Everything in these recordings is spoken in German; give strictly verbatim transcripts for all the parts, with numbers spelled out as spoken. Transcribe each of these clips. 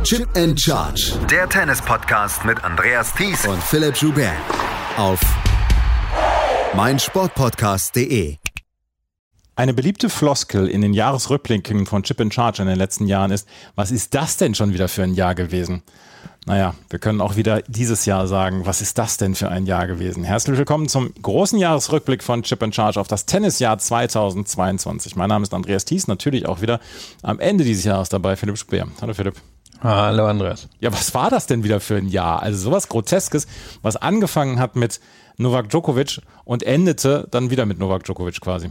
Chip and Charge. Der Tennis-Podcast mit Andreas Thies und Philipp Joubert. Auf meinsportpodcast punkt de. Eine beliebte Floskel in den Jahresrückblicken von Chip and Charge in den letzten Jahren ist: Was ist das denn schon wieder für ein Jahr gewesen? Naja, wir können auch wieder dieses Jahr sagen, was ist das denn für ein Jahr gewesen? Herzlich willkommen zum großen Jahresrückblick von Chip and Charge auf das Tennisjahr zweitausendzweiundzwanzig. Mein Name ist Andreas Thies, natürlich auch wieder am Ende dieses Jahres dabei Philipp Joubert. Hallo Philipp. Hallo Andreas. Ja, was war das denn wieder für ein Jahr? Also sowas Groteskes, was angefangen hat mit Novak Djokovic und endete dann wieder mit Novak Djokovic quasi.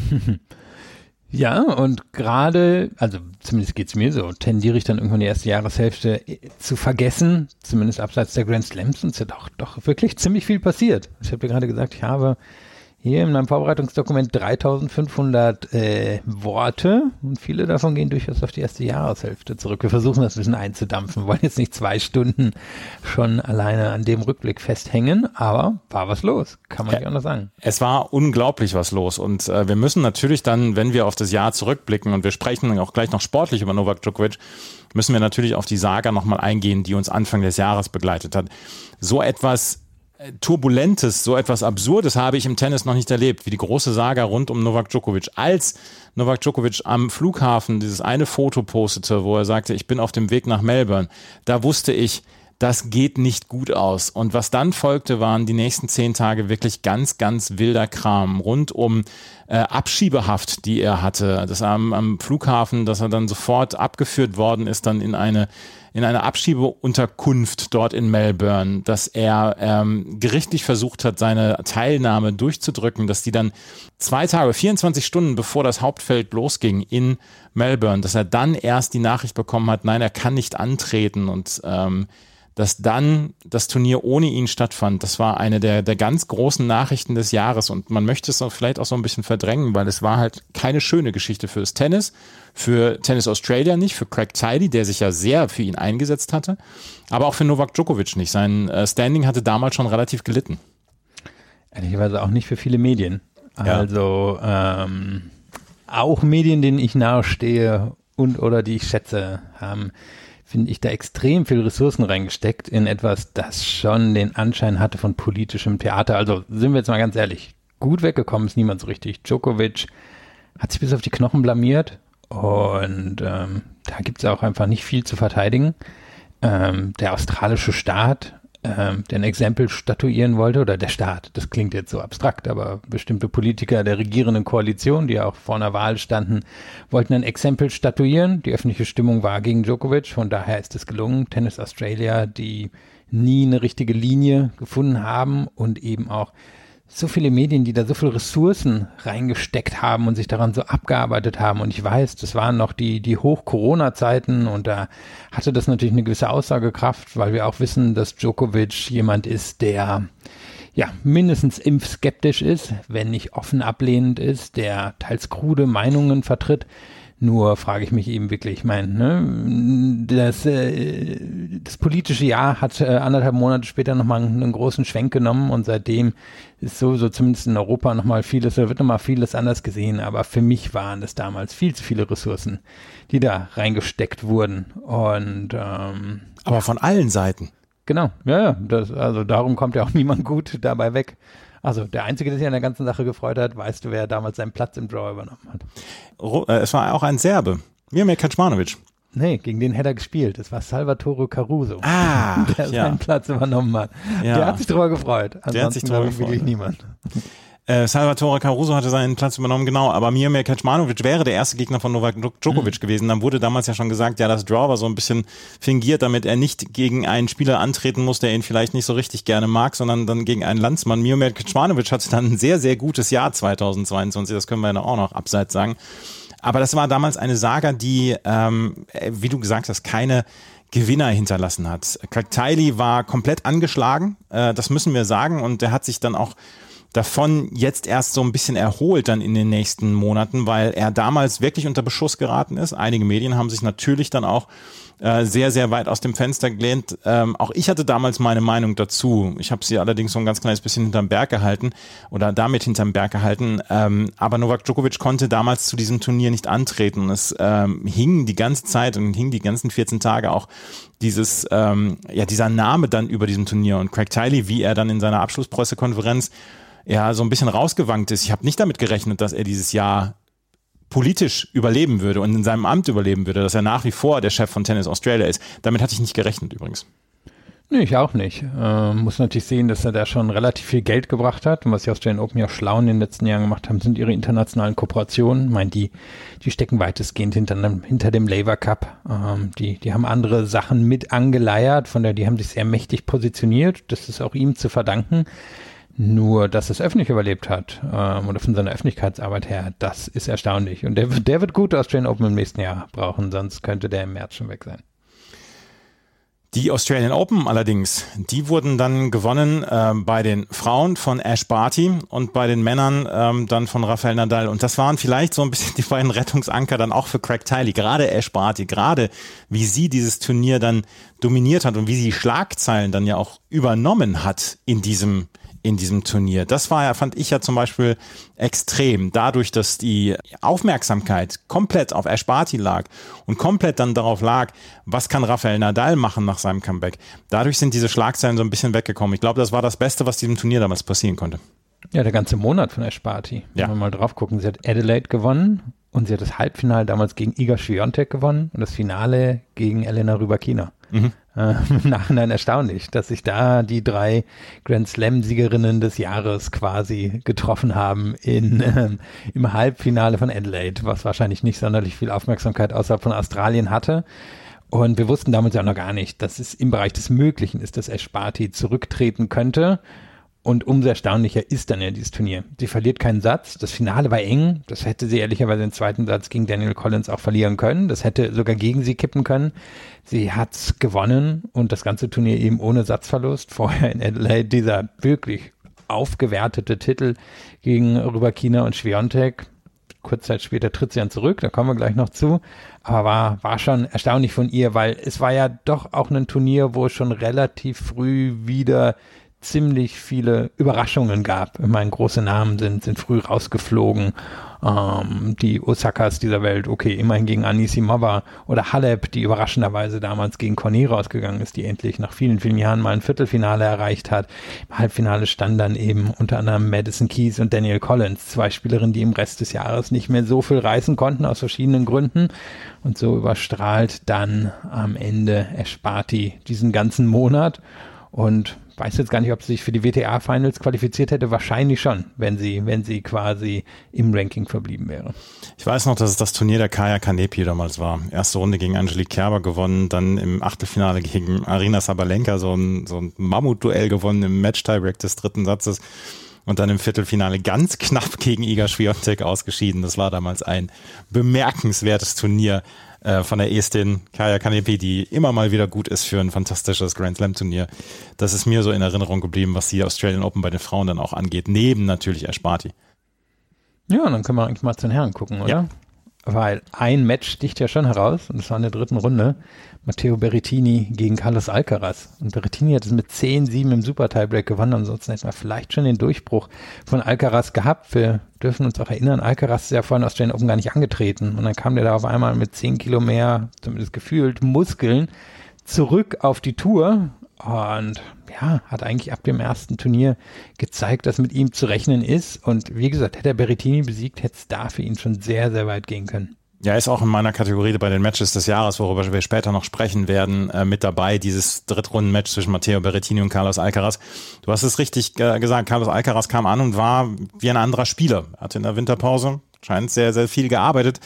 Ja, und gerade, also zumindest geht's mir so, tendiere ich dann irgendwann die erste Jahreshälfte zu vergessen, zumindest abseits der Grand Slams, und es ist ja doch, doch wirklich ziemlich viel passiert. Ich habe dir gerade gesagt, ich habe hier in meinem Vorbereitungsdokument dreitausendfünfhundert äh, Worte und viele davon gehen durchaus auf die erste Jahreshälfte zurück. Wir versuchen das ein bisschen einzudampfen, wollen jetzt nicht zwei Stunden schon alleine an dem Rückblick festhängen, aber war was los, kann man nicht anders sagen. Es war unglaublich was los und äh, wir müssen natürlich dann, wenn wir auf das Jahr zurückblicken und wir sprechen auch gleich noch sportlich über Novak Djokovic, müssen wir natürlich auf die Saga nochmal eingehen, die uns Anfang des Jahres begleitet hat. So etwas Turbulentes, so etwas Absurdes habe ich im Tennis noch nicht erlebt, wie die große Saga rund um Novak Djokovic. Als Novak Djokovic am Flughafen dieses eine Foto postete, wo er sagte, ich bin auf dem Weg nach Melbourne, da wusste ich, das geht nicht gut aus. Und was dann folgte, waren die nächsten zehn Tage wirklich ganz, ganz wilder Kram rund um äh, Abschiebehaft, die er hatte. Das am, am Flughafen, dass er dann sofort abgeführt worden ist, dann in eine in eine Abschiebeunterkunft dort in Melbourne, dass er ähm, gerichtlich versucht hat, seine Teilnahme durchzudrücken, dass die dann zwei Tage, vierundzwanzig Stunden bevor das Hauptfeld losging in Melbourne, dass er dann erst die Nachricht bekommen hat, nein, er kann nicht antreten und ähm, dass dann das Turnier ohne ihn stattfand. Das war eine der, der ganz großen Nachrichten des Jahres und man möchte es auch vielleicht auch so ein bisschen verdrängen, weil es war halt keine schöne Geschichte für das Tennis, für Tennis Australia nicht, für Craig Tiley, der sich ja sehr für ihn eingesetzt hatte, aber auch für Novak Djokovic nicht. Sein äh, Standing hatte damals schon relativ gelitten. Ehrlicherweise auch nicht für viele Medien. Also ja. ähm, auch Medien, denen ich nahestehe und oder die ich schätze, haben finde ich, da extrem viel Ressourcen reingesteckt in etwas, das schon den Anschein hatte von politischem Theater. Also sind wir jetzt mal ganz ehrlich, gut weggekommen ist niemand so richtig. Djokovic hat sich bis auf die Knochen blamiert und ähm, da gibt es auch einfach nicht viel zu verteidigen. Ähm, der australische Staat, ähm, der ein Exempel statuieren wollte, oder der Staat, das klingt jetzt so abstrakt, aber bestimmte Politiker der regierenden Koalition, die auch vor einer Wahl standen, wollten ein Exempel statuieren. Die öffentliche Stimmung war gegen Djokovic, von daher ist es gelungen. Tennis Australia, die nie eine richtige Linie gefunden haben und eben auch so viele Medien, die da so viele Ressourcen reingesteckt haben und sich daran so abgearbeitet haben. Und ich weiß, das waren noch die, die Hoch-Corona-Zeiten und da hatte das natürlich eine gewisse Aussagekraft, weil wir auch wissen, dass Djokovic jemand ist, der ja mindestens impfskeptisch ist, wenn nicht offen ablehnend ist, der teils krude Meinungen vertritt. Nur frage ich mich eben wirklich, ich meine, ne, das, äh, das politische Jahr hat äh, anderthalb Monate später nochmal einen, einen großen Schwenk genommen und seitdem ist sowieso zumindest in Europa nochmal vieles, da wird nochmal vieles anders gesehen, aber für mich waren das damals viel zu viele Ressourcen, die da reingesteckt wurden und ähm, aber von allen Seiten. Genau, ja, ja, das, also darum kommt ja auch niemand gut dabei weg. Also der Einzige, der sich an der ganzen Sache gefreut hat, weißt du, wer damals seinen Platz im Draw übernommen hat? Es war auch ein Serbe, Miromir Kecmanovic. Nee, gegen den hätte er gespielt. Das war Salvatore Caruso, ah, der ja. seinen Platz übernommen hat. Ja. Der hat sich drüber gefreut. Ansonsten der hat sich drüber gefreut. Wirklich niemand. Äh, Salvatore Caruso hatte seinen Platz übernommen, genau, aber Miromir Kecmanovic wäre der erste Gegner von Novak Djokovic mhm. gewesen. Dann wurde damals ja schon gesagt, ja, das Draw war so ein bisschen fingiert, damit er nicht gegen einen Spieler antreten muss, der ihn vielleicht nicht so richtig gerne mag, sondern dann gegen einen Landsmann. Miromir Kecmanovic hatte dann ein sehr, sehr gutes Jahr zweitausendzweiundzwanzig, das können wir ja auch noch abseits sagen. Aber das war damals eine Saga, die, ähm, wie du gesagt hast, keine Gewinner hinterlassen hat. Craig Tiley war komplett angeschlagen, äh, das müssen wir sagen, und der hat sich dann auch davon jetzt erst so ein bisschen erholt dann in den nächsten Monaten, weil er damals wirklich unter Beschuss geraten ist. Einige Medien haben sich natürlich dann auch äh, sehr, sehr weit aus dem Fenster gelehnt. Ähm, auch ich hatte damals meine Meinung dazu. Ich habe sie allerdings so ein ganz kleines bisschen hinterm Berg gehalten oder damit hinterm Berg gehalten. Ähm, aber Novak Djokovic konnte damals zu diesem Turnier nicht antreten. Und es ähm, hing die ganze Zeit und hing die ganzen vierzehn Tage auch dieses, ähm, ja, dieser Name dann über diesem Turnier. Und Craig Tiley, wie er dann in seiner Abschlusspressekonferenz ja so ein bisschen rausgewankt ist. Ich habe nicht damit gerechnet, dass er dieses Jahr politisch überleben würde und in seinem Amt überleben würde, dass er nach wie vor der Chef von Tennis Australia ist. Damit hatte ich nicht gerechnet übrigens. Nee, ich auch nicht. Äh, muss natürlich sehen, dass er da schon relativ viel Geld gebracht hat. Und was die Australian Open ja schlau in den letzten Jahren gemacht haben, sind ihre internationalen Kooperationen. Ich meine, die, die stecken weitestgehend hinter, hinter dem Laver Cup. Ähm, die, die haben andere Sachen mit angeleiert, von der die haben sich sehr mächtig positioniert. Das ist auch ihm zu verdanken. Nur, dass es öffentlich überlebt hat, ähm, oder von seiner Öffentlichkeitsarbeit her, das ist erstaunlich. Und der, der wird gute Australian Open im nächsten Jahr brauchen, sonst könnte der im März schon weg sein. Die Australian Open allerdings, die wurden dann gewonnen äh, bei den Frauen von Ash Barty und bei den Männern ähm, dann von Rafael Nadal. Und das waren vielleicht so ein bisschen die beiden Rettungsanker dann auch für Craig Tiley. Gerade Ash Barty, gerade wie sie dieses Turnier dann dominiert hat und wie sie die Schlagzeilen dann ja auch übernommen hat in diesem in diesem Turnier. Das war ja, fand ich ja zum Beispiel extrem. Dadurch, dass die Aufmerksamkeit komplett auf Ash Barty lag und komplett dann darauf lag, was kann Rafael Nadal machen nach seinem Comeback. Dadurch sind diese Schlagzeilen so ein bisschen weggekommen. Ich glaube, das war das Beste, was diesem Turnier damals passieren konnte. Ja, der ganze Monat von Ash Barty. Ja. Wenn wir mal drauf gucken, sie hat Adelaide gewonnen und sie hat das Halbfinale damals gegen Iga Swiatek gewonnen und das Finale gegen Elena Rybakina. Mhm. Äh, im Nachhinein erstaunlich, dass sich da die drei Grand Slam-Siegerinnen des Jahres quasi getroffen haben in, äh, im Halbfinale von Adelaide, was wahrscheinlich nicht sonderlich viel Aufmerksamkeit außerhalb von Australien hatte. Und wir wussten damals ja noch gar nicht, dass es im Bereich des Möglichen ist, dass Ash Barty zurücktreten könnte. Und umso erstaunlicher ist dann ja dieses Turnier. Sie verliert keinen Satz. Das Finale war eng. Das hätte sie ehrlicherweise den zweiten Satz gegen Daniel Collins auch verlieren können. Das hätte sogar gegen sie kippen können. Sie hat's gewonnen und das ganze Turnier eben ohne Satzverlust. Vorher in Adelaide dieser wirklich aufgewertete Titel gegen Rybakina und Swiatek. Kurz Zeit später tritt sie dann zurück, da kommen wir gleich noch zu. Aber war, war schon erstaunlich von ihr, weil es war ja doch auch ein Turnier, wo es schon relativ früh wieder ziemlich viele Überraschungen gab. Ich meine, große Namen sind, sind früh rausgeflogen. Ähm, die Osakas dieser Welt, okay, immerhin gegen Anisimova oder Halep, die überraschenderweise damals gegen Cornet rausgegangen ist, die endlich nach vielen, vielen Jahren mal ein Viertelfinale erreicht hat. Im Halbfinale standen dann eben unter anderem Madison Keys und Daniel Collins, zwei Spielerinnen, die im Rest des Jahres nicht mehr so viel reißen konnten, aus verschiedenen Gründen. Und so überstrahlt dann am Ende Ash Barty diesen ganzen Monat und weiß jetzt gar nicht, ob sie sich für die W T A-Finals qualifiziert hätte. Wahrscheinlich schon, wenn sie, wenn sie quasi im Ranking verblieben wäre. Ich weiß noch, dass es das Turnier der Kaia Kanepi damals war. Erste Runde gegen Angelique Kerber gewonnen, dann im Achtelfinale gegen Aryna Sabalenka so ein, so ein Mammutduell gewonnen im Match-Tiebreak des dritten Satzes und dann im Viertelfinale ganz knapp gegen Iga Swiatek ausgeschieden. Das war damals ein bemerkenswertes Turnier von der Estin Kaia Kanepi, die immer mal wieder gut ist für ein fantastisches Grand Slam Turnier. Das ist mir so in Erinnerung geblieben, was die Australian Open bei den Frauen dann auch angeht, neben natürlich Ash Barty. Ja, dann können wir eigentlich mal zu den Herren gucken, oder? Ja. Weil ein Match sticht ja schon heraus, und das war in der dritten Runde, Matteo Berrettini gegen Carlos Alcaraz. Und Berrettini hat es mit zehn sieben im Super-Tiebreak gewonnen, ansonsten hätten wir vielleicht schon den Durchbruch von Alcaraz gehabt. Wir dürfen uns auch erinnern, Alcaraz ist ja vorhin aus Australian Open gar nicht angetreten. Und dann kam der da auf einmal mit zehn Kilo mehr, zumindest gefühlt, Muskeln, zurück auf die Tour. Und ja, hat eigentlich ab dem ersten Turnier gezeigt, dass mit ihm zu rechnen ist. Und wie gesagt, hätte er Berrettini besiegt, hätte es da für ihn schon sehr, sehr weit gehen können. Ja, ist auch in meiner Kategorie bei den Matches des Jahres, worüber wir später noch sprechen werden, äh, mit dabei, dieses Drittrunden-Match zwischen Matteo Berrettini und Carlos Alcaraz. Du hast es richtig äh, gesagt, Carlos Alcaraz kam an und war wie ein anderer Spieler. Hatte in der Winterpause scheint sehr, sehr viel gearbeitet,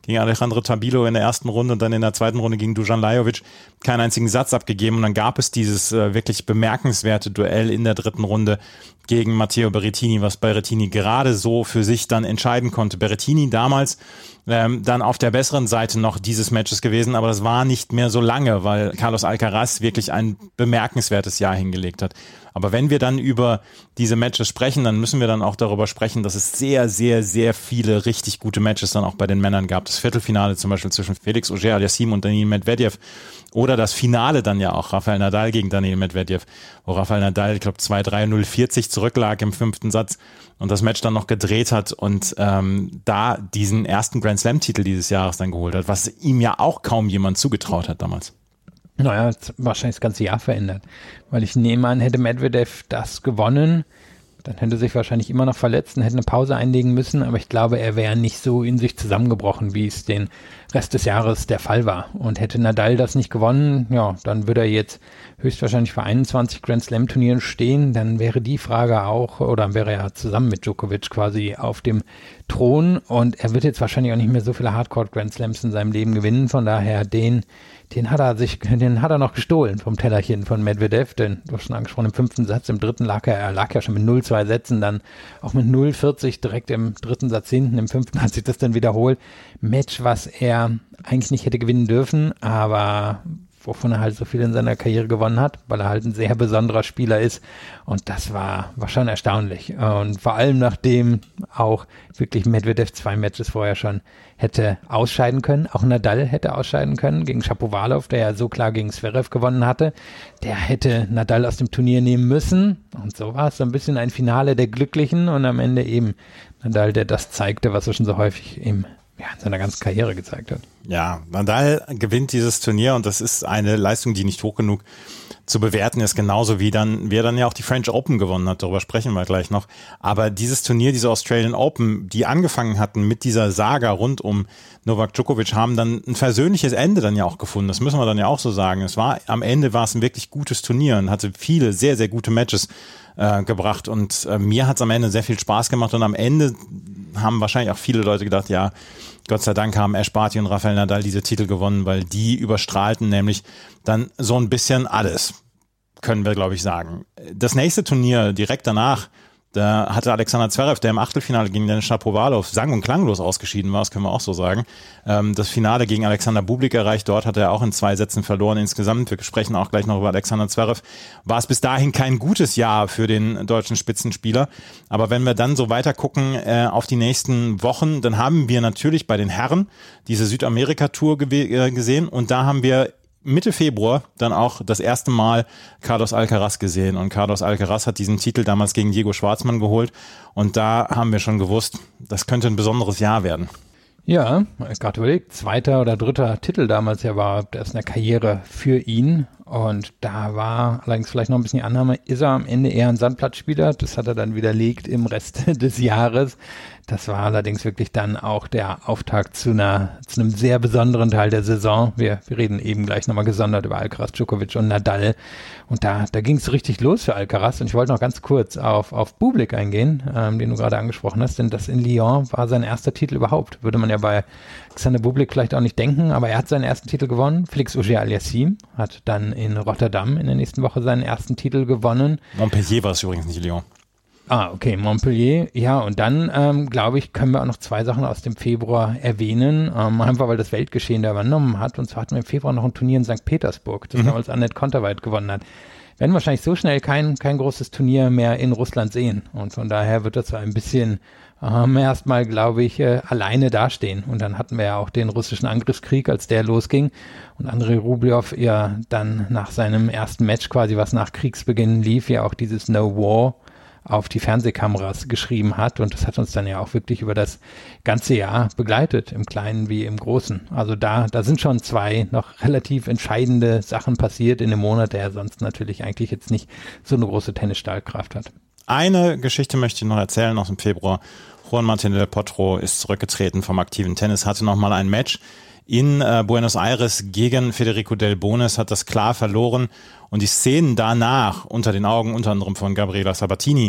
gegen Alejandro Tabilo in der ersten Runde und dann in der zweiten Runde gegen Dusan Lajovic keinen einzigen Satz abgegeben. Und dann gab es dieses äh, wirklich bemerkenswerte Duell in der dritten Runde gegen Matteo Berrettini, was Berrettini gerade so für sich dann entscheiden konnte. Berrettini damals ähm, dann auf der besseren Seite noch dieses Matches gewesen, aber das war nicht mehr so lange, weil Carlos Alcaraz wirklich ein bemerkenswertes Jahr hingelegt hat. Aber wenn wir dann über diese Matches sprechen, dann müssen wir dann auch darüber sprechen, dass es sehr, sehr, sehr viele richtig gute Matches dann auch bei den Männern gab. Das Viertelfinale zum Beispiel zwischen Felix Auger-Aliassime und Daniil Medvedev oder das Finale dann ja auch Rafael Nadal gegen Daniil Medvedev, wo Rafael Nadal, ich glaube, zwei drei null vierzig zurücklag im fünften Satz und das Match dann noch gedreht hat und ähm, da diesen ersten Grand Slam-Titel dieses Jahres dann geholt hat, was ihm ja auch kaum jemand zugetraut hat damals. Naja, wahrscheinlich das ganze Jahr verändert, weil ich nehme an, hätte Medvedev das gewonnen, dann hätte er sich wahrscheinlich immer noch verletzt und hätte eine Pause einlegen müssen, aber ich glaube, er wäre nicht so in sich zusammengebrochen, wie es den Rest des Jahres der Fall war. Und hätte Nadal das nicht gewonnen, ja, dann würde er jetzt höchstwahrscheinlich vor einundzwanzig Grand Slam Turnieren stehen, dann wäre die Frage auch, oder wäre er zusammen mit Djokovic quasi auf dem Thron und er wird jetzt wahrscheinlich auch nicht mehr so viele Hardcore Grand Slams in seinem Leben gewinnen, von daher den Den hat er sich, den hat er noch gestohlen vom Tellerchen von Medvedev, denn du hast schon angesprochen, im fünften Satz, im dritten lag er, er lag ja schon mit null zwei Sätzen, dann auch mit null vierzig direkt im dritten Satz hinten, im fünften hat sich das dann wiederholt. Match, was er eigentlich nicht hätte gewinnen dürfen, aber wovon er halt so viel in seiner Karriere gewonnen hat, weil er halt ein sehr besonderer Spieler ist und das war, war schon erstaunlich und vor allem nachdem auch wirklich Medvedev zwei Matches vorher schon hätte ausscheiden können, auch Nadal hätte ausscheiden können gegen Shapovalov, der ja so klar gegen Zverev gewonnen hatte, der hätte Nadal aus dem Turnier nehmen müssen und so war es so ein bisschen ein Finale der Glücklichen und am Ende eben Nadal, der das zeigte, was er schon so häufig im ja, in seiner ganzen Karriere gezeigt hat. Ja, Nadal gewinnt dieses Turnier und das ist eine Leistung, die nicht hoch genug zu bewerten ist, genauso wie dann, wie er dann ja auch die French Open gewonnen hat, darüber sprechen wir gleich noch. Aber dieses Turnier, diese Australian Open, die angefangen hatten mit dieser Saga rund um Novak Djokovic, haben dann ein versöhnliches Ende dann ja auch gefunden. Das müssen wir dann ja auch so sagen. Es war, am Ende war es ein wirklich gutes Turnier und hatte viele sehr, sehr gute Matches äh, gebracht und äh, mir hat es am Ende sehr viel Spaß gemacht und am Ende haben wahrscheinlich auch viele Leute gedacht, ja, Gott sei Dank haben Ash Barty und Rafael Nadal diese Titel gewonnen, weil die überstrahlten nämlich dann so ein bisschen alles, können wir, glaube ich, sagen. Das nächste Turnier direkt danach, da hatte Alexander Zverev, der im Achtelfinale gegen Denis Shapovalov sang- und klanglos ausgeschieden war, das können wir auch so sagen, das Finale gegen Alexander Bublik erreicht. Dort hat er auch in zwei Sätzen verloren insgesamt. Wir sprechen auch gleich noch über Alexander Zverev. War es bis dahin kein gutes Jahr für den deutschen Spitzenspieler. Aber wenn wir dann so weiter gucken äh, auf die nächsten Wochen, dann haben wir natürlich bei den Herren diese Südamerika-Tour gew- äh, gesehen und da haben wir Mitte Februar dann auch das erste Mal Carlos Alcaraz gesehen und Carlos Alcaraz hat diesen Titel damals gegen Diego Schwartzmann geholt und da haben wir schon gewusst, das könnte ein besonderes Jahr werden. Ja, gerade überlegt, zweiter oder dritter Titel damals ja war das in der Karriere für ihn und da war allerdings vielleicht noch ein bisschen die Annahme, ist er am Ende eher ein Sandplatzspieler, das hat er dann widerlegt im Rest des Jahres. Das war allerdings wirklich dann auch der Auftakt zu einer zu einem sehr besonderen Teil der Saison. Wir, wir reden eben gleich nochmal gesondert über Alcaraz, Djokovic und Nadal. Und da, da ging es richtig los für Alcaraz. Und ich wollte noch ganz kurz auf, auf Bublik eingehen, ähm, den du gerade angesprochen hast, denn das in Lyon war sein erster Titel überhaupt. Würde man ja bei Alexander Bublik vielleicht auch nicht denken, aber er hat seinen ersten Titel gewonnen. Felix Auger-Aliassime hat dann in Rotterdam in der nächsten Woche seinen ersten Titel gewonnen. Montpellier war es übrigens, nicht Lyon. Ah, okay, Montpellier. Ja, und dann, ähm, glaube ich, können wir auch noch zwei Sachen aus dem Februar erwähnen, ähm, einfach weil das Weltgeschehen da übernommen hat. Und zwar hatten wir im Februar noch ein Turnier in Sankt Petersburg, das mhm. damals Annette Konterweit gewonnen hat. Wir werden wahrscheinlich so schnell kein, kein großes Turnier mehr in Russland sehen. Und von daher wird das so ein bisschen ähm, erstmal, glaube ich, äh, alleine dastehen. Und dann hatten wir ja auch den russischen Angriffskrieg, als der losging. Und Andrei Rublev ja dann nach seinem ersten Match quasi, was nach Kriegsbeginn lief, ja auch dieses No War auf die Fernsehkameras geschrieben hat und das hat uns dann ja auch wirklich über das ganze Jahr begleitet, im Kleinen wie im Großen. Also da, da sind schon zwei noch relativ entscheidende Sachen passiert in einem Monat, der sonst natürlich eigentlich jetzt nicht so eine große Tennisstahlkraft hat. Eine Geschichte möchte ich noch erzählen aus dem Februar. Juan Martín del Potro ist zurückgetreten vom aktiven Tennis, hatte nochmal ein Match in äh, Buenos Aires gegen Federico Del Bonis, hat das klar verloren und die Szenen danach unter den Augen unter anderem von Gabriela Sabatini,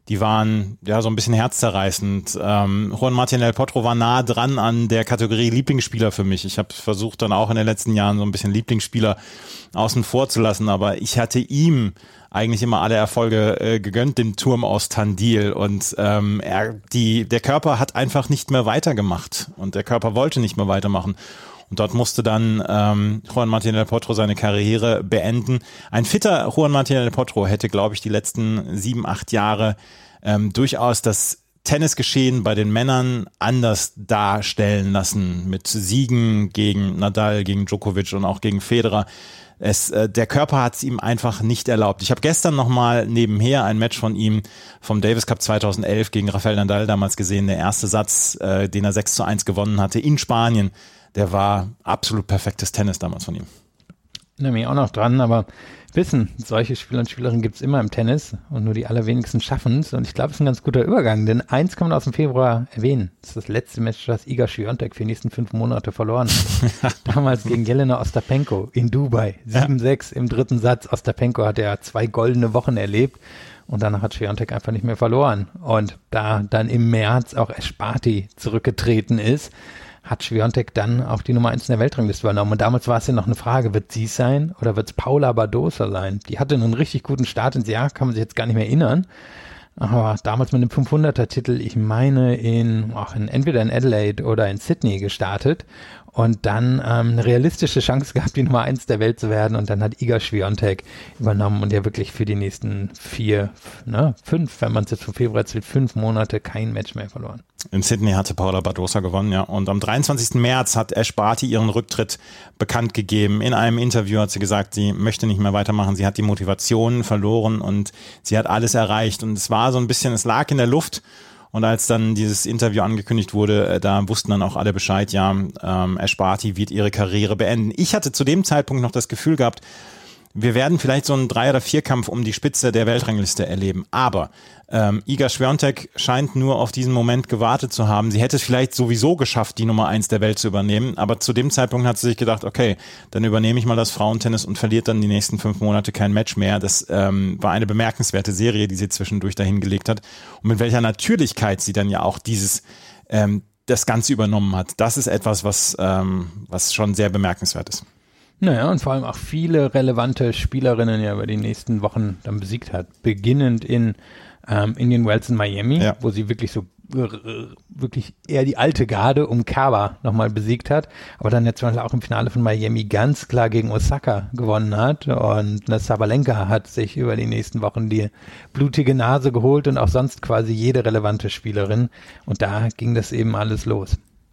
die waren ja so ein bisschen herzzerreißend. Ähm, Juan Martín del Potro war nah dran an der Kategorie Lieblingsspieler für mich. Ich habe versucht dann auch in den letzten Jahren so ein bisschen Lieblingsspieler außen vor zu lassen, aber ich hatte ihm eigentlich immer alle Erfolge äh, gegönnt, dem Turm aus Tandil, und ähm, er, die, der Körper hat einfach nicht mehr weitergemacht und der Körper wollte nicht mehr weitermachen. Und dort musste dann ähm, Juan Martín del Potro seine Karriere beenden. Ein fitter Juan Martín del Potro hätte, glaube ich, die letzten sieben, acht Jahre ähm, durchaus das Tennisgeschehen bei den Männern anders darstellen lassen, mit Siegen gegen Nadal, gegen Djokovic und auch gegen Federer. Es, äh, der Körper hat es ihm einfach nicht erlaubt. Ich habe gestern nochmal nebenher ein Match von ihm vom Davis Cup zweitausendelf gegen Rafael Nadal damals gesehen. Der erste Satz, äh, den er sechs zu eins gewonnen hatte in Spanien, der war absolut perfektes Tennis damals von ihm. Ich erinnere mich auch noch dran, aber wissen, solche Spieler und Spielerinnen gibt es immer im Tennis und nur die allerwenigsten schaffen es. Und ich glaube, es ist ein ganz guter Übergang, denn eins kann man aus dem Februar erwähnen. Das ist das letzte Match, das Iga Swiatek für die nächsten fünf Monate verloren hat. Damals gegen Jelena Ostapenko in Dubai. sieben sechs im dritten Satz. Ostapenko hat ja zwei goldene Wochen erlebt und danach hat Swiatek einfach nicht mehr verloren. Und da dann im März auch Esparti zurückgetreten ist, hat Swiatek dann auch die Nummer eins in der Weltrangliste übernommen. Und damals war es ja noch eine Frage, wird sie es sein oder wird es Paula Badosa sein? Die hatte einen richtig guten Start ins Jahr, kann man sich jetzt gar nicht mehr erinnern. Aber damals mit einem fünfhunderter-Titel, ich meine in, ach, in entweder in Adelaide oder in Sydney gestartet und dann ähm, eine realistische Chance gehabt, die Nummer eins der Welt zu werden. Und dann hat Iga Swiatek übernommen und ja wirklich für die nächsten vier, ne, fünf, wenn man es jetzt vom Februar zählt, fünf Monate kein Match mehr verloren. In Sydney hatte Paula Badosa gewonnen, ja. Und am dreiundzwanzigsten März hat Esparti ihren Rücktritt bekannt gegeben. In einem Interview hat sie gesagt, sie möchte nicht mehr weitermachen. Sie hat die Motivation verloren und sie hat alles erreicht. Und es war so ein bisschen, es lag in der Luft. Und als dann dieses Interview angekündigt wurde, da wussten dann auch alle Bescheid, ja, ähm, Esparti wird ihre Karriere beenden. Ich hatte zu dem Zeitpunkt noch das Gefühl gehabt, wir werden vielleicht so einen Drei- oder Vierkampf um die Spitze der Weltrangliste erleben. Aber ähm, Iga Swiatek scheint nur auf diesen Moment gewartet zu haben. Sie hätte es vielleicht sowieso geschafft, die Nummer eins der Welt zu übernehmen. Aber zu dem Zeitpunkt hat sie sich gedacht, okay, dann übernehme ich mal das Frauentennis und verliert dann die nächsten fünf Monate kein Match mehr. Das ähm, war eine bemerkenswerte Serie, die sie zwischendurch dahin gelegt hat. Und mit welcher Natürlichkeit sie dann ja auch dieses ähm, das Ganze übernommen hat. Das ist etwas, was, ähm, was schon sehr bemerkenswert ist. Naja, und vor allem auch viele relevante Spielerinnen ja über die nächsten Wochen dann besiegt hat. Beginnend in ähm, Indian Wells in Miami, ja, wo sie wirklich so äh, wirklich eher die alte Garde um Kerber nochmal besiegt hat, aber dann jetzt auch im Finale von Miami ganz klar gegen Osaka gewonnen hat und eine Sabalenka hat sich über die nächsten Wochen die blutige Nase geholt und auch sonst quasi jede relevante Spielerin und da ging das eben alles los.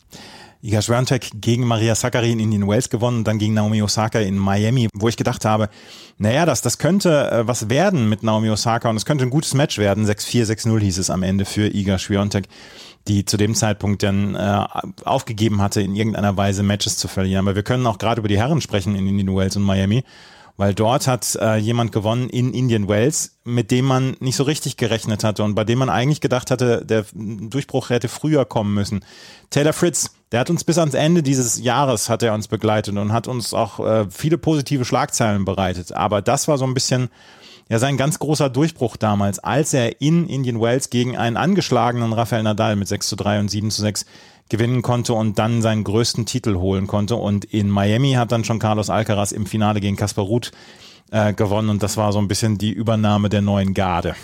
Iga Swiatek gegen Maria Sakkari in Indian Wells gewonnen, dann gegen Naomi Osaka in Miami, wo ich gedacht habe, naja, das, das könnte äh, was werden mit Naomi Osaka und es könnte ein gutes Match werden. sechs vier, sechs null hieß es am Ende für Iga Swiatek, die zu dem Zeitpunkt dann äh, aufgegeben hatte, in irgendeiner Weise Matches zu verlieren. Aber wir können auch gerade über die Herren sprechen in Indian Wells und Miami, weil dort hat äh, jemand gewonnen in Indian Wells, mit dem man nicht so richtig gerechnet hatte und bei dem man eigentlich gedacht hatte, der Durchbruch hätte früher kommen müssen. Taylor Fritz, der hat uns bis ans Ende dieses Jahres hat er uns begleitet und hat uns auch äh, viele positive Schlagzeilen bereitet. Aber das war so ein bisschen ja sein ganz großer Durchbruch damals, als er in Indian Wells gegen einen angeschlagenen Rafael Nadal mit sechs zu drei und sieben zu sechs gewinnen konnte und dann seinen größten Titel holen konnte. Und in Miami hat dann schon Carlos Alcaraz im Finale gegen Kaspar Ruud äh, gewonnen und das war so ein bisschen die Übernahme der neuen Garde.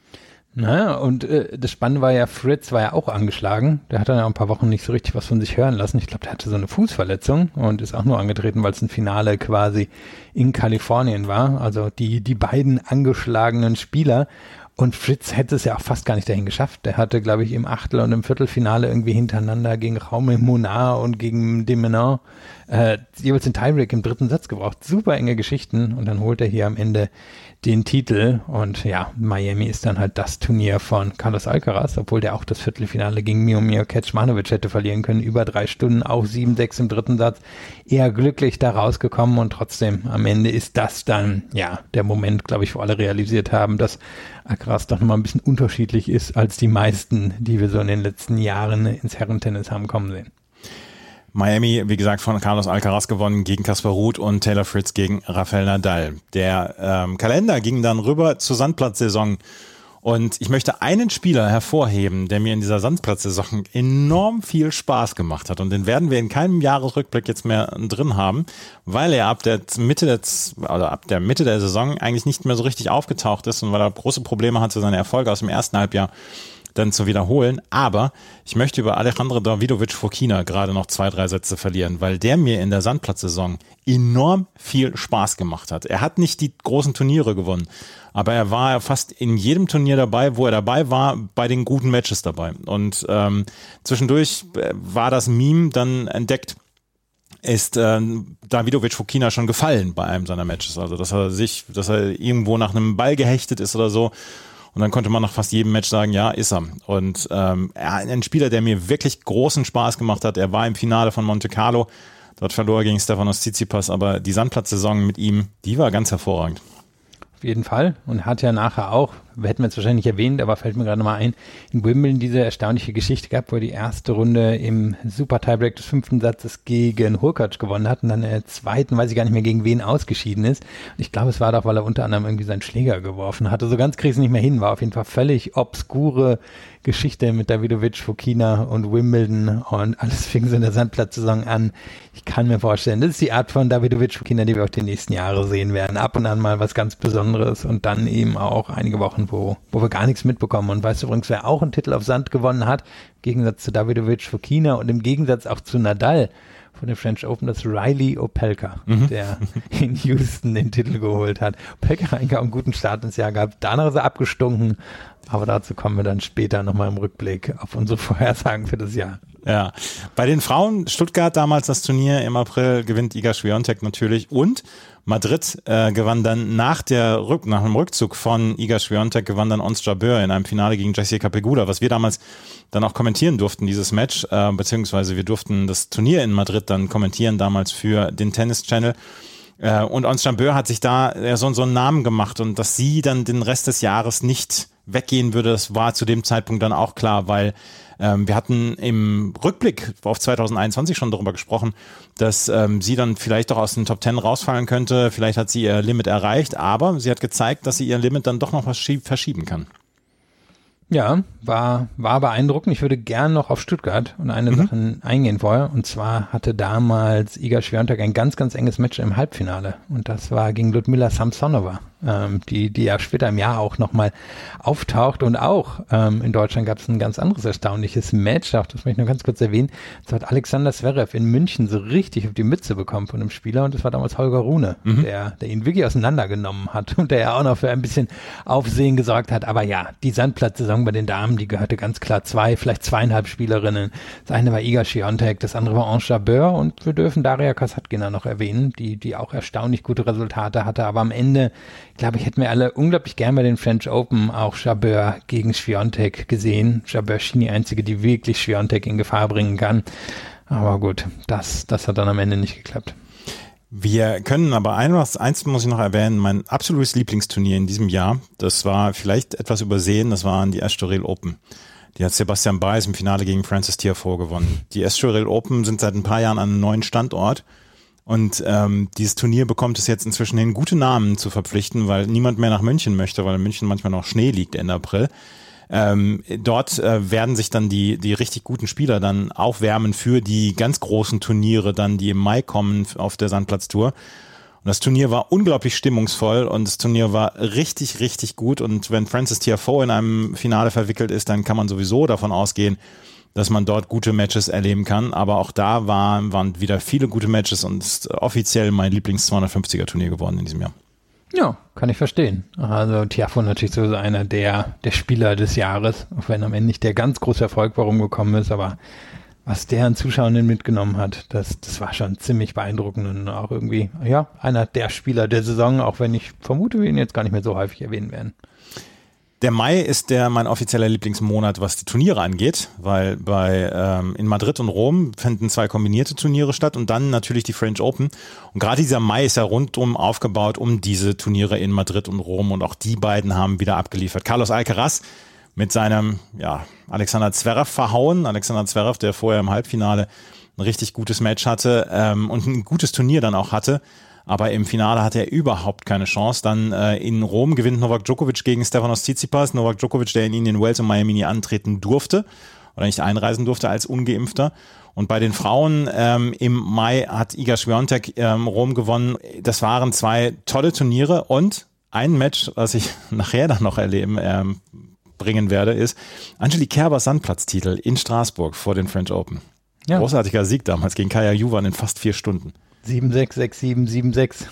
Naja, und äh, das Spannende war ja, Fritz war ja auch angeschlagen. Der hat dann ja ein paar Wochen nicht so richtig was von sich hören lassen. Ich glaube, der hatte so eine Fußverletzung und ist auch nur angetreten, weil es ein Finale quasi in Kalifornien war. Also die, die beiden angeschlagenen Spieler. Und Fritz hätte es ja auch fast gar nicht dahin geschafft. Der hatte, glaube ich, im Achtel- und im Viertelfinale irgendwie hintereinander gegen Jaume Munar und gegen de Minaur äh, jeweils den Tiebreak im dritten Satz gebraucht. Super enge Geschichten. Und dann holt er hier am Ende den Titel. Und ja, Miami ist dann halt das Turnier von Carlos Alcaraz, obwohl der auch das Viertelfinale gegen Miomir Kecmanovic hätte verlieren können. Über drei Stunden, auch sieben sechs im dritten Satz. Eher glücklich da rausgekommen. Und trotzdem, am Ende ist das dann, ja, der Moment, glaube ich, wo alle realisiert haben, dass Alcaraz doch nochmal ein bisschen unterschiedlich ist als die meisten, die wir so in den letzten Jahren ins Herrentennis haben kommen sehen. Miami, wie gesagt, von Carlos Alcaraz gewonnen gegen Kaspar Ruud und Taylor Fritz gegen Rafael Nadal. Der ähm, Kalender ging dann rüber zur Sandplatzsaison Und ich möchte einen Spieler hervorheben, der mir in dieser Sandplatzsaison enorm viel Spaß gemacht hat. Und den werden wir in keinem Jahresrückblick jetzt mehr drin haben, weil er ab der Mitte der, oder ab der Mitte der Saison eigentlich nicht mehr so richtig aufgetaucht ist und weil er große Probleme hatte, seine Erfolge aus dem ersten Halbjahr dann zu wiederholen. Aber ich möchte über Alejandro Davidovic-Fokina gerade noch zwei, drei Sätze verlieren, weil der mir in der Sandplatzsaison enorm viel Spaß gemacht hat. Er hat nicht die großen Turniere gewonnen, aber er war fast in jedem Turnier dabei, wo er dabei war, bei den guten Matches dabei. Und ähm, zwischendurch war das Meme dann entdeckt, ist äh, Davidovic-Fokina schon gefallen bei einem seiner Matches. Also dass er sich, dass er irgendwo nach einem Ball gehechtet ist oder so. Und dann konnte man nach fast jedem Match sagen, ja, ist er. Und ähm, er, ein Spieler, der mir wirklich großen Spaß gemacht hat. Er war im Finale von Monte Carlo. Dort verlor er gegen Stefanos Tsitsipas. Aber die Sandplatzsaison mit ihm, die war ganz hervorragend. Auf jeden Fall. Und hat ja nachher auch, hätten wir jetzt wahrscheinlich nicht erwähnt, aber fällt mir gerade mal ein, in Wimbledon diese erstaunliche Geschichte gehabt, wo er die erste Runde im Super-Tiebreak des fünften Satzes gegen Hurkacz gewonnen hat und dann in der zweiten, weiß ich gar nicht mehr, gegen wen ausgeschieden ist. Und ich glaube, es war doch, weil er unter anderem irgendwie seinen Schläger geworfen hatte. So ganz krieg ich es nicht mehr hin. War auf jeden Fall völlig obskure Geschichte mit Davidovic, Fokina und Wimbledon und alles fing so in der Sandplatzsaison an. Ich kann mir vorstellen, das ist die Art von Davidovic, Fokina, die wir auch die nächsten Jahre sehen werden. Ab und an mal was ganz Besonderes und dann eben auch einige Wochen, wo, wo wir gar nichts mitbekommen. Und weißt du übrigens, wer auch einen Titel auf Sand gewonnen hat, im Gegensatz zu Davidovic, Fokina und im Gegensatz auch zu Nadal von den French Open, das Riley Opelka, mhm. der in Houston den Titel geholt hat. Opelka hat eigentlich auch einen guten Start ins Jahr gehabt. Danach ist er abgestunken, aber dazu kommen wir dann später nochmal im Rückblick auf unsere Vorhersagen für das Jahr. Ja, bei den Frauen, Stuttgart damals das Turnier, im April gewinnt Iga Swiatek natürlich und Madrid äh, gewann dann nach der Rück, nach dem Rückzug von Iga Swiatek gewann dann Ons Jabeur in einem Finale gegen Jessica Pegula, was wir damals dann auch kommentieren durften, dieses Match, äh, beziehungsweise wir durften das Turnier in Madrid dann kommentieren, damals für den Tennis Channel. Äh, und Ons Jabeur hat sich da äh, so, so einen Namen gemacht und dass sie dann den Rest des Jahres nicht weggehen würde, das war zu dem Zeitpunkt dann auch klar, weil ähm, wir hatten im Rückblick auf zwanzig einundzwanzig schon darüber gesprochen, dass ähm, sie dann vielleicht doch aus den Top Ten rausfallen könnte, vielleicht hat sie ihr Limit erreicht, aber sie hat gezeigt, dass sie ihr Limit dann doch noch was verschieben kann. Ja, war, war beeindruckend. Ich würde gern noch auf Stuttgart und eine mhm. Sache eingehen vorher. Und zwar hatte damals Iga Swiatek ein ganz, ganz enges Match im Halbfinale. Und das war gegen Ludmila Samsonova, ähm, die, die ja später im Jahr auch nochmal auftaucht. Und auch ähm, in Deutschland gab es ein ganz anderes erstaunliches Match. Auch das möchte ich nur ganz kurz erwähnen. Das hat Alexander Zverev in München so richtig auf die Mütze bekommen von einem Spieler. Und das war damals Holger Rune, mhm. der, der ihn wirklich auseinandergenommen hat und der ja auch noch für ein bisschen Aufsehen gesorgt hat. Aber ja, die Sandplatzsaison bei den Damen, die gehörte ganz klar zwei, vielleicht zweieinhalb Spielerinnen. Das eine war Iga Swiatek, das andere war Ons Jabeur und wir dürfen Daria Kasatkina noch erwähnen, die, die auch erstaunlich gute Resultate hatte, aber am Ende, glaube ich, hätten wir alle unglaublich gern bei den French Open auch Jabeur gegen Swiatek gesehen. Jabeur schien die einzige, die wirklich Swiatek in Gefahr bringen kann. Aber gut, das, das hat dann am Ende nicht geklappt. Wir können aber eins, eins muss ich noch erwähnen, mein absolutes Lieblingsturnier in diesem Jahr, das war vielleicht etwas übersehen, das waren die Estoril Open. Die hat Sebastian Baez im Finale gegen Frances Tiafoe gewonnen. Die Estoril Open sind seit ein paar Jahren an einem neuen Standort und ähm, dieses Turnier bekommt es jetzt inzwischen hin, gute Namen zu verpflichten, weil niemand mehr nach München möchte, weil in München manchmal noch Schnee liegt Ende April. Ähm, dort äh, werden sich dann die die richtig guten Spieler dann aufwärmen für die ganz großen Turniere dann, die im Mai kommen auf der Sandplatztour. Und das Turnier war unglaublich stimmungsvoll und das Turnier war richtig, richtig gut. Und wenn Frances Tiafoe in einem Finale verwickelt ist, dann kann man sowieso davon ausgehen, dass man dort gute Matches erleben kann. Aber auch da waren, waren wieder viele gute Matches und ist offiziell mein Lieblings-zweihundertfünfziger Turnier geworden in diesem Jahr. Ja, kann ich verstehen. Also Tiafoe natürlich so einer der, der Spieler des Jahres, auch wenn am Ende nicht der ganz große Erfolg warum gekommen ist, aber was der an Zuschauenden mitgenommen hat, das, das war schon ziemlich beeindruckend und auch irgendwie, ja, einer der Spieler der Saison, auch wenn ich vermute, wir ihn jetzt gar nicht mehr so häufig erwähnen werden. Der Mai ist der mein offizieller Lieblingsmonat, was die Turniere angeht, weil bei ähm, in Madrid und Rom finden zwei kombinierte Turniere statt und dann natürlich die French Open. Und gerade dieser Mai ist ja rundum aufgebaut um diese Turniere in Madrid und Rom und auch die beiden haben wieder abgeliefert. Carlos Alcaraz mit seinem ja Alexander Zverev verhauen. Alexander Zverev, der vorher im Halbfinale ein richtig gutes Match hatte ähm, und ein gutes Turnier dann auch hatte. aber im Finale hatte er überhaupt keine Chance. Dann äh, in Rom gewinnt Novak Djokovic gegen Stefanos Tsitsipas. Novak Djokovic, der in Indian Wells und Miami nie antreten durfte oder nicht einreisen durfte als Ungeimpfter. Und bei den Frauen ähm, im Mai hat Iga Swiatek ähm, Rom gewonnen. Das waren zwei tolle Turniere und ein Match, was ich nachher dann noch erleben ähm, bringen werde, ist Angelique Kerbers Sandplatztitel in Straßburg vor den French Open. Ja. Großartiger Sieg damals gegen Kaja Juvan in fast vier Stunden. sieben sechs, sechs sieben, sieben sechs.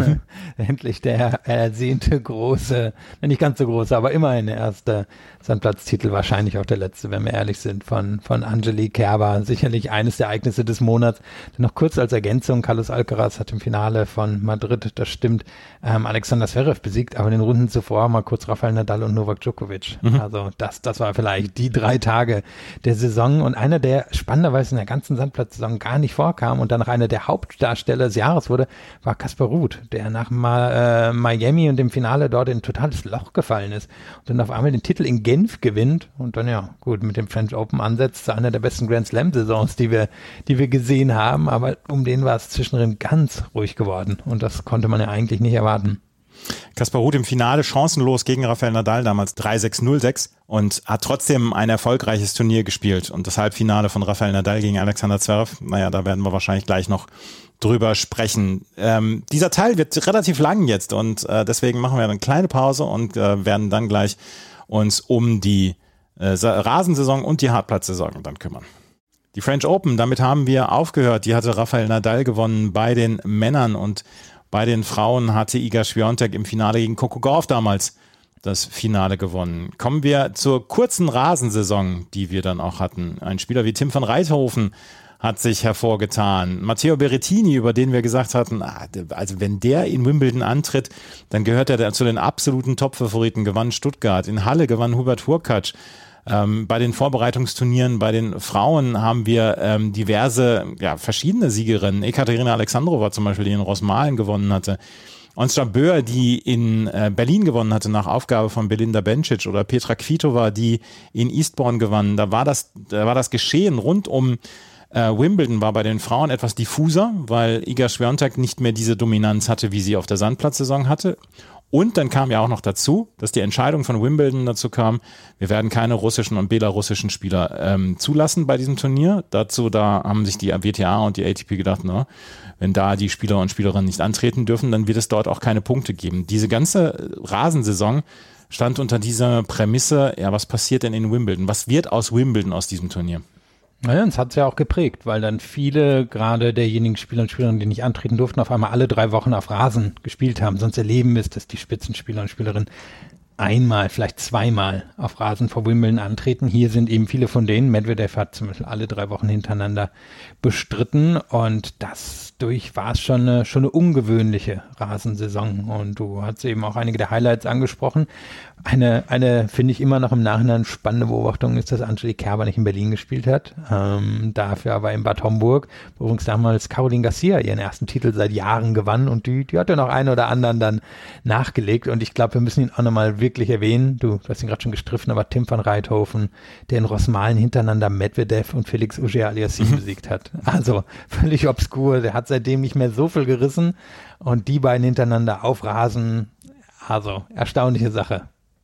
Endlich der ersehnte große, nicht ganz so große, aber immerhin der erste Sandplatztitel, wahrscheinlich auch der letzte, wenn wir ehrlich sind, von, von Angelique Kerber. Sicherlich eines der Ereignisse des Monats. Noch kurz als Ergänzung, Carlos Alcaraz hat im Finale von Madrid, das stimmt, ähm, Alexander Zverev besiegt, aber in den Runden zuvor mal kurz Rafael Nadal und Novak Djokovic. Mhm. Also das, das war vielleicht die drei Tage der Saison und einer, der spannenderweise in der ganzen Sandplatzsaison gar nicht vorkam und dann noch einer der Hauptdarsteller des Jahres wurde, war Kaspar Ruud, der nach Ma- äh, Miami und dem Finale dort in ein totales Loch gefallen ist und dann auf einmal den Titel in Genf gewinnt und dann ja gut mit dem French Open ansetzt zu einer der besten Grand Slam Saisons, die wir, die wir gesehen haben, aber um den war es zwischendrin ganz ruhig geworden und das konnte man ja eigentlich nicht erwarten. Kaspar Ruud im Finale chancenlos gegen Rafael Nadal, damals drei sechs null sechs und hat trotzdem ein erfolgreiches Turnier gespielt und das Halbfinale von Rafael Nadal gegen Alexander Zverev, naja, da werden wir wahrscheinlich gleich noch drüber sprechen. Ähm, dieser Teil wird relativ lang jetzt und äh, deswegen machen wir eine kleine Pause und äh, werden dann gleich uns um die äh, Rasensaison und die Hartplatzsaison dann kümmern. Die French Open, damit haben wir aufgehört. Die hatte Rafael Nadal gewonnen bei den Männern und bei den Frauen hatte Iga Swiatek im Finale gegen Coco Gauff damals das Finale gewonnen. Kommen wir zur kurzen Rasensaison, die wir dann auch hatten. Ein Spieler wie Tim van Rijthoven hat sich hervorgetan. Matteo Berrettini, über den wir gesagt hatten, also wenn der in Wimbledon antritt, dann gehört er zu den absoluten Top-Favoriten, gewann Stuttgart. In Halle gewann Hubert Hurkacz. Ähm, bei den Vorbereitungsturnieren, bei den Frauen haben wir ähm, diverse, ja, verschiedene Siegerinnen. Ekaterina Alexandrova zum Beispiel, die in Rosmalen gewonnen hatte. Ons Jabeur, die in äh, Berlin gewonnen hatte nach Aufgabe von Belinda Bencic, oder Petra Kvitova, die in Eastbourne gewann. Da war das, da war das Geschehen rund um äh, Wimbledon war bei den Frauen etwas diffuser, weil Iga Swiatek nicht mehr diese Dominanz hatte, wie sie auf der Sandplatzsaison hatte. Und dann kam ja auch noch dazu, dass die Entscheidung von Wimbledon dazu kam, wir werden keine russischen und belarussischen Spieler ähm, zulassen bei diesem Turnier. Dazu, da haben sich die W T A und die A T P gedacht, na, wenn da die Spieler und Spielerinnen nicht antreten dürfen, dann wird es dort auch keine Punkte geben. Diese ganze Rasensaison stand unter dieser Prämisse, ja, was passiert denn in Wimbledon? Was wird aus Wimbledon, aus diesem Turnier? Naja, das hat es ja auch geprägt, weil dann viele, gerade derjenigen Spieler und Spielerinnen, die nicht antreten durften, auf einmal alle drei Wochen auf Rasen gespielt haben. Sonst erleben wir es, dass die Spitzenspieler und Spielerinnen einmal, vielleicht zweimal auf Rasen vor Wimbledon antreten. Hier sind eben viele von denen. Medvedev hat zum Beispiel alle drei Wochen hintereinander bestritten und das durch war es schon eine, schon eine ungewöhnliche Rasensaison und du hast eben auch einige der Highlights angesprochen. Eine, eine finde ich immer noch im Nachhinein spannende Beobachtung ist, dass Angelique Kerber nicht in Berlin gespielt hat, ähm, dafür aber in Bad Homburg, wo übrigens damals Caroline Garcia ihren ersten Titel seit Jahren gewann und die, die hat ja noch einen oder anderen dann nachgelegt und ich glaube, wir müssen ihn auch nochmal wirklich erwähnen, du, du hast ihn gerade schon gestriffen, aber Tim van Rijthoven, der in Rosmalen hintereinander Medvedev und Felix Auger-Aliassime besiegt hat. Also völlig obskur, der hat seitdem nicht mehr so viel gerissen und die beiden hintereinander auf Rasen, also erstaunliche Sache.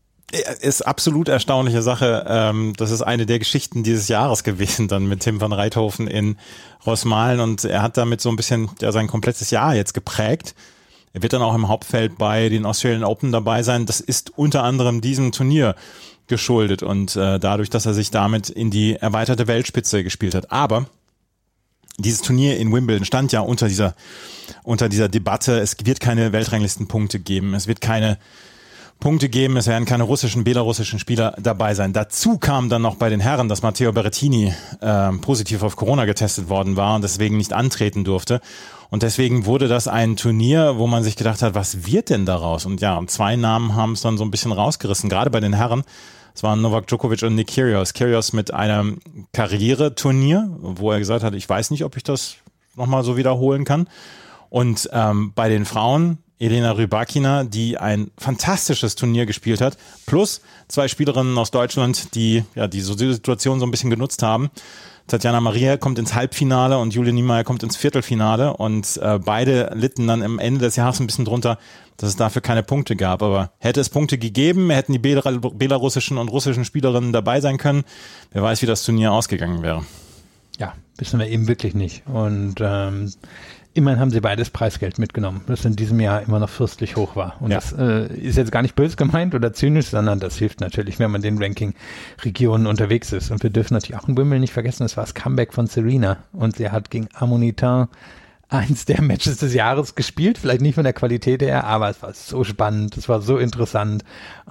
Ist absolut erstaunliche Sache. Ähm, das ist eine der Geschichten dieses Jahres gewesen, dann mit Tim van Rijthoven in Rosmalen und er hat damit so ein bisschen ja, sein komplettes Jahr jetzt geprägt. Er wird dann auch im Hauptfeld bei den Australian Open dabei sein. Das ist unter anderem diesem Turnier geschuldet und äh, dadurch, dass er sich damit in die erweiterte Weltspitze gespielt hat. Aber dieses Turnier in Wimbledon stand ja unter dieser, unter dieser Debatte. Es wird keine Weltranglistenpunkte geben. Es wird keine Punkte geben. Es werden keine russischen, belarussischen Spieler dabei sein. Dazu kam dann noch bei den Herren, dass Matteo Berrettini äh, positiv auf Corona getestet worden war und deswegen nicht antreten durfte. Und deswegen wurde das ein Turnier, wo man sich gedacht hat, was wird denn daraus? Und ja, zwei Namen haben es dann so ein bisschen rausgerissen, gerade bei den Herren. Es waren Novak Djokovic und Nick Kyrgios. Kyrgios mit einem Karriereturnier, wo er gesagt hat, ich weiß nicht, ob ich das nochmal so wiederholen kann. Und ähm, bei den Frauen Elena Rybakina, die ein fantastisches Turnier gespielt hat, plus zwei Spielerinnen aus Deutschland, die ja die Situation so ein bisschen genutzt haben. Tatjana Maria kommt ins Halbfinale und Julia Niemeyer kommt ins Viertelfinale und äh, beide litten dann am Ende des Jahres ein bisschen drunter, dass es dafür keine Punkte gab. Aber hätte es Punkte gegeben, hätten die Belar- belarussischen und russischen Spielerinnen dabei sein können. Wer weiß, wie das Turnier ausgegangen wäre. Ja, wissen wir eben wirklich nicht. Und ähm, immerhin haben sie beides Preisgeld mitgenommen, das in diesem Jahr immer noch fürstlich hoch war. Und ja. das äh, ist jetzt gar nicht böse gemeint oder zynisch, sondern das hilft natürlich, wenn man in den Ranking-Regionen unterwegs ist. Und wir dürfen natürlich auch in Wimbledon nicht vergessen, das war das Comeback von Serena. Und sie hat gegen Amunitin eins der Matches des Jahres gespielt, vielleicht nicht von der Qualität her, aber es war so spannend, es war so interessant,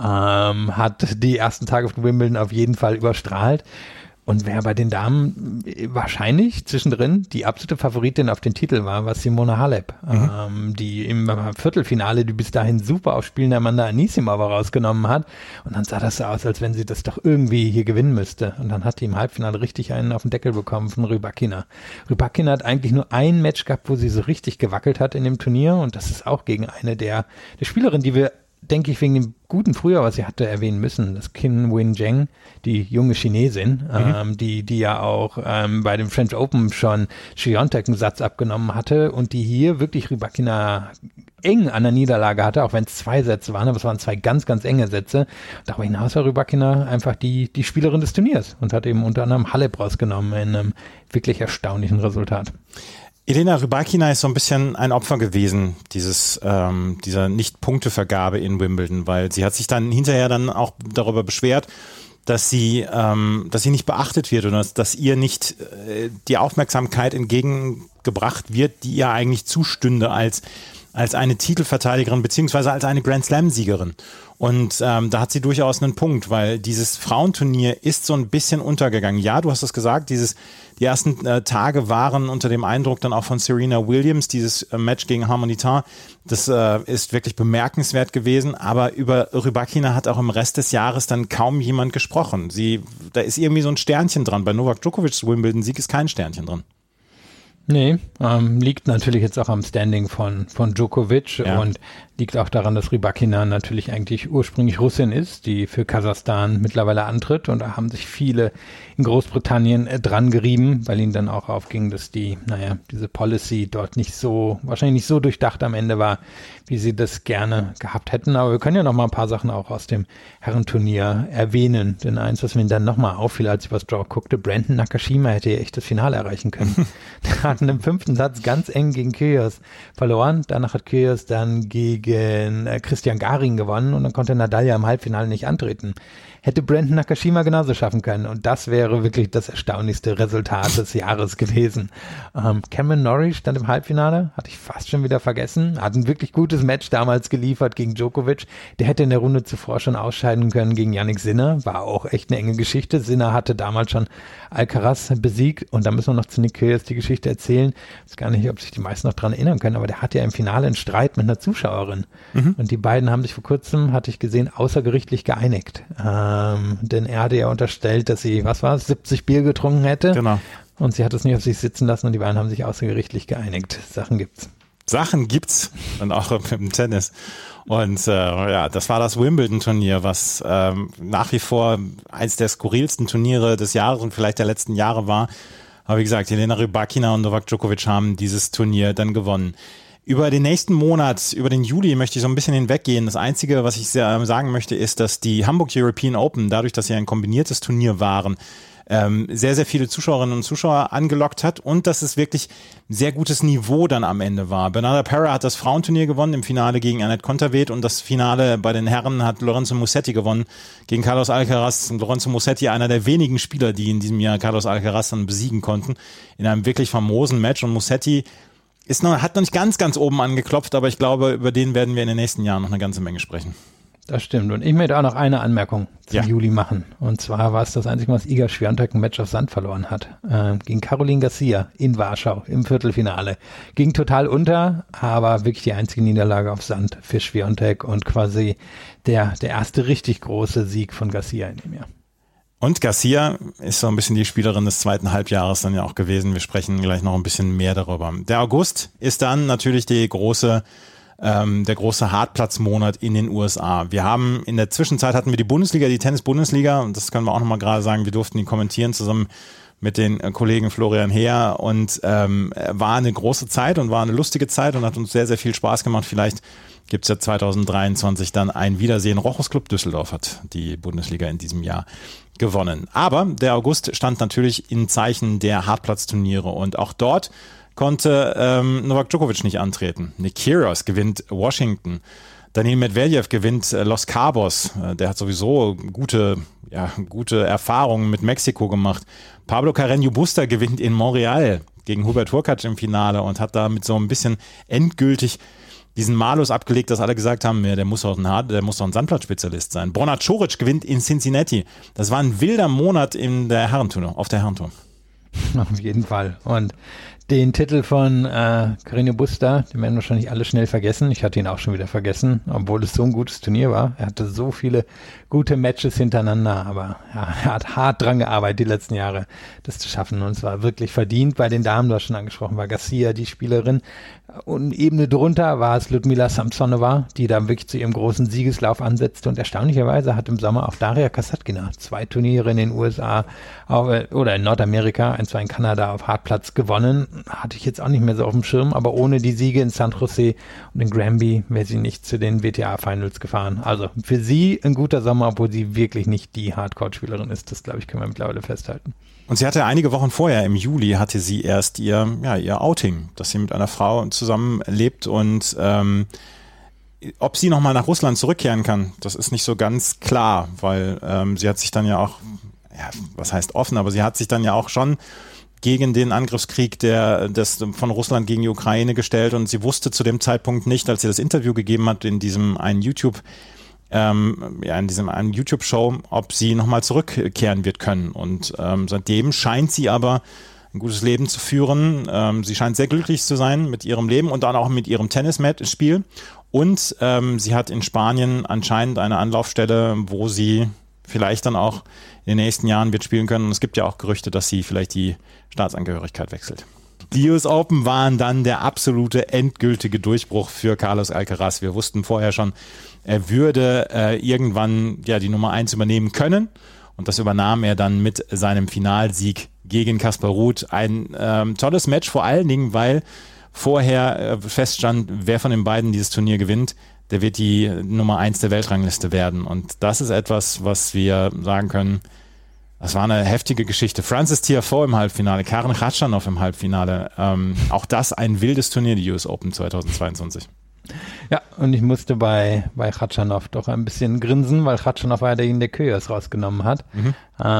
ähm, hat die ersten Tage von Wimbledon auf jeden Fall überstrahlt. Und wer bei den Damen wahrscheinlich zwischendrin die absolute Favoritin auf den Titel war, war Simona Halep, mhm. ähm, die im Viertelfinale die bis dahin super aufspielende Amanda Anisimova rausgenommen hat. Und dann sah das so aus, als wenn sie das doch irgendwie hier gewinnen müsste. Und dann hat die im Halbfinale richtig einen auf den Deckel bekommen von Rybakina. Rybakina hat eigentlich nur ein Match gehabt, wo sie so richtig gewackelt hat in dem Turnier. Und das ist auch gegen eine der, der Spielerinnen, die wir denke ich, wegen dem guten Frühjahr, was sie hatte, erwähnen müssen, das Qin Wen-Zheng, die junge Chinesin, mhm. ähm, die die ja auch ähm, bei dem French Open schon Świątek einen Satz abgenommen hatte und die hier wirklich Rybakina eng an der Niederlage hatte, auch wenn es zwei Sätze waren, aber es waren zwei ganz, ganz enge Sätze. Darüber hinaus war Rybakina einfach die, die Spielerin des Turniers und hat eben unter anderem Halep rausgenommen in einem wirklich erstaunlichen Resultat. Elena Rybakina ist so ein bisschen ein Opfer gewesen, dieses, ähm, dieser Nicht-Punkte-Vergabe in Wimbledon, weil sie hat sich dann hinterher dann auch darüber beschwert, dass sie, ähm, dass sie nicht beachtet wird oder dass, dass ihr nicht äh, die Aufmerksamkeit entgegengebracht wird, die ihr eigentlich zustünde als als eine Titelverteidigerin beziehungsweise als eine Grand-Slam-Siegerin. Und ähm, da hat sie durchaus einen Punkt, weil dieses Frauenturnier ist so ein bisschen untergegangen. Ja, du hast es gesagt, dieses, die ersten äh, Tage waren unter dem Eindruck dann auch von Serena Williams, dieses äh, Match gegen Harmonitin, das äh, ist wirklich bemerkenswert gewesen, aber über Rybakina hat auch im Rest des Jahres dann kaum jemand gesprochen. Sie, da ist irgendwie so ein Sternchen dran. Bei Novak Djokovic's Wimbledon-Sieg ist kein Sternchen dran. Nee, ähm, liegt natürlich jetzt auch am Standing von, von Djokovic ja. und liegt auch daran, dass Rybakina natürlich eigentlich ursprünglich Russin ist, die für Kasachstan mittlerweile antritt und da haben sich viele in Großbritannien äh, dran gerieben, weil ihnen dann auch aufging, dass die, naja, diese Policy dort nicht so, wahrscheinlich nicht so durchdacht am Ende war, wie sie das gerne gehabt hätten. Aber wir können ja noch mal ein paar Sachen auch aus dem Herrenturnier erwähnen, denn eins, was mir dann noch mal auffiel, als ich was Draw guckte, Brandon Nakashima hätte ja echt das Finale erreichen können. Der hat in dem fünften Satz ganz eng gegen Kyrgios verloren, danach hat Kyrgios dann gegen gegen Christian Garin gewonnen und dann konnte Nadal ja im Halbfinale nicht antreten. Hätte Brandon Nakashima genauso schaffen können und das wäre wirklich das erstaunlichste Resultat des Jahres gewesen. Ähm, Cameron Norrie stand im Halbfinale, hatte ich fast schon wieder vergessen, hat ein wirklich gutes Match damals geliefert gegen Djokovic. Der hätte in der Runde zuvor schon ausscheiden können gegen Jannik Sinner, war auch echt eine enge Geschichte. Sinner hatte damals schon Alcaraz besiegt und da müssen wir noch zu Nick Kyrgios die Geschichte erzählen. Ich weiß gar nicht, ob sich die meisten noch dran erinnern können, aber der hatte ja im Finale einen Streit mit einer Zuschauerin mhm. und die beiden haben sich vor kurzem, hatte ich gesehen, außergerichtlich geeinigt. Ähm, Ähm, denn er hatte ja unterstellt, dass sie, was war es, siebzig Bier getrunken hätte. Genau. Und sie hat es nicht auf sich sitzen lassen und die beiden haben sich außergerichtlich geeinigt. Sachen gibt's. Sachen gibt's. Und auch im Tennis. Und äh, ja, das war das Wimbledon-Turnier, was ähm, nach wie vor eins der skurrilsten Turniere des Jahres und vielleicht der letzten Jahre war. Aber wie gesagt, Elena Rybakina und Novak Djokovic haben dieses Turnier dann gewonnen. Über den nächsten Monat, über den Juli möchte ich so ein bisschen hinweggehen. Das Einzige, was ich sehr, sagen möchte, ist, dass die Hamburg European Open, dadurch, dass sie ein kombiniertes Turnier waren, ähm, sehr, sehr viele Zuschauerinnen und Zuschauer angelockt hat und dass es wirklich sehr gutes Niveau dann am Ende war. Bernarda Pera hat das Frauenturnier gewonnen im Finale gegen Annette Kontaveit und das Finale bei den Herren hat Lorenzo Musetti gewonnen gegen Carlos Alcaraz. Und Lorenzo Musetti, einer der wenigen Spieler, die in diesem Jahr Carlos Alcaraz dann besiegen konnten, in einem wirklich famosen Match. Und Musetti Ist noch, hat noch nicht ganz, ganz oben angeklopft, aber ich glaube, über den werden wir in den nächsten Jahren noch eine ganze Menge sprechen. Das stimmt. Und ich möchte auch noch eine Anmerkung zum ja. Juli machen. Und zwar war es das einzige Mal, dass Iga Świątek ein Match auf Sand verloren hat. Äh, gegen Caroline Garcia in Warschau im Viertelfinale. Ging total unter, aber wirklich die einzige Niederlage auf Sand für Świątek und quasi der, der erste richtig große Sieg von Garcia in dem Jahr. Und Garcia ist so ein bisschen die Spielerin des zweiten Halbjahres dann ja auch gewesen. Wir sprechen gleich noch ein bisschen mehr darüber. Der August ist dann natürlich die große ähm, der große Hartplatzmonat in den U S A. Wir haben in der Zwischenzeit hatten wir die Bundesliga, die Tennis-Bundesliga, und das können wir auch nochmal gerade sagen, wir durften die kommentieren zusammen mit den Kollegen Florian Heer, und ähm, war eine große Zeit und war eine lustige Zeit und hat uns sehr, sehr viel Spaß gemacht. Vielleicht gibt es ja zwanzig dreiundzwanzig dann ein Wiedersehen. Rochus Club Düsseldorf hat die Bundesliga in diesem Jahr gewonnen. Aber der August stand natürlich in Zeichen der Hartplatzturniere, und auch dort konnte ähm, Novak Djokovic nicht antreten. Nick Kyrgios gewinnt Washington. Daniil Medvedev gewinnt äh, Los Cabos. Äh, der hat sowieso gute, ja, gute Erfahrungen mit Mexiko gemacht. Pablo Carreño Busta gewinnt in Montreal gegen Hubert Hurkacz im Finale und hat da mit so ein bisschen endgültig diesen Malus abgelegt, dass alle gesagt haben, ja, der muss doch ein Hard, der muss doch ein Sandplatzspezialist sein. Borna Coric gewinnt in Cincinnati. Das war ein wilder Monat in der Herrentour, auf der Herrentour. Auf jeden Fall. Und den Titel von äh, Carreño Busta, den werden wahrscheinlich alle schnell vergessen. Ich hatte ihn auch schon wieder vergessen, obwohl es so ein gutes Turnier war. Er hatte so viele gute Matches hintereinander, aber ja, er hat hart dran gearbeitet die letzten Jahre, das zu schaffen. Und es war wirklich verdient. Bei den Damen, du hast schon angesprochen, war Garcia die Spielerin. Und Ebene drunter war es Ludmila Samsonova, die da wirklich zu ihrem großen Siegeslauf ansetzte. Und erstaunlicherweise hat im Sommer auch Daria Kasatkina zwei Turniere in den U S A auf, oder in Nordamerika, ein, zwei in Kanada auf Hartplatz gewonnen. Hatte ich jetzt auch nicht mehr so auf dem Schirm, aber ohne die Siege in San Jose und in Granby wäre sie nicht zu den W T A-Finals gefahren. Also für sie ein guter Sommer, obwohl sie wirklich nicht die Hardcore-Spielerin ist. Das, glaube ich, können wir mittlerweile festhalten. Und sie hatte einige Wochen vorher, im Juli, hatte sie erst ihr, ja, ihr Outing, dass sie mit einer Frau zusammen lebt, und ähm, ob sie nochmal nach Russland zurückkehren kann, das ist nicht so ganz klar, weil ähm, sie hat sich dann ja auch, ja, was heißt offen, aber sie hat sich dann ja auch schon gegen den Angriffskrieg der, des, von Russland gegen die Ukraine gestellt, und sie wusste zu dem Zeitpunkt nicht, als sie das Interview gegeben hat in diesem einen YouTube Ähm, ja, in diesem einen YouTube-Show, ob sie nochmal zurückkehren wird können. Und ähm, seitdem scheint sie aber ein gutes Leben zu führen. Ähm, sie scheint sehr glücklich zu sein mit ihrem Leben und dann auch mit ihrem Tennisspiel. Und ähm, sie hat in Spanien anscheinend eine Anlaufstelle, wo sie vielleicht dann auch in den nächsten Jahren wird spielen können. Und es gibt ja auch Gerüchte, dass sie vielleicht die Staatsangehörigkeit wechselt. Die U S Open waren dann der absolute endgültige Durchbruch für Carlos Alcaraz. Wir wussten vorher schon, er würde äh, irgendwann ja die Nummer eins übernehmen können, und das übernahm er dann mit seinem Finalsieg gegen Kaspar Ruud. Ein ähm, tolles Match, vor allen Dingen, weil vorher äh, feststand, wer von den beiden dieses Turnier gewinnt, der wird die Nummer eins der Weltrangliste werden, und das ist etwas, was wir sagen können, das war eine heftige Geschichte. Frances Tiafoe im Halbfinale, Karen Khachanov im Halbfinale. Ähm, auch das ein wildes Turnier, die U S Open zweitausendzweiundzwanzig. Ja, und ich musste bei, bei Khachanov doch ein bisschen grinsen, weil Khachanov war derjenige, der Kyrgios rausgenommen hat. Mhm.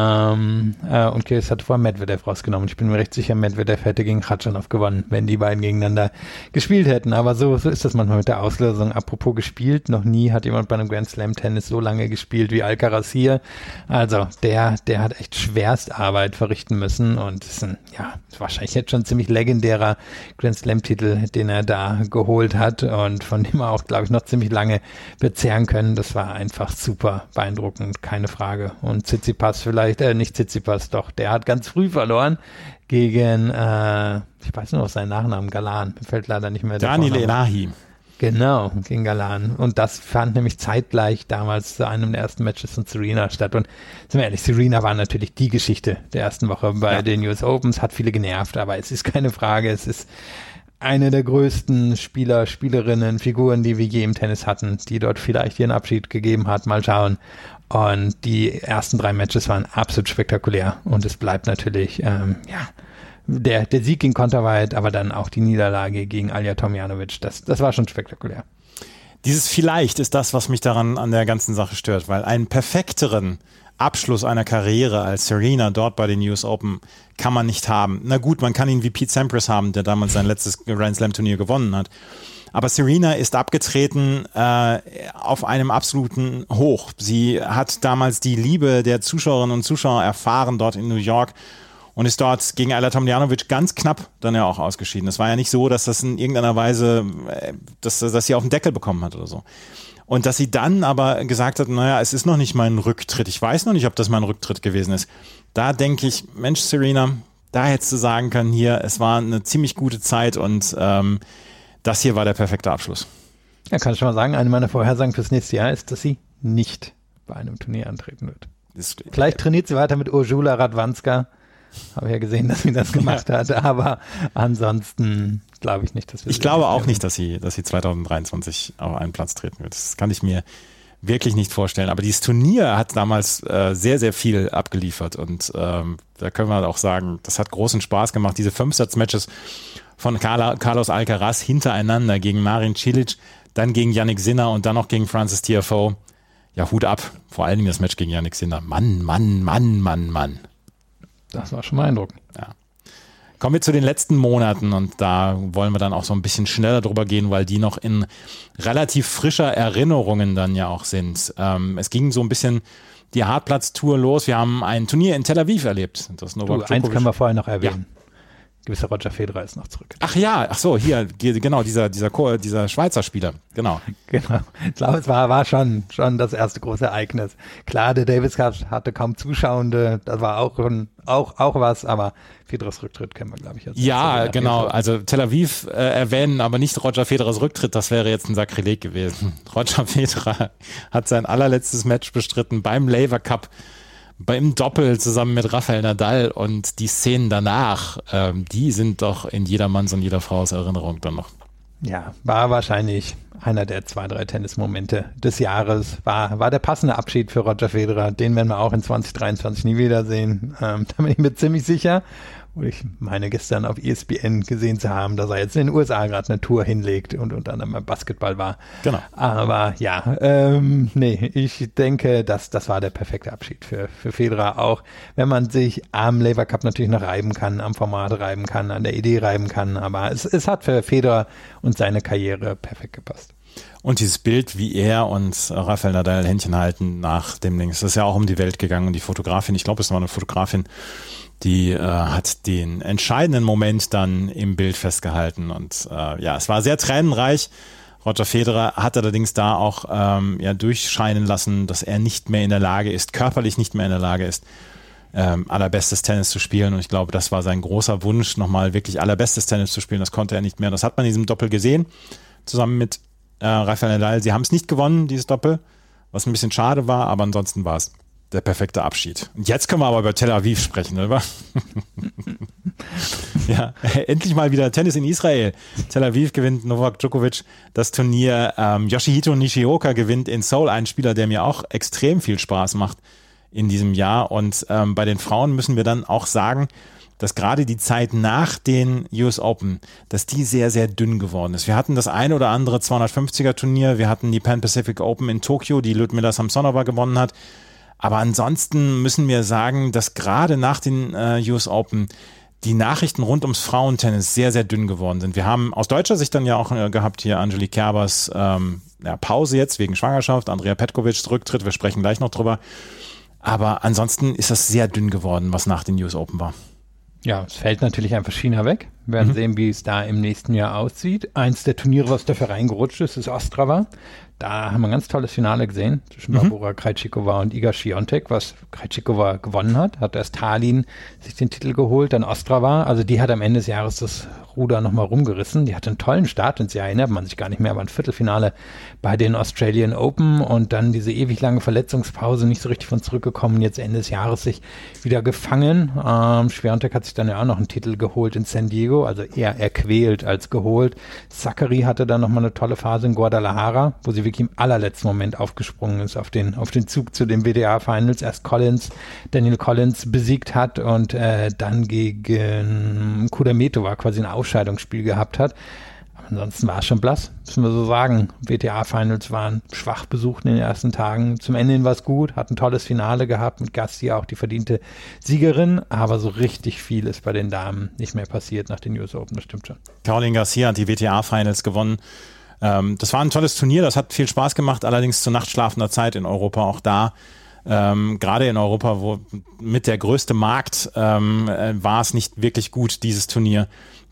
Ähm, äh, und Kyrgios hat vorher Medvedev rausgenommen. Ich bin mir recht sicher, Medvedev hätte gegen Khachanov gewonnen, wenn die beiden gegeneinander gespielt hätten. Aber so, so ist das manchmal mit der Auslösung. Apropos gespielt, noch nie hat jemand bei einem Grand Slam Tennis so lange gespielt wie Alcaraz hier. Also der, der hat echt Schwerstarbeit verrichten müssen, und ist ein, ja, wahrscheinlich jetzt schon ein ziemlich legendärer Grand Slam Titel, den er da geholt hat und von dem er auch, glaube ich, noch ziemlich lange bezehren können. Das war einfach super beeindruckend, keine Frage. Und Tsitsipas vielleicht, äh, nicht Tsitsipas, doch, der hat ganz früh verloren gegen, äh, ich weiß nur noch seinen Nachnamen, Galan, mir fällt leider nicht mehr der Daniil Elahi. Genau, gegen Galan. Und das fand nämlich zeitgleich damals zu einem der ersten Matches von Serena statt. Und sind wir ehrlich, Serena war natürlich die Geschichte der ersten Woche bei ja. den U S Opens, hat viele genervt, aber es ist keine Frage, es ist eine der größten Spieler, Spielerinnen, Figuren, die wir je im Tennis hatten, die dort vielleicht ihren Abschied gegeben hat. Mal schauen. Und die ersten drei Matches waren absolut spektakulär. Und es bleibt natürlich, ähm, ja, der, der Sieg gegen Kontaveit, aber dann auch die Niederlage gegen Alja Tomljanovic. Das, das war schon spektakulär. Dieses vielleicht ist das, was mich daran an der ganzen Sache stört, weil einen perfekteren Abschluss einer Karriere als Serena dort bei den U S Open kann man nicht haben. Na gut, man kann ihn wie Pete Sampras haben, der damals sein letztes Grand Slam Turnier gewonnen hat. Aber Serena ist abgetreten äh, auf einem absoluten Hoch. Sie hat damals die Liebe der Zuschauerinnen und Zuschauer erfahren dort in New York und ist dort gegen Ajla Tomljanovic ganz knapp dann ja auch ausgeschieden. Es war ja nicht so, dass das in irgendeiner Weise, dass, dass sie auf den Deckel bekommen hat oder so. Und dass sie dann aber gesagt hat, naja, es ist noch nicht mein Rücktritt. Ich weiß noch nicht, ob das mein Rücktritt gewesen ist. Da denke ich, Mensch, Serena, da hättest du sagen können, hier, es war eine ziemlich gute Zeit und ähm, das hier war der perfekte Abschluss. Ja, kann ich schon mal sagen, eine meiner Vorhersagen fürs nächste Jahr ist, dass sie nicht bei einem Turnier antreten wird. Das, Vielleicht trainiert sie weiter mit Urszula Radwanska. Habe ja gesehen, dass sie das gemacht ja. hat, aber ansonsten glaube ich nicht, dass wir Ich glaube auch nicht, dass sie, dass sie zwanzig dreiundzwanzig auf einen Platz treten wird. Das kann ich mir wirklich nicht vorstellen. Aber dieses Turnier hat damals äh, sehr, sehr viel abgeliefert und ähm, da können wir auch sagen, das hat großen Spaß gemacht. Diese Fünfsatz-Matches von Carla, Carlos Alcaraz hintereinander gegen Marin Cilic, dann gegen Jannik Sinner und dann noch gegen Frances Tiafoe. Ja, Hut ab. Vor allen Dingen das Match gegen Jannik Sinner. Mann, Mann, Mann, Mann, Mann. Das war schon beeindruckend. Ja. Kommen wir zu den letzten Monaten und da wollen wir dann auch so ein bisschen schneller drüber gehen, weil die noch in relativ frischer Erinnerungen dann ja auch sind. Ähm, es ging so ein bisschen die Hartplatz-Tour los. Wir haben ein Turnier in Tel Aviv erlebt. Das Novak Djokovic. Eins können wir vorher noch erwähnen. Ja. Gewisser Roger Federer ist noch zurück. Ach ja, ach so, hier, genau, dieser, dieser, dieser Schweizer Spieler, genau. Genau. Ich glaube, es war, war schon, schon das erste große Ereignis. Klar, der Davis Cup hatte kaum Zuschauende, das war auch, auch, auch was, aber Federers Rücktritt kennen wir, glaube ich, jetzt. Ja, genau, also Tel Aviv äh, erwähnen, aber nicht Roger Federers Rücktritt, das wäre jetzt ein Sakrileg gewesen. Roger Federer hat sein allerletztes Match bestritten beim Laver Cup. Beim Doppel zusammen mit Rafael Nadal und die Szenen danach, ähm, die sind doch in jedermanns und jeder Frau's Erinnerung dann noch. Ja, war wahrscheinlich einer der zwei, drei Tennismomente des Jahres. War, war der passende Abschied für Roger Federer. Den werden wir auch in zwanzig dreiundzwanzig nie wiedersehen. Ähm, da bin ich mir ziemlich sicher. Und ich meine gestern auf E S P N gesehen zu haben, dass er jetzt in den U S A gerade eine Tour hinlegt und unter anderem beim Basketball war. Genau. Aber ja, ähm, nee, ich denke, dass das war der perfekte Abschied für, für Federer. Auch wenn man sich am Laver Cup natürlich noch reiben kann, am Format reiben kann, an der Idee reiben kann. Aber es, es hat für Federer und seine Karriere perfekt gepasst. Und dieses Bild, wie er und Rafael Nadal Händchen halten nach dem Ding, es ist ja auch um die Welt gegangen und die Fotografin, ich glaube, es war eine Fotografin, die äh, hat den entscheidenden Moment dann im Bild festgehalten und äh, ja, es war sehr tränenreich. Roger Federer hat allerdings da auch ähm, ja, durchscheinen lassen, dass er nicht mehr in der Lage ist, körperlich nicht mehr in der Lage ist, ähm, allerbestes Tennis zu spielen und ich glaube, das war sein großer Wunsch, nochmal wirklich allerbestes Tennis zu spielen, das konnte er nicht mehr. Das hat man in diesem Doppel gesehen, zusammen mit äh, Rafael Nadal. Sie haben es nicht gewonnen, dieses Doppel, was ein bisschen schade war, aber ansonsten war es der perfekte Abschied. Und jetzt können wir aber über Tel Aviv sprechen, oder? Ja, endlich mal wieder Tennis in Israel. Tel Aviv gewinnt Novak Djokovic das Turnier. Ähm, Yoshihito Nishioka gewinnt in Seoul, einen Spieler, der mir auch extrem viel Spaß macht in diesem Jahr. Und ähm, bei den Frauen müssen wir dann auch sagen, dass gerade die Zeit nach den U S Open, dass die sehr, sehr dünn geworden ist. Wir hatten das eine oder andere zweihundertfünfziger Turnier, wir hatten die Pan Pacific Open in Tokio, die Ludmila Samsonova gewonnen hat. Aber ansonsten müssen wir sagen, dass gerade nach den äh, U S Open die Nachrichten rund ums Frauentennis sehr, sehr dünn geworden sind. Wir haben aus deutscher Sicht dann ja auch äh, gehabt hier Angelique Kerbers ähm, ja, Pause jetzt wegen Schwangerschaft, Andrea Petkovics Rücktritt, wir sprechen gleich noch drüber. Aber ansonsten ist das sehr dünn geworden, was nach den U S Open war. Ja, es fällt natürlich einfach China weg. Wir werden mhm. sehen, wie es da im nächsten Jahr aussieht. Eins der Turniere, was dafür reingerutscht ist, ist Ostrava. Da haben wir ein ganz tolles Finale gesehen zwischen mhm. Barbora Krejcikova und Iga Świątek, was Krejcikova gewonnen hat. Hat erst Tallinn sich den Titel geholt, dann Ostrava. Also die hat am Ende des Jahres das Ruder nochmal rumgerissen. Die hatte einen tollen Start ins Jahr, erinnert man sich gar nicht mehr, aber ein Viertelfinale bei den Australian Open und dann diese ewig lange Verletzungspause, nicht so richtig von zurückgekommen. Jetzt Ende des Jahres sich wieder gefangen. Ähm, Świątek hat sich dann ja auch noch einen Titel geholt in San Diego, also eher erquält als geholt. Sakkari hatte dann nochmal eine tolle Phase in Guadalajara, wo sie wirklich im allerletzten Moment aufgesprungen ist auf den, auf den Zug zu den W D A-Finals. Erst Collins, Daniel Collins besiegt hat und äh, dann gegen Kudermetova quasi ein Ausscheidungsspiel gehabt hat. Aber ansonsten war es schon blass, müssen wir so sagen. W T A-Finals waren schwach besucht in den ersten Tagen. Zum Ende hin war es gut, hat ein tolles Finale gehabt, mit Garcia auch die verdiente Siegerin, aber so richtig viel ist bei den Damen nicht mehr passiert nach den U S Open, das stimmt schon. Caroline Garcia hat die W T A-Finals gewonnen. Ähm, das war ein tolles Turnier, das hat viel Spaß gemacht, allerdings zu nachtschlafender Zeit in Europa, auch da. Ähm, gerade in Europa, wo mit der größte Markt ähm, äh, war es nicht wirklich gut, dieses Turnier.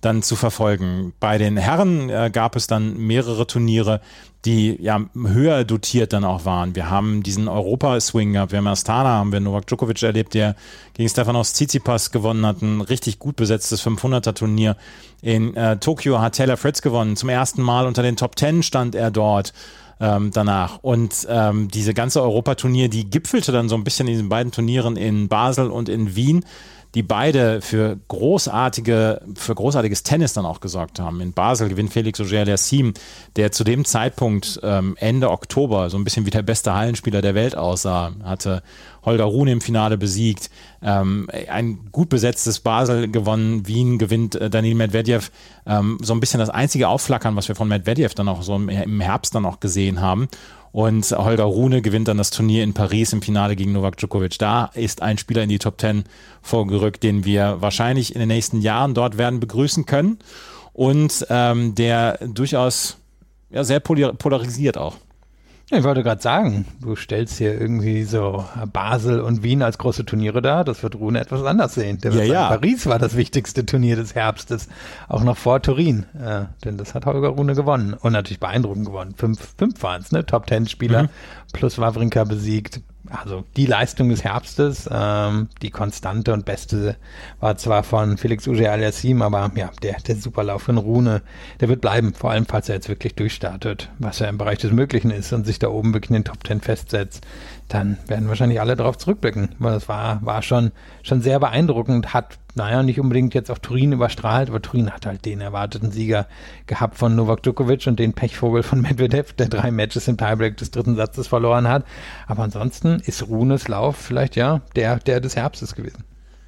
dann zu verfolgen. Bei den Herren äh, gab es dann mehrere Turniere, die ja höher dotiert dann auch waren. Wir haben diesen Europa-Swing gehabt, wir haben Astana, haben wir Novak Djokovic erlebt, der gegen Stefanos Tsitsipas gewonnen hat, ein richtig gut besetztes fünfhunderter-Turnier. In äh, Tokio hat Taylor Fritz gewonnen, zum ersten Mal unter den Top Ten stand er dort ähm, danach. Und ähm, diese ganze Europaturnier, die gipfelte dann so ein bisschen in diesen beiden Turnieren in Basel und in Wien, die beide für großartige, für großartiges Tennis dann auch gesorgt haben. In Basel gewinnt Felix Auger-Aliassime, der zu dem Zeitpunkt ähm, Ende Oktober so ein bisschen wie der beste Hallenspieler der Welt aussah, hatte Holger Rune im Finale besiegt, ähm, ein gut besetztes Basel gewonnen, Wien gewinnt äh, Daniil Medvedev, ähm, so ein bisschen das einzige Aufflackern, was wir von Medvedev dann auch so im, im Herbst dann auch gesehen haben. Und Holger Rune gewinnt dann das Turnier in Paris im Finale gegen Novak Djokovic. Da ist ein Spieler in die Top Ten vorgerückt, den wir wahrscheinlich in den nächsten Jahren dort werden begrüßen können und ähm, der durchaus ja, sehr polarisiert auch. Ich wollte gerade sagen, du stellst hier irgendwie so Basel und Wien als große Turniere dar. Das wird Rune etwas anders sehen. Der wird ja, sagen, ja. Paris war das wichtigste Turnier des Herbstes, auch noch vor Turin. Äh, denn das hat Holger Rune gewonnen und natürlich beeindruckend gewonnen. Fünf, fünf waren es, ne? Top-Ten-Spieler Mhm. plus Wawrinka besiegt. Also die Leistung des Herbstes, ähm, die konstante und beste war zwar von Felix Auger-Aliassime, aber ja, der, der Superlauf von Rune, der wird bleiben, vor allem falls er jetzt wirklich durchstartet, was ja im Bereich des Möglichen ist und sich da oben wirklich in den Top Ten festsetzt, dann werden wahrscheinlich alle darauf zurückblicken, weil das war, war schon, schon sehr beeindruckend, hat, naja, nicht unbedingt jetzt auf Turin überstrahlt, aber Turin hat halt den erwarteten Sieger gehabt von Novak Djokovic und den Pechvogel von Medvedev, der drei Matches im Tiebreak des dritten Satzes verloren hat. Aber ansonsten ist Runes Lauf vielleicht ja der, der des Herbstes gewesen.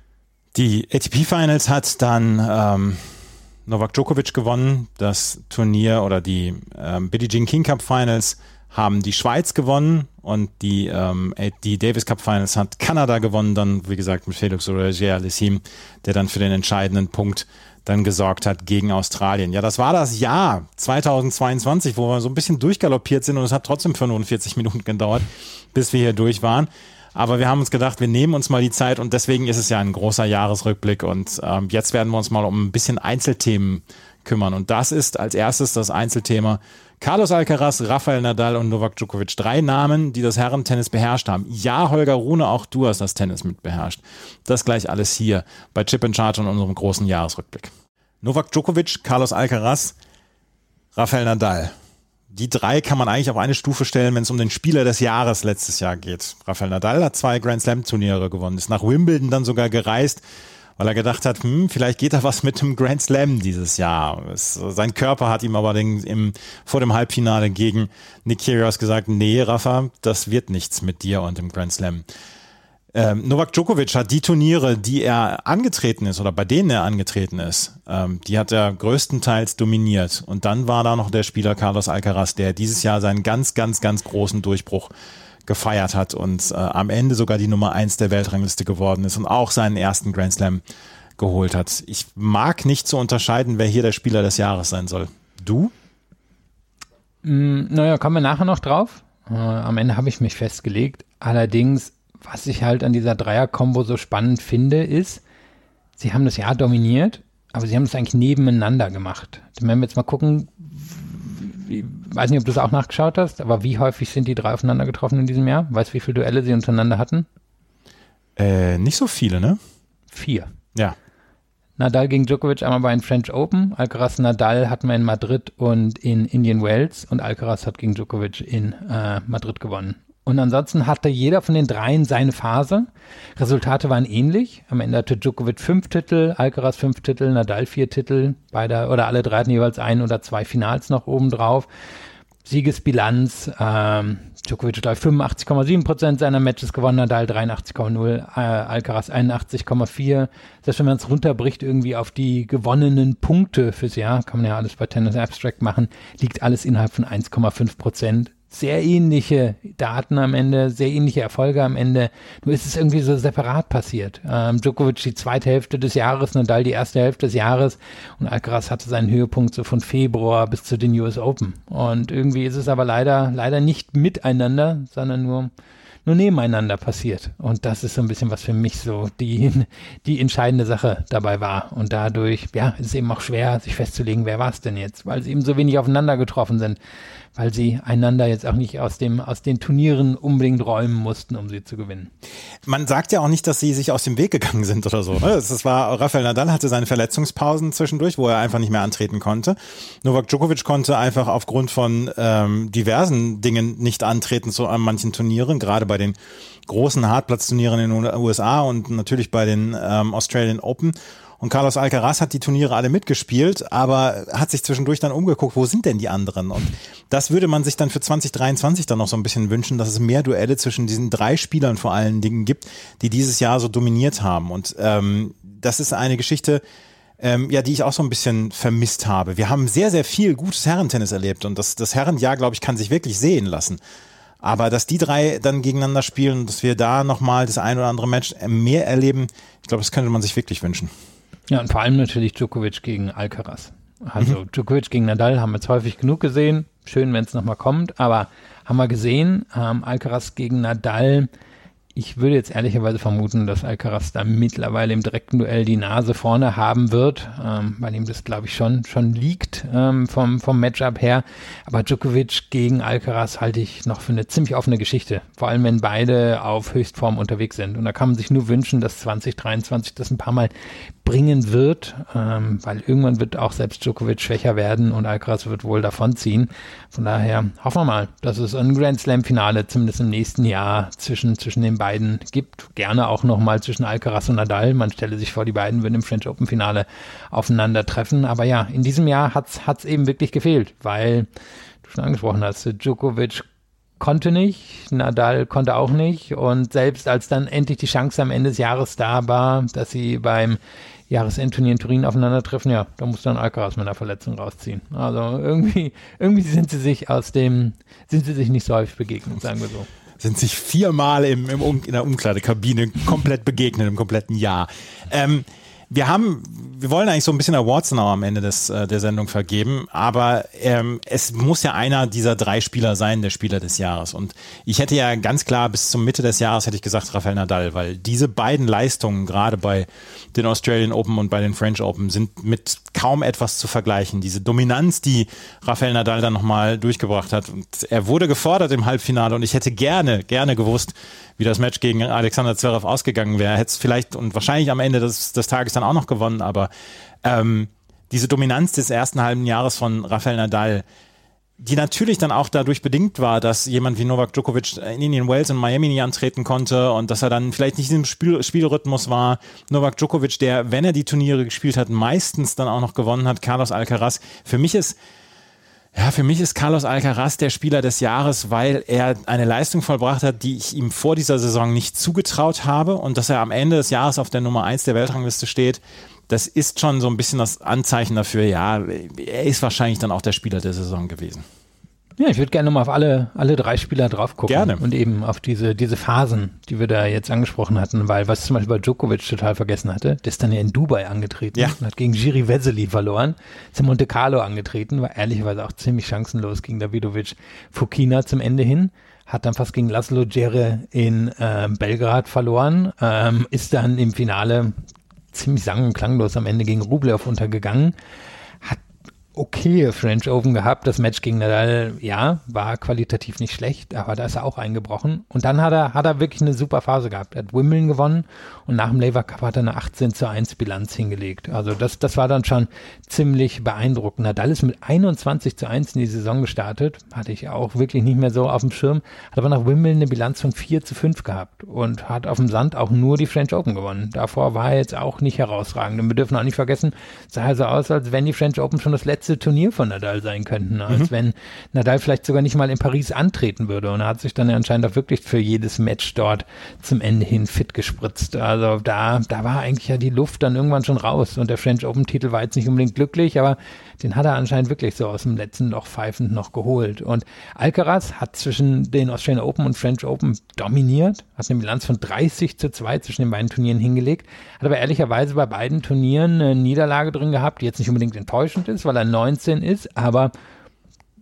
Die A T P Finals hat dann ähm, Novak Djokovic gewonnen, das Turnier oder die ähm, Billie Jean King Cup Finals haben die Schweiz gewonnen und die, ähm, die Davis Cup Finals hat Kanada gewonnen, dann wie gesagt mit Felix Auger-Aliassime, der dann für den entscheidenden Punkt dann gesorgt hat gegen Australien. Ja, das war das Jahr zweitausendzweiundzwanzig, wo wir so ein bisschen durchgaloppiert sind und es hat trotzdem fünfundvierzig Minuten gedauert, bis wir hier durch waren. Aber wir haben uns gedacht, wir nehmen uns mal die Zeit und deswegen ist es ja ein großer Jahresrückblick und ähm, jetzt werden wir uns mal um ein bisschen Einzelthemen kümmern und das ist als erstes das Einzelthema Carlos Alcaraz, Rafael Nadal und Novak Djokovic. Drei Namen, die das Herrentennis beherrscht haben. Ja, Holger Rune, auch du hast das Tennis mit beherrscht. Das gleich alles hier bei Chip and Charge und unserem großen Jahresrückblick. Novak Djokovic, Carlos Alcaraz, Rafael Nadal. Die drei kann man eigentlich auf eine Stufe stellen, wenn es um den Spieler des Jahres letztes Jahr geht. Rafael Nadal hat zwei Grand Slam Turniere gewonnen, ist nach Wimbledon dann sogar gereist, weil er gedacht hat, hm, vielleicht geht da was mit dem Grand Slam dieses Jahr. Es, sein Körper hat ihm aber den, im, vor dem Halbfinale gegen Nick Kyrgios gesagt, nee, Rafa, das wird nichts mit dir und dem Grand Slam. Ähm, Novak Djokovic hat die Turniere, die er angetreten ist oder bei denen er angetreten ist, ähm, die hat er größtenteils dominiert. Und dann war da noch der Spieler Carlos Alcaraz, der dieses Jahr seinen ganz, ganz, ganz großen Durchbruch gefeiert hat und äh, am Ende sogar die Nummer eins der Weltrangliste geworden ist und auch seinen ersten Grand Slam geholt hat. Ich mag nicht so unterscheiden, wer hier der Spieler des Jahres sein soll. Du? Mm, naja, kommen wir nachher noch drauf. Äh, am Ende habe ich mich festgelegt. Allerdings, was ich halt an dieser Dreier-Kombo so spannend finde, ist, sie haben das Jahr dominiert, aber sie haben es eigentlich nebeneinander gemacht. Wenn wir jetzt mal gucken, ich weiß nicht, ob du es auch nachgeschaut hast, aber wie häufig sind die drei aufeinander getroffen in diesem Jahr? Weißt du, wie viele Duelle sie untereinander hatten? Äh, nicht so viele, ne? Vier. Ja. Nadal gegen Djokovic einmal bei den French Open, Alcaraz Nadal hatten wir in Madrid und in Indian Wells und Alcaraz hat gegen Djokovic in äh, Madrid gewonnen. Und ansonsten hatte jeder von den dreien seine Phase. Resultate waren ähnlich. Am Ende hatte Djokovic fünf Titel, Alcaraz fünf Titel, Nadal vier Titel. Beide oder alle drei hatten jeweils ein oder zwei Finals noch oben drauf. Siegesbilanz, ähm, Djokovic hat fünfundachtzig Komma sieben Prozent seiner Matches gewonnen, Nadal dreiundachtzig Komma null, äh, Alcaraz einundachtzig Komma vier. Selbst wenn man es runterbricht irgendwie auf die gewonnenen Punkte fürs Jahr, kann man ja alles bei Tennis Abstract machen, liegt alles innerhalb von eins Komma fünf Prozent. Sehr ähnliche Daten am Ende, sehr ähnliche Erfolge am Ende. Nur ist es irgendwie so separat passiert. Ähm, Djokovic die zweite Hälfte des Jahres, Nadal die erste Hälfte des Jahres und Alcaraz hatte seinen Höhepunkt so von Februar bis zu den U S Open. Und irgendwie ist es aber leider, leider nicht miteinander, sondern nur, nur nebeneinander passiert. Und das ist so ein bisschen, was für mich so die, die entscheidende Sache dabei war. Und dadurch, ja, ist es eben auch schwer, sich festzulegen, wer war es denn jetzt, weil sie eben so wenig aufeinander getroffen sind, weil sie einander jetzt auch nicht aus dem, aus den Turnieren unbedingt räumen mussten, um sie zu gewinnen. Man sagt ja auch nicht, dass sie sich aus dem Weg gegangen sind oder so. Ne? Das war, Rafael Nadal hatte seine Verletzungspausen zwischendurch, wo er einfach nicht mehr antreten konnte. Novak Djokovic konnte einfach aufgrund von ähm, diversen Dingen nicht antreten zu an manchen Turnieren, gerade bei den großen Hartplatzturnieren in den U S A und natürlich bei den ähm, Australian Open. Und Carlos Alcaraz hat die Turniere alle mitgespielt, aber hat sich zwischendurch dann umgeguckt, wo sind denn die anderen? Und das würde man sich dann für zwanzig dreiundzwanzig dann noch so ein bisschen wünschen, dass es mehr Duelle zwischen diesen drei Spielern vor allen Dingen gibt, die dieses Jahr so dominiert haben. Und ähm, das ist eine Geschichte, ähm, ja, die ich auch so ein bisschen vermisst habe. Wir haben sehr, sehr viel gutes Herrentennis erlebt und das, das Herrenjahr, glaube ich, kann sich wirklich sehen lassen. Aber dass die drei dann gegeneinander spielen und dass wir da nochmal das ein oder andere Match mehr erleben, ich glaube, das könnte man sich wirklich wünschen. Ja, und vor allem natürlich Djokovic gegen Alcaraz. Also mhm. Djokovic gegen Nadal haben wir jetzt häufig genug gesehen. Schön, wenn es nochmal kommt. Aber haben wir gesehen, ähm, Alcaraz gegen Nadal. Ich würde jetzt ehrlicherweise vermuten, dass Alcaraz da mittlerweile im direkten Duell die Nase vorne haben wird, ähm, weil ihm das, glaube ich, schon schon liegt ähm, vom vom Matchup her. Aber Djokovic gegen Alcaraz halte ich noch für eine ziemlich offene Geschichte, vor allem wenn beide auf Höchstform unterwegs sind. Und da kann man sich nur wünschen, dass zwanzig dreiundzwanzig das ein paar Mal bringen wird, ähm, weil irgendwann wird auch selbst Djokovic schwächer werden und Alcaraz wird wohl davonziehen. Von daher hoffen wir mal, dass es ein Grand Slam-Finale zumindest im nächsten Jahr zwischen zwischen den beiden gibt. Gerne auch nochmal zwischen Alcaraz und Nadal. Man stelle sich vor, die beiden würden im French Open Finale aufeinandertreffen. Aber ja, in diesem Jahr hat's hat's eben wirklich gefehlt, weil du schon angesprochen hast, Djokovic konnte nicht, Nadal konnte auch nicht und selbst als dann endlich die Chance am Ende des Jahres da war, dass sie beim Jahresendturnier in Turin aufeinandertreffen, ja, da muss dann Alcaraz mit einer Verletzung rausziehen. Also irgendwie, irgendwie sind sie sich aus dem, sind sie sich nicht so häufig begegnet, sagen wir so. Sind sich viermal im, im um, in der Umkleidekabine komplett begegnet im kompletten Jahr. Ähm, wir haben, wir wollen eigentlich so ein bisschen Awards noch am Ende des, äh, der Sendung vergeben, aber ähm, es muss ja einer dieser drei Spieler sein, der Spieler des Jahres. Und ich hätte ja ganz klar bis zur Mitte des Jahres hätte ich gesagt Rafael Nadal, weil diese beiden Leistungen gerade bei den Australian Open und bei den French Open sind mit kaum etwas zu vergleichen. Diese Dominanz, die Rafael Nadal dann nochmal durchgebracht hat. Und er wurde gefordert im Halbfinale und ich hätte gerne, gerne gewusst, wie das Match gegen Alexander Zverev ausgegangen wäre. Hätte es vielleicht und wahrscheinlich am Ende des, des Tages dann auch noch gewonnen, aber ähm, diese Dominanz des ersten halben Jahres von Rafael Nadal, die natürlich dann auch dadurch bedingt war, dass jemand wie Novak Djokovic in Indian Wells und Miami nie antreten konnte und dass er dann vielleicht nicht im Spiel, Spielrhythmus war. Novak Djokovic, der, wenn er die Turniere gespielt hat, meistens dann auch noch gewonnen hat. Carlos Alcaraz. Für mich ist Ja, für mich ist Carlos Alcaraz der Spieler des Jahres, weil er eine Leistung vollbracht hat, die ich ihm vor dieser Saison nicht zugetraut habe und dass er am Ende des Jahres auf der Nummer eins der Weltrangliste steht, das ist schon so ein bisschen das Anzeichen dafür, ja, er ist wahrscheinlich dann auch der Spieler der Saison gewesen. Ja, ich würde gerne nochmal auf alle, alle drei Spieler drauf gucken. Gerne. Und eben auf diese, diese Phasen, die wir da jetzt angesprochen hatten, weil was ich zum Beispiel bei Djokovic total vergessen hatte, der ist dann ja in Dubai angetreten ja. und hat gegen Jiri Vesely verloren, ist in Monte Carlo angetreten, war ehrlicherweise auch ziemlich chancenlos gegen Davidovic Fokina zum Ende hin, hat dann fast gegen Laszlo Djere in äh, Belgrad verloren, ähm, ist dann im Finale ziemlich sang- und klanglos am Ende gegen Rublev untergegangen, hat okay French Open gehabt. Das Match gegen Nadal, ja, war qualitativ nicht schlecht, aber da ist er auch eingebrochen. Und dann hat er, hat er wirklich eine super Phase gehabt. Er hat Wimbledon gewonnen und nach dem Laver Cup hat er eine achtzehn zu eins Bilanz hingelegt. Also das, das war dann schon ziemlich beeindruckend. Nadal ist mit einundzwanzig zu eins in die Saison gestartet. Hatte ich auch wirklich nicht mehr so auf dem Schirm. Hat aber nach Wimbledon eine Bilanz von vier zu fünf gehabt und hat auf dem Sand auch nur die French Open gewonnen. Davor war er jetzt auch nicht herausragend. Und wir dürfen auch nicht vergessen, es sah also aus, als wenn die French Open schon das letzte Turnier von Nadal sein könnten, als mhm. wenn Nadal vielleicht sogar nicht mal in Paris antreten würde und er hat sich dann anscheinend auch wirklich für jedes Match dort zum Ende hin fit gespritzt. Also da, da war eigentlich ja die Luft dann irgendwann schon raus und der French Open Titel war jetzt nicht unbedingt glücklich, aber den hat er anscheinend wirklich so aus dem letzten Loch pfeifend noch geholt und Alcaraz hat zwischen den Australian Open und French Open dominiert, hat eine Bilanz von dreißig zu zwei zwischen den beiden Turnieren hingelegt, hat aber ehrlicherweise bei beiden Turnieren eine Niederlage drin gehabt, die jetzt nicht unbedingt enttäuschend ist, weil er neunzehn ist, aber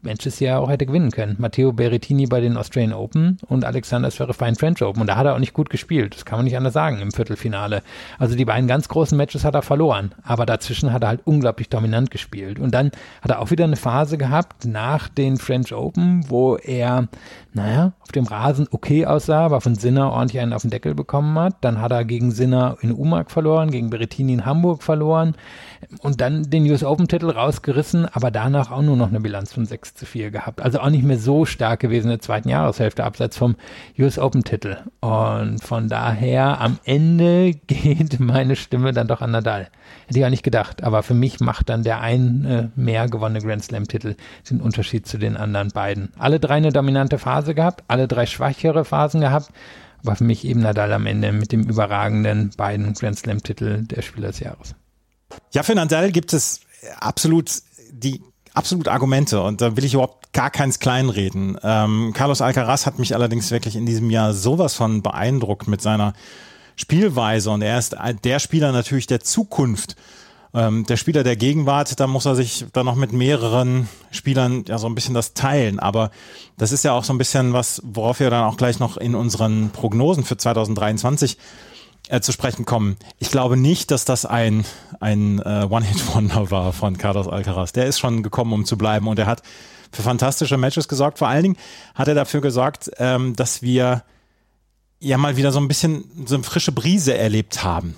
Matches ja auch hätte gewinnen können. Matteo Berrettini bei den Australian Open und Alexander Zverev bei den French Open. Und da hat er auch nicht gut gespielt. Das kann man nicht anders sagen im Viertelfinale. Also die beiden ganz großen Matches hat er verloren. Aber dazwischen hat er halt unglaublich dominant gespielt. Und dann hat er auch wieder eine Phase gehabt nach den French Open, wo er, naja, auf dem Rasen okay aussah, aber von Sinner ordentlich einen auf den Deckel bekommen hat. Dann hat er gegen Sinner in Umag verloren, gegen Berrettini in Hamburg verloren und dann den U S Open-Titel rausgerissen, aber danach auch nur noch eine Bilanz von sechs zu vier gehabt. Also auch nicht mehr so stark gewesen in der zweiten Jahreshälfte, abseits vom U S Open-Titel. Und von daher am Ende geht meine Stimme dann doch an Nadal. Hätte ich auch nicht gedacht, aber für mich macht dann der ein äh, mehr gewonnene Grand Slam-Titel den Unterschied zu den anderen beiden. Alle drei eine dominante Phase gehabt, alle drei schwächere Phasen gehabt, aber für mich eben Nadal am Ende mit dem überragenden beiden Grand Slam-Titel der Spieler des Jahres. Ja, für Nadal gibt es absolut die absolut Argumente und da will ich überhaupt gar keins kleinreden. Ähm, Carlos Alcaraz hat mich allerdings wirklich in diesem Jahr sowas von beeindruckt mit seiner Spielweise und er ist der Spieler natürlich der Zukunft. Ähm, der Spieler der Gegenwart, da muss er sich dann noch mit mehreren Spielern ja so ein bisschen das teilen, aber das ist ja auch so ein bisschen was, worauf wir dann auch gleich noch in unseren Prognosen für zwanzig dreiundzwanzig äh, zu sprechen kommen. Ich glaube nicht, dass das ein, ein äh, One-Hit-Wonder war von Carlos Alcaraz. Der ist schon gekommen, um zu bleiben und er hat für fantastische Matches gesorgt. Vor allen Dingen hat er dafür gesorgt, ähm, dass wir ja mal wieder so ein bisschen so eine frische Brise erlebt haben.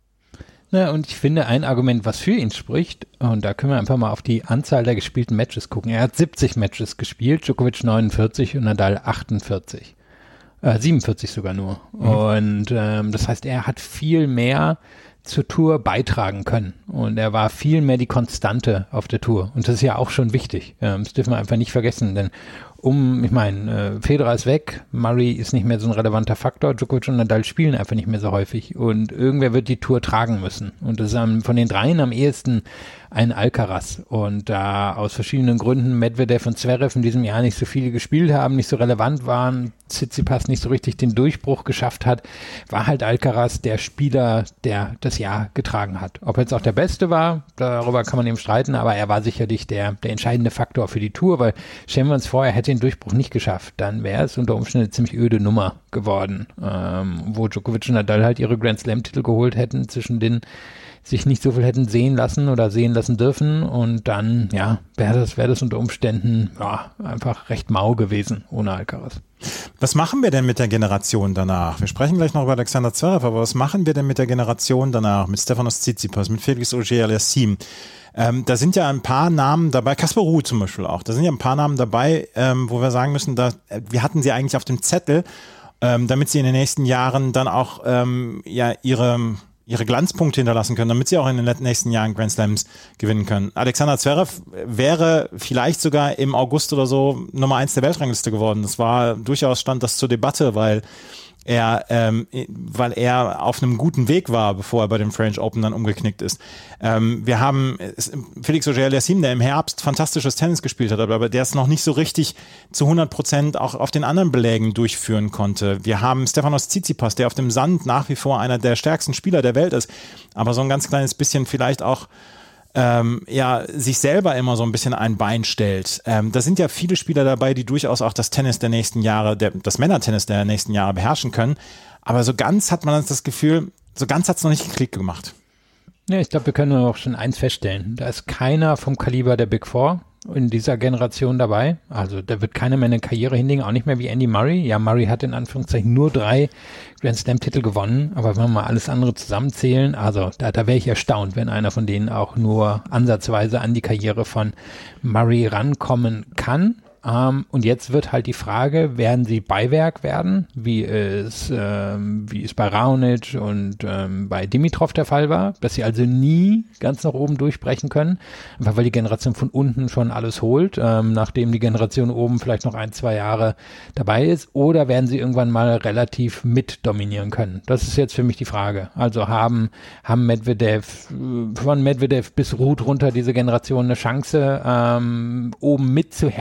Na, und ich finde ein Argument, was für ihn spricht, und da können wir einfach mal auf die Anzahl der gespielten Matches gucken. Er hat siebzig Matches gespielt, Djokovic neunundvierzig und Nadal achtundvierzig. Äh, siebenundvierzig sogar nur. Mhm. Und ähm, das heißt, er hat viel mehr zur Tour beitragen können. Und er war viel mehr die Konstante auf der Tour. Und das ist ja auch schon wichtig. Ähm, das dürfen wir einfach nicht vergessen, denn um, ich meine, äh, Federer ist weg, Murray ist nicht mehr so ein relevanter Faktor, Djokovic und Nadal spielen einfach nicht mehr so häufig und irgendwer wird die Tour tragen müssen. Und das ist am, von den dreien am ehesten ein Alcaraz. Und da aus verschiedenen Gründen Medvedev und Zverev in diesem Jahr nicht so viele gespielt haben, nicht so relevant waren, Tsitsipas nicht so richtig den Durchbruch geschafft hat, war halt Alcaraz der Spieler, der das Jahr getragen hat. Ob er jetzt auch der Beste war, darüber kann man eben streiten, aber er war sicherlich der, der entscheidende Faktor für die Tour, weil stellen wir uns vor, er hätte den Durchbruch nicht geschafft, dann wäre es unter Umständen eine ziemlich öde Nummer geworden, ähm, wo Djokovic und Nadal halt ihre Grand Slam-Titel geholt hätten, zwischen denen sich nicht so viel hätten sehen lassen oder sehen lassen dürfen und dann, ja, wäre das, wäre das unter Umständen ja, einfach recht mau gewesen ohne Alcaraz. Was machen wir denn mit der Generation danach? Wir sprechen gleich noch über Alexander Zverev, aber was machen wir denn mit der Generation danach? Mit Stefanos Tsitsipas, mit Felix Auger-Aliassime? Ähm, da sind ja ein paar Namen dabei, Casper Ruud zum Beispiel auch, da sind ja ein paar Namen dabei, ähm, wo wir sagen müssen, da, wir hatten sie eigentlich auf dem Zettel, ähm, damit sie in den nächsten Jahren dann auch ähm, ja ihre ihre Glanzpunkte hinterlassen können, damit sie auch in den nächsten Jahren Grand Slams gewinnen können. Alexander Zverev wäre vielleicht sogar im August oder so Nummer eins der Weltrangliste geworden. Das war durchaus, stand das zur Debatte, weil er, ähm, weil er auf einem guten Weg war, bevor er bei dem French Open dann umgeknickt ist. Ähm, wir haben Felix Auger-Aliassime, der im Herbst fantastisches Tennis gespielt hat, aber der es noch nicht so richtig zu hundert Prozent auch auf den anderen Belägen durchführen konnte. Wir haben Stefanos Tsitsipas, der auf dem Sand nach wie vor einer der stärksten Spieler der Welt ist, aber so ein ganz kleines bisschen vielleicht auch Ähm, ja, sich selber immer so ein bisschen ein Bein stellt. Ähm, da sind ja viele Spieler dabei, die durchaus auch das Tennis der nächsten Jahre, der, das Männertennis der nächsten Jahre beherrschen können. Aber so ganz hat man das Gefühl, so ganz hat es noch nicht einen Klick gemacht. Ja, ich glaube, wir können auch schon eins feststellen. Da ist keiner vom Kaliber der Big Four in dieser Generation dabei. Also da wird keiner mehr eine Karriere hinlegen, auch nicht mehr wie Andy Murray. Ja, Murray hat in Anführungszeichen nur drei Grand Slam-Titel gewonnen, aber wenn wir mal alles andere zusammenzählen, also da, da wäre ich erstaunt, wenn einer von denen auch nur ansatzweise an die Karriere von Murray rankommen kann. Um, und jetzt wird halt die Frage, werden sie Beiwerk werden, wie es, ähm, wie es bei Raonic und ähm, bei Dimitrov der Fall war, dass sie also nie ganz nach oben durchbrechen können, einfach weil die Generation von unten schon alles holt, ähm, nachdem die Generation oben vielleicht noch ein, zwei Jahre dabei ist, oder werden sie irgendwann mal relativ mit dominieren können? Das ist jetzt für mich die Frage. Also haben, haben Medvedev, von Medvedev bis Ruud runter diese Generation eine Chance, ähm, oben mit zu herrschen,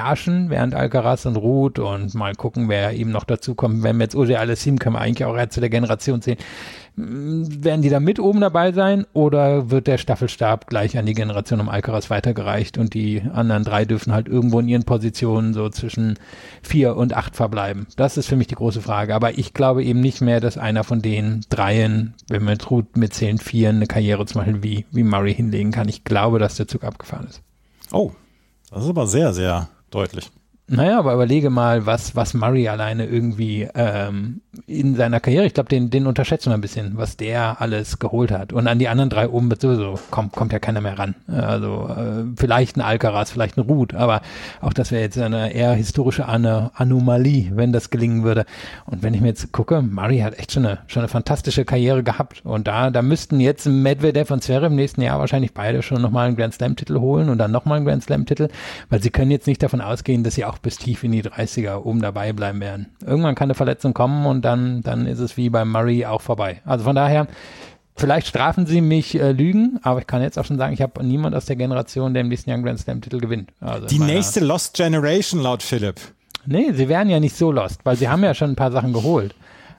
während Alcaraz und Ruud und mal gucken, wer eben noch dazu kommt. Wenn wir jetzt Auger Aliassime, können wir eigentlich auch eher zu der Generation sehen. Werden die da mit oben dabei sein oder wird der Staffelstab gleich an die Generation um Alcaraz weitergereicht und die anderen drei dürfen halt irgendwo in ihren Positionen so zwischen vier und acht verbleiben? Das ist für mich die große Frage. Aber ich glaube eben nicht mehr, dass einer von den dreien, wenn wir mit Ruud mitzählen, vier eine Karriere zum Beispiel wie, wie Murray hinlegen kann. Ich glaube, dass der Zug abgefahren ist. Oh, das ist aber sehr, sehr deutlich. Naja, aber überlege mal, was, was Murray alleine irgendwie ähm, in seiner Karriere, ich glaube, den, den unterschätzen wir ein bisschen, was der alles geholt hat. Und an die anderen drei oben wird sowieso, kommt, kommt ja keiner mehr ran. Also äh, vielleicht ein Alcaraz, vielleicht ein Ruud, aber auch das wäre jetzt eine eher historische An- Anomalie, wenn das gelingen würde. Und wenn ich mir jetzt gucke, Murray hat echt schon eine, schon eine fantastische Karriere gehabt. Und da, da müssten jetzt Medvedev und Zverev im nächsten Jahr wahrscheinlich beide schon nochmal einen Grand Slam-Titel holen und dann nochmal einen Grand Slam-Titel, weil sie können jetzt nicht davon ausgehen, dass sie auch bis tief in die dreißiger oben dabei bleiben werden. Irgendwann kann eine Verletzung kommen und dann, dann ist es wie bei Murray auch vorbei. Also von daher, vielleicht strafen sie mich äh, Lügen, aber ich kann jetzt auch schon sagen, ich habe niemand aus der Generation, der im nächsten Jahr einen Grand Slam-Titel gewinnt. Also die nächste Lost Generation laut Philipp. Nee, sie wären ja nicht so lost, weil sie haben ja schon ein paar Sachen geholt.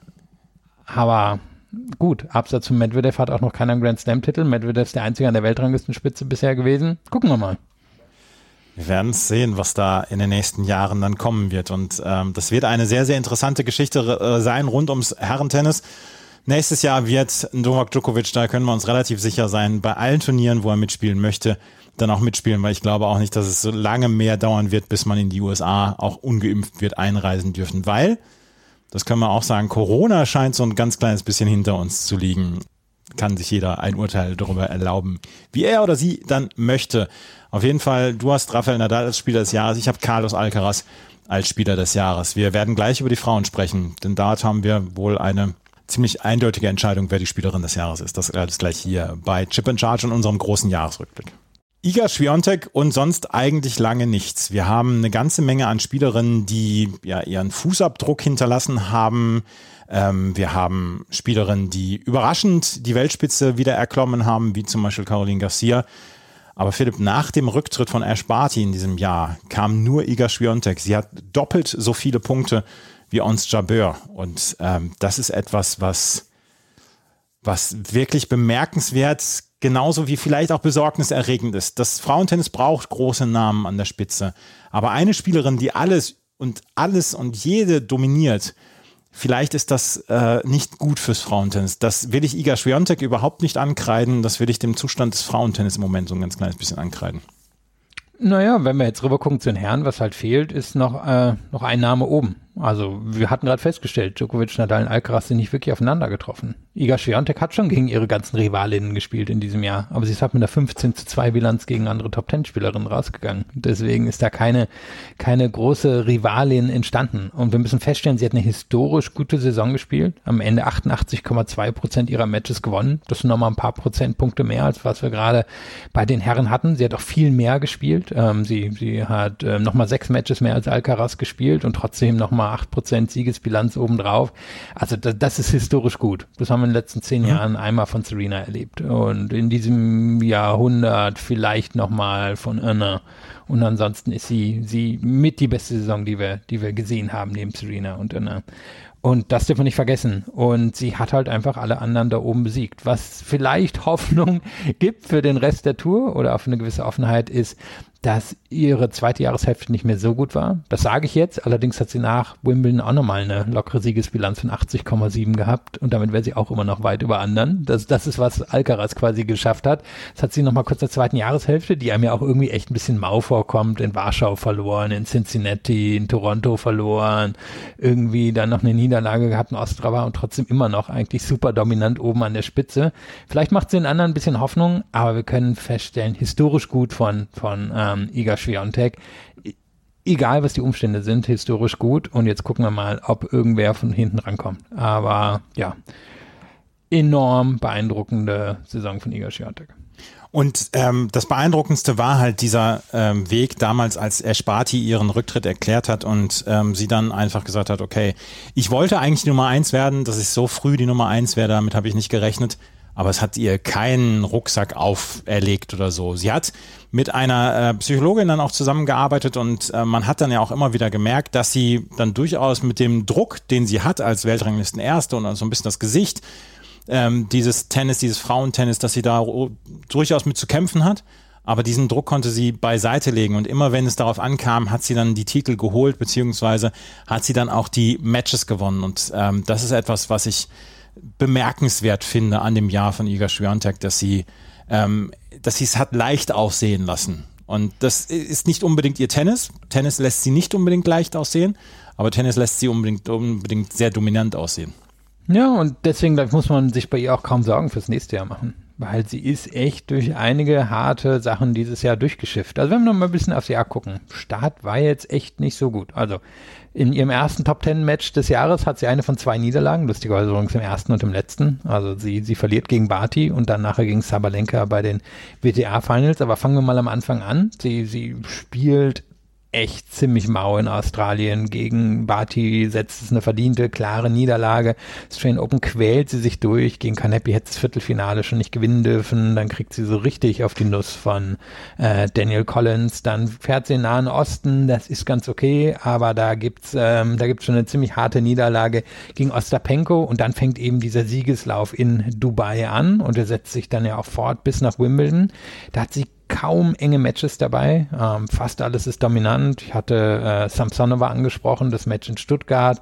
Aber gut, Absatz von Medvedev hat auch noch keinen Grand Slam-Titel. Medvedev ist der einzige an der Weltranglistenspitze bisher gewesen. Gucken wir mal. Wir werden sehen, was da in den nächsten Jahren dann kommen wird. Und ähm, das wird eine sehr, sehr interessante Geschichte äh, sein rund ums Herrentennis. Nächstes Jahr wird Novak Djokovic, da können wir uns relativ sicher sein, bei allen Turnieren, wo er mitspielen möchte, dann auch mitspielen, weil ich glaube auch nicht, dass es so lange mehr dauern wird, bis man in die U S A auch ungeimpft wird einreisen dürfen. Weil, das können wir auch sagen, Corona scheint so ein ganz kleines bisschen hinter uns zu liegen. Kann sich jeder ein Urteil darüber erlauben, wie er oder sie dann möchte. Auf jeden Fall, du hast Rafael Nadal als Spieler des Jahres, ich habe Carlos Alcaraz als Spieler des Jahres. Wir werden gleich über die Frauen sprechen, denn dort haben wir wohl eine ziemlich eindeutige Entscheidung, wer die Spielerin des Jahres ist. Das alles gleich hier bei Chip and Charge in unserem großen Jahresrückblick. Iga Swiatek und sonst eigentlich lange nichts. Wir haben eine ganze Menge an Spielerinnen, die ja ihren Fußabdruck hinterlassen haben. Ähm, wir haben Spielerinnen, die überraschend die Weltspitze wieder erklommen haben, wie zum Beispiel Caroline Garcia. Aber Philipp, nach dem Rücktritt von Ash Barty in diesem Jahr kam nur Iga Swiatek. Sie hat doppelt so viele Punkte wie Ons Jabeur. Und ähm, das ist etwas, was, was wirklich bemerkenswert, genauso wie vielleicht auch besorgniserregend ist. Das Frauentennis braucht große Namen an der Spitze. Aber eine Spielerin, die alles und alles und jede dominiert, vielleicht ist das äh, nicht gut fürs Frauentennis. Das will ich Iga Swiatek überhaupt nicht ankreiden. Das will ich dem Zustand des Frauentennis im Moment so ein ganz kleines bisschen ankreiden. Naja, wenn wir jetzt rüber gucken zu den Herren, was halt fehlt, ist noch, äh, noch ein Name oben. Also wir hatten gerade festgestellt, Djokovic, Nadal und Alcaraz sind nicht wirklich aufeinander getroffen. Iga Swiatek hat schon gegen ihre ganzen Rivalinnen gespielt in diesem Jahr, aber sie ist halt mit einer fünfzehn zu zwei Bilanz gegen andere Top-Ten-Spielerinnen rausgegangen. Deswegen ist da keine, keine große Rivalin entstanden. Und wir müssen feststellen, sie hat eine historisch gute Saison gespielt, am Ende achtundachtzig Komma zwei Prozent ihrer Matches gewonnen. Das sind nochmal ein paar Prozentpunkte mehr, als was wir gerade bei den Herren hatten. Sie hat auch viel mehr gespielt. Ähm, sie, sie hat ähm, nochmal sechs Matches mehr als Alcaraz gespielt und trotzdem nochmal acht Prozent Siegesbilanz obendrauf. Also das, das ist historisch gut. Das haben wir in den letzten zehn mhm. Jahren einmal von Serena erlebt. Und in diesem Jahrhundert vielleicht nochmal von Anna. Und ansonsten ist sie, sie mit die beste Saison, die wir, die wir gesehen haben, neben Serena und Anna. Und das dürfen wir nicht vergessen. Und sie hat halt einfach alle anderen da oben besiegt. Was vielleicht Hoffnung gibt für den Rest der Tour oder auf eine gewisse Offenheit ist, dass ihre zweite Jahreshälfte nicht mehr so gut war. Das sage ich jetzt. Allerdings hat sie nach Wimbledon auch nochmal eine lockere Siegesbilanz von achtzig Komma sieben gehabt. Und damit wäre sie auch immer noch weit über anderen. Das, das ist, was Alcaraz quasi geschafft hat. Das hat sie nochmal kurz in der zweiten Jahreshälfte, die einem ja auch irgendwie echt ein bisschen mau vorkommt. In Warschau verloren, in Cincinnati, in Toronto verloren. Irgendwie dann noch eine Niederlage gehabt in Ostrava und trotzdem immer noch eigentlich super dominant oben an der Spitze. Vielleicht macht sie den anderen ein bisschen Hoffnung, aber wir können feststellen, historisch gut von, von ähm, Iga Swiatek. Egal, was die Umstände sind, historisch gut. Und jetzt gucken wir mal, ob irgendwer von hinten rankommt. Aber ja, enorm beeindruckende Saison von Iga Swiatek. Und ähm, das Beeindruckendste war halt dieser ähm, Weg damals, als Ash Barty ihren Rücktritt erklärt hat und ähm, sie dann einfach gesagt hat, okay, ich wollte eigentlich die Nummer eins werden, dass ich so früh die Nummer eins werde, damit habe ich nicht gerechnet. aber es hat ihr keinen Rucksack auferlegt oder so. Sie hat mit einer äh, Psychologin dann auch zusammengearbeitet und äh, man hat dann ja auch immer wieder gemerkt, dass sie dann durchaus mit dem Druck, den sie hat als Weltranglisten-Erste und so ein bisschen das Gesicht ähm, dieses Tennis, dieses Frauentennis, dass sie da durchaus mit zu kämpfen hat. Aber diesen Druck konnte sie beiseite legen und immer wenn es darauf ankam, hat sie dann die Titel geholt, beziehungsweise hat sie dann auch die Matches gewonnen. Und ähm, das ist etwas, was ich bemerkenswert finde an dem Jahr von Iga Swiatek, dass sie ähm, dass sie es hat leicht aussehen lassen. Und das ist nicht unbedingt ihr Tennis. Tennis lässt sie nicht unbedingt leicht aussehen, aber Tennis lässt sie unbedingt, unbedingt sehr dominant aussehen. Ja, und deswegen muss man sich bei ihr auch kaum Sorgen fürs nächste Jahr machen. Weil sie ist echt durch einige harte Sachen dieses Jahr durchgeschifft. Also wenn wir noch mal ein bisschen aufs Jahr gucken. Start war jetzt echt nicht so gut. Also in ihrem ersten Top-Ten-Match des Jahres hat sie eine von zwei Niederlagen, lustigerweise übrigens im ersten und im letzten. Also sie, sie verliert gegen Barty und dann nachher gegen Sabalenka bei den W T A-Finals. Aber fangen wir mal am Anfang an. Sie, sie spielt echt ziemlich mau in Australien. Gegen Barty setzt es eine verdiente, klare Niederlage. Australian Open quält sie sich durch. Gegen Kanepi hätte das Viertelfinale schon nicht gewinnen dürfen. Dann kriegt sie so richtig auf die Nuss von äh, Daniel Collins. Dann fährt sie in den Nahen Osten. Das ist ganz okay, aber da gibt's ähm, da gibt's schon eine ziemlich harte Niederlage gegen Ostapenko. Und dann fängt eben dieser Siegeslauf in Dubai an und er setzt sich dann ja auch fort bis nach Wimbledon. Da hat sie kaum enge Matches dabei, ähm, fast alles ist dominant. Ich hatte äh, Samsonova angesprochen, das Match in Stuttgart,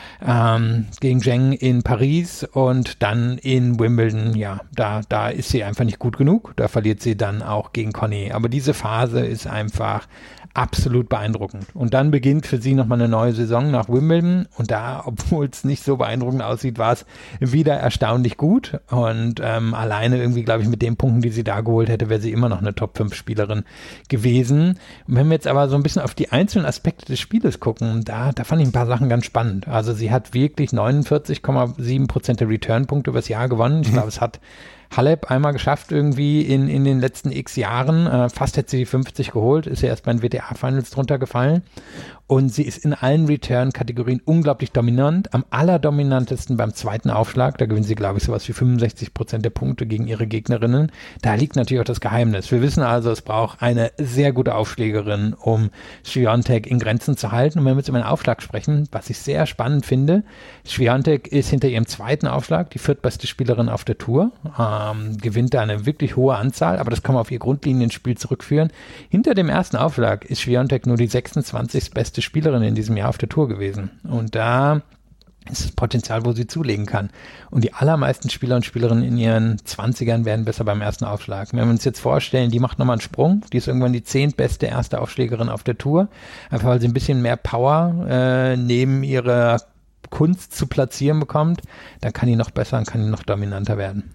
ähm, gegen Zheng in Paris und dann in Wimbledon, ja, da, da ist sie einfach nicht gut genug, da verliert sie dann auch gegen Conny. Aber diese Phase ist einfach absolut beeindruckend. Und dann beginnt für sie nochmal eine neue Saison nach Wimbledon und da, obwohl es nicht so beeindruckend aussieht, war es wieder erstaunlich gut und ähm, alleine irgendwie, glaube ich, mit den Punkten, die sie da geholt hätte, wäre sie immer noch eine Top fünf Spielerin gewesen. Und wenn wir jetzt aber so ein bisschen auf die einzelnen Aspekte des Spieles gucken, da, da fand ich ein paar Sachen ganz spannend. Also sie hat wirklich neunundvierzig Komma sieben Prozent der Return-Punkte übers Jahr gewonnen. Ich glaube, es hat Halep einmal geschafft irgendwie in, in den letzten x Jahren. Äh, fast hätte sie die fünfzig geholt, ist ja erst bei den W T A-Finals drunter gefallen. Und sie ist in allen Return-Kategorien unglaublich dominant. Am allerdominantesten beim zweiten Aufschlag. Da gewinnen sie, glaube ich, sowas wie fünfundsechzig Prozent der Punkte gegen ihre Gegnerinnen. Da liegt natürlich auch das Geheimnis. Wir wissen also, es braucht eine sehr gute Aufschlägerin, um Swiatek in Grenzen zu halten. Und wenn wir jetzt über den Aufschlag sprechen, was ich sehr spannend finde, Swiatek ist hinter ihrem zweiten Aufschlag die viertbeste Spielerin auf der Tour. Ähm, gewinnt da eine wirklich hohe Anzahl, aber das kann man auf ihr Grundlinienspiel zurückführen. Hinter dem ersten Aufschlag ist Swiatek nur die sechsundzwanzigste beste Spielerin in diesem Jahr auf der Tour gewesen. Und da ist das Potenzial, wo sie zulegen kann. Und die allermeisten Spieler und Spielerinnen in ihren Zwanzigern werden besser beim ersten Aufschlag. Wenn wir uns jetzt vorstellen, die macht nochmal einen Sprung, die ist irgendwann die zehntbeste erste Aufschlägerin auf der Tour, einfach weil sie ein bisschen mehr Power äh, neben ihrer Kunst zu platzieren bekommt, dann kann die noch besser und kann die noch dominanter werden.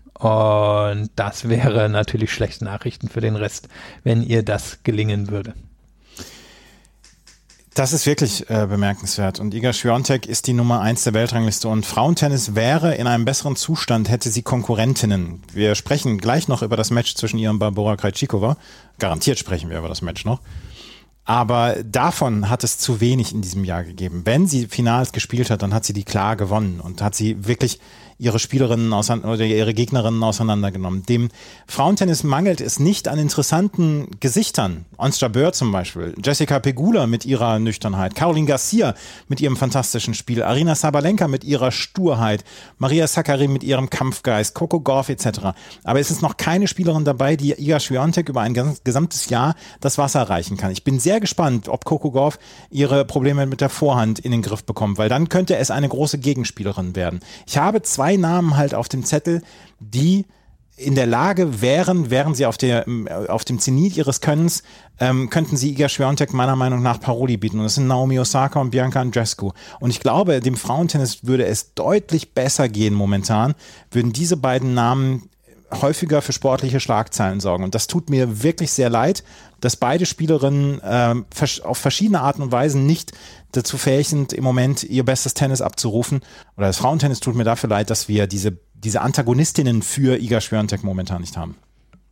Und das wäre natürlich schlechte Nachrichten für den Rest, wenn ihr das gelingen würde. Das ist wirklich äh, bemerkenswert. Und Iga Swiatek ist die Nummer eins der Weltrangliste. Und Frauentennis wäre in einem besseren Zustand, hätte sie Konkurrentinnen. Wir sprechen gleich noch über das Match zwischen ihr und Barbora Krejcikova. Garantiert sprechen wir über das Match noch. Aber davon hat es zu wenig in diesem Jahr gegeben. Wenn sie Finals gespielt hat, dann hat sie die klar gewonnen und hat sie wirklich ihre Spielerinnen auseinander, oder ihre Gegnerinnen auseinandergenommen. Dem Frauentennis mangelt es nicht an interessanten Gesichtern. Ons Jabeur zum Beispiel, Jessica Pegula mit ihrer Nüchternheit, Caroline Garcia mit ihrem fantastischen Spiel, Aryna Sabalenka mit ihrer Sturheit, Maria Sakkari mit ihrem Kampfgeist, Coco Gauff et cetera. Aber es ist noch keine Spielerin dabei, die Iga Swiatek über ein gesamtes Jahr das Wasser reichen kann. Ich bin sehr gespannt, ob Coco Gauff ihre Probleme mit der Vorhand in den Griff bekommt, weil dann könnte es eine große Gegenspielerin werden. Ich habe zwei Namen halt auf dem Zettel, die in der Lage wären, wären sie auf der auf dem Zenit ihres Könnens, ähm, könnten sie Iga Swiatek meiner Meinung nach Paroli bieten. Und das sind Naomi Osaka und Bianca Andreescu. Und ich glaube, dem Frauentennis würde es deutlich besser gehen momentan, würden diese beiden Namen häufiger für sportliche Schlagzeilen sorgen. Und das tut mir wirklich sehr leid, dass beide Spielerinnen äh, auf verschiedene Arten und Weisen nicht dazu fähig sind, im Moment ihr bestes Tennis abzurufen. Oder das Frauentennis tut mir dafür leid, dass wir diese, diese Antagonistinnen für Iga Swiatek momentan nicht haben.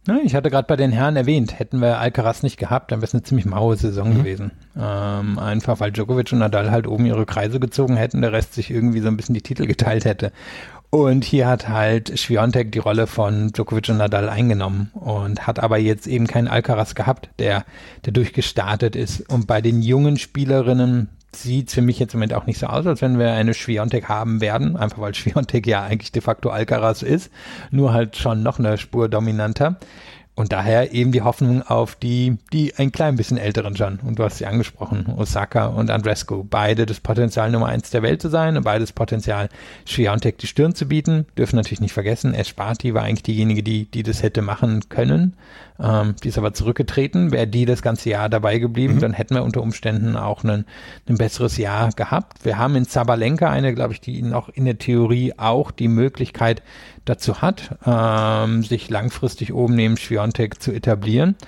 Ja, ich hatte gerade bei den Herren erwähnt, hätten wir Alcaraz nicht gehabt, dann wäre es eine ziemlich maue Saison mhm. gewesen. Ähm, einfach weil Djokovic und Nadal halt oben ihre Kreise gezogen hätten, der Rest sich irgendwie so ein bisschen die Titel geteilt hätte. Und hier hat halt Swiatek die Rolle von Djokovic und Nadal eingenommen und hat aber jetzt eben keinen Alcaraz gehabt, der, der durchgestartet ist. Und bei den jungen Spielerinnen sieht es für mich jetzt im Moment auch nicht so aus, als wenn wir eine Swiatek haben werden, einfach weil Swiatek ja eigentlich de facto Alcaraz ist, nur halt schon noch eine Spur dominanter. Und daher eben die Hoffnung auf die, die ein klein bisschen älteren schon. Und du hast sie angesprochen, Osaka und Andreescu. Beide das Potenzial Nummer eins der Welt zu sein und beides Potenzial, Swiatek die Stirn zu bieten. Dürfen natürlich nicht vergessen, Esparti war eigentlich diejenige, die, die das hätte machen können. Ähm, die ist aber zurückgetreten. Wäre die das ganze Jahr dabei geblieben, mhm. dann hätten wir unter Umständen auch ein, ein besseres Jahr gehabt. Wir haben in Sabalenka eine, glaube ich, die noch in der Theorie auch die Möglichkeit dazu hat, ähm, sich langfristig oben neben Swiatek zu etablieren.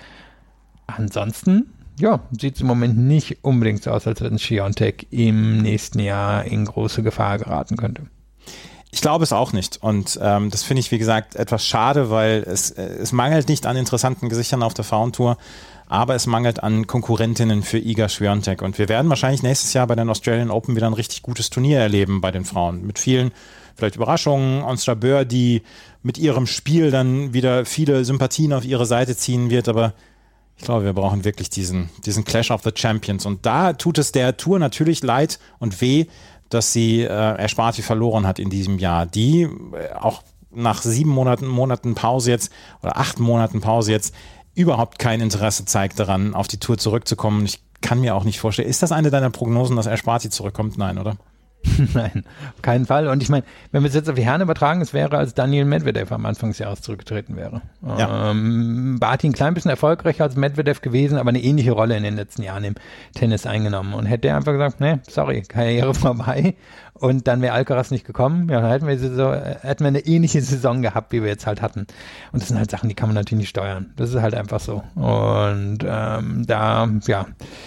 Ansonsten, ja, sieht es im Moment nicht unbedingt so aus, als wenn Swiatek im nächsten Jahr in große Gefahr geraten könnte. Ich glaube es auch nicht und ähm, das finde ich, wie gesagt, etwas schade, weil es, es mangelt nicht an interessanten Gesichtern auf der Frauentour, aber es mangelt an Konkurrentinnen für Iga Swiatek und wir werden wahrscheinlich nächstes Jahr bei den Australian Open wieder ein richtig gutes Turnier erleben bei den Frauen mit vielen vielleicht Überraschungen, Ons Jabeur, die mit ihrem Spiel dann wieder viele Sympathien auf ihre Seite ziehen wird, aber ich glaube, wir brauchen wirklich diesen, diesen Clash of the Champions und da tut es der Tour natürlich leid und weh, dass sie äh, Esparti verloren hat in diesem Jahr, die äh, auch nach sieben Monaten, Monaten Pause jetzt oder acht Monaten Pause jetzt überhaupt kein Interesse zeigt daran, auf die Tour zurückzukommen. Ich kann mir auch nicht vorstellen, ist das eine deiner Prognosen, dass Esparti zurückkommt? Nein, oder? Nein, auf keinen Fall. Und ich meine, wenn wir es jetzt auf die Herren übertragen, es wäre, als Daniel Medvedev am Anfang des Jahres zurückgetreten wäre. Ja. Ähm, Barty ein klein bisschen erfolgreicher als Medvedev gewesen, aber eine ähnliche Rolle in den letzten Jahren im Tennis eingenommen. Und hätte er einfach gesagt, nee, sorry, Karriere vorbei. Und dann wäre Alcaraz nicht gekommen, ja, dann hätten wir, Saison, hätten wir eine ähnliche Saison gehabt, wie wir jetzt halt hatten. Und das sind halt Sachen, die kann man natürlich nicht steuern. Das ist halt einfach so. Und ähm, da, ja,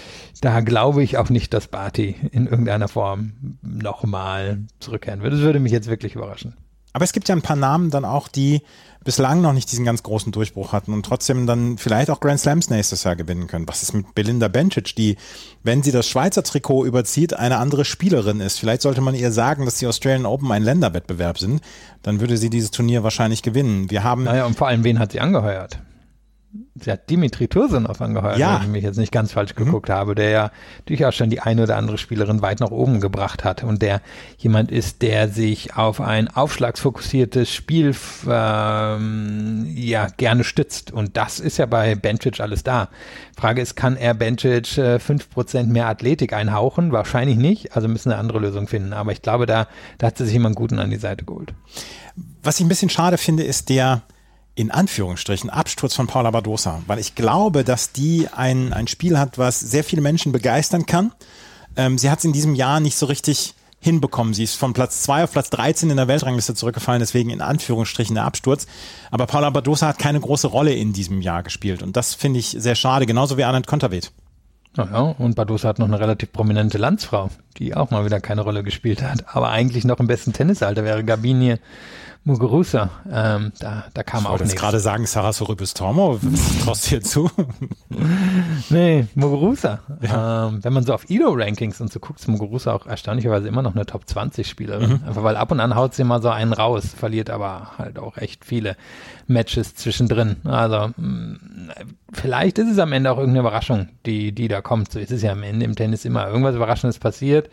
Da glaube ich auch nicht, dass Barty in irgendeiner Form nochmal zurückkehren würde. Das würde mich jetzt wirklich überraschen. Aber es gibt ja ein paar Namen dann auch, die bislang noch nicht diesen ganz großen Durchbruch hatten und trotzdem dann vielleicht auch Grand Slams nächstes Jahr gewinnen können. Was ist mit Belinda Bencic, die, wenn sie das Schweizer Trikot überzieht, eine andere Spielerin ist? Vielleicht sollte man ihr sagen, dass die Australian Open ein Länderwettbewerb sind. Dann würde sie dieses Turnier wahrscheinlich gewinnen. Wir haben naja, und vor allem, wen hat sie angeheuert? Sie hat Dimitri Tursunov angeheuert, ja. wenn ich mich jetzt nicht ganz falsch geguckt mhm. habe, der ja durchaus schon die eine oder andere Spielerin weit nach oben gebracht hat und der jemand ist, der sich auf ein aufschlagsfokussiertes Spiel ähm, ja gerne stützt und das ist ja bei Bencic alles da. Frage ist, kann er Bencic äh, fünf Prozent mehr Athletik einhauchen? Wahrscheinlich nicht, also müssen wir eine andere Lösung finden, aber ich glaube, da, da hat sie sich jemanden Guten an die Seite geholt. Was ich ein bisschen schade finde, ist der in Anführungsstrichen Absturz von Paula Badosa, weil ich glaube, dass die ein, ein Spiel hat, was sehr viele Menschen begeistern kann. Ähm, sie hat es in diesem Jahr nicht so richtig hinbekommen. Sie ist von Platz zwei auf Platz dreizehn in der Weltrangliste zurückgefallen, deswegen in Anführungsstrichen der Absturz. Aber Paula Badosa hat keine große Rolle in diesem Jahr gespielt und das finde ich sehr schade, genauso wie Anand Kontaveit. Ja, ja, und Badosa hat noch eine relativ prominente Landsfrau, die auch mal wieder keine Rolle gespielt hat, aber eigentlich noch im besten Tennisalter wäre Gabine Muguruza, ähm, da, da kam ich auch nichts. Ich wollte gerade sagen, Sarah Sorribes-Tormo, was traust du dir zu? Nee, Muguruza. Ja. Ähm, wenn man so auf I D O-Rankings und so guckt, ist Muguruza auch erstaunlicherweise immer noch eine Top zwanzig Spielerin. Mhm. Einfach weil ab und an haut sie mal so einen raus, verliert aber halt auch echt viele Matches zwischendrin. Also mh, vielleicht ist es am Ende auch irgendeine Überraschung, die, die da kommt. So ist es ja am Ende im Tennis immer. Irgendwas Überraschendes passiert.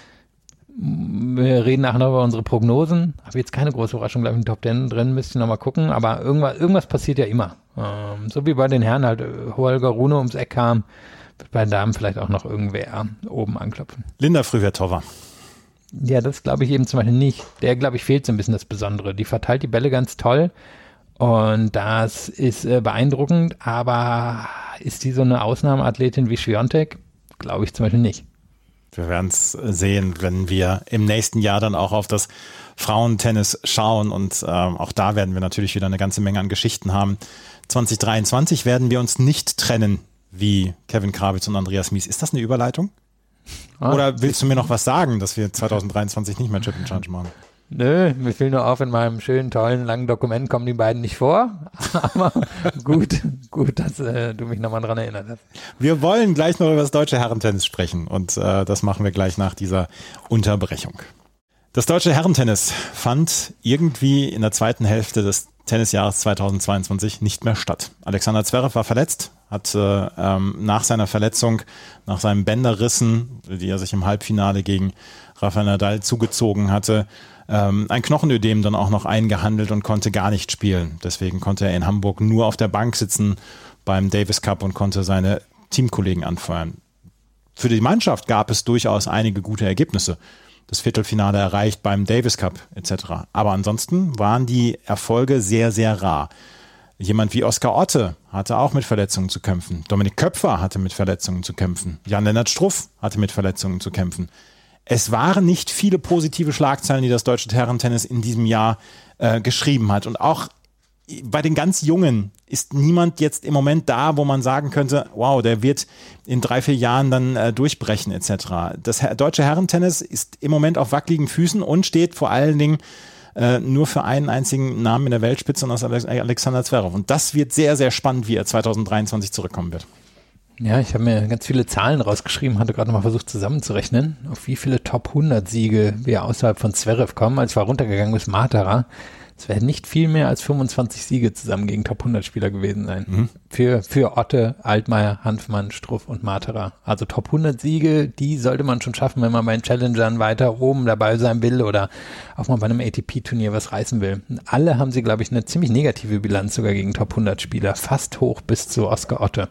Wir reden nachher noch über unsere Prognosen. Habe jetzt keine große Überraschung, glaube ich, in den Top Ten drin, müsste ich noch mal gucken. Aber irgendwas, irgendwas passiert ja immer. Ähm, so wie bei den Herren halt Holger Rune ums Eck kam, wird bei den Damen vielleicht auch noch irgendwer oben anklopfen. Linda Fruhvirtova. Ja, das glaube ich eben zum Beispiel nicht. Der, glaube ich, fehlt so ein bisschen das Besondere. Die verteilt die Bälle ganz toll und das ist äh, beeindruckend. Aber ist die so eine Ausnahmeathletin wie Swiatek? Glaube ich zum Beispiel nicht. Wir werden es sehen, wenn wir im nächsten Jahr dann auch auf das Frauentennis schauen und ähm, auch da werden wir natürlich wieder eine ganze Menge an Geschichten haben. zwanzig dreiundzwanzig werden wir uns nicht trennen wie Kevin Krawitz und Andreas Mies. Ist das eine Überleitung? Ah, Oder willst du mir noch was sagen, dass wir zwanzig dreiundzwanzig nicht mehr Chip and Charge machen? Nö, mir fiel nur auf, in meinem schönen, tollen, langen Dokument kommen die beiden nicht vor. Aber gut, gut, dass äh, du mich nochmal dran erinnert hast. Wir wollen gleich noch über das deutsche Herrentennis sprechen und äh, das machen wir gleich nach dieser Unterbrechung. Das deutsche Herrentennis fand irgendwie in der zweiten Hälfte des Tennisjahres zweitausendzweiundzwanzig nicht mehr statt. Alexander Zverev war verletzt, hat äh, ähm, nach seiner Verletzung, nach seinen Bänderrissen, die er sich im Halbfinale gegen Rafael Nadal zugezogen hatte, ähm, ein Knochenödem dann auch noch eingehandelt und konnte gar nicht spielen. Deswegen konnte er in Hamburg nur auf der Bank sitzen beim Davis Cup und konnte seine Teamkollegen anfeuern. Für die Mannschaft gab es durchaus einige gute Ergebnisse. Das Viertelfinale erreicht beim Davis Cup et cetera. Aber ansonsten waren die Erfolge sehr, sehr rar. Jemand wie Oskar Otte hatte auch mit Verletzungen zu kämpfen. Dominik Köpfer hatte mit Verletzungen zu kämpfen. Jan-Lennart Struff hatte mit Verletzungen zu kämpfen. Es waren nicht viele positive Schlagzeilen, die das deutsche Herrentennis in diesem Jahr äh, geschrieben hat. Und auch bei den ganz Jungen ist niemand jetzt im Moment da, wo man sagen könnte, wow, der wird in drei, vier Jahren dann äh, durchbrechen et cetera. Das her- deutsche Herrentennis ist im Moment auf wackeligen Füßen und steht vor allen Dingen äh, nur für einen einzigen Namen in der Weltspitze und das ist Alexander Zverev. Und das wird sehr, sehr spannend, wie er zweitausenddreiundzwanzig zurückkommen wird. Ja, ich habe mir ganz viele Zahlen rausgeschrieben, hatte gerade nochmal versucht zusammenzurechnen, auf wie viele Top hundert Siege wir außerhalb von Zverev kommen. Als ich war runtergegangen bis Matara, es werden nicht viel mehr als fünfundzwanzig Siege zusammen gegen Top hundert Spieler gewesen sein. Mhm. Für, für Otte, Altmaier, Hanfmann, Struff und Matera. Also Top hundert Siege, die sollte man schon schaffen, wenn man bei den Challengern weiter oben dabei sein will oder auch mal bei einem A T P-Turnier was reißen will. Und alle haben sie, glaube ich, eine ziemlich negative Bilanz sogar gegen Top hundert Spieler, fast hoch bis zu Oskar Otte.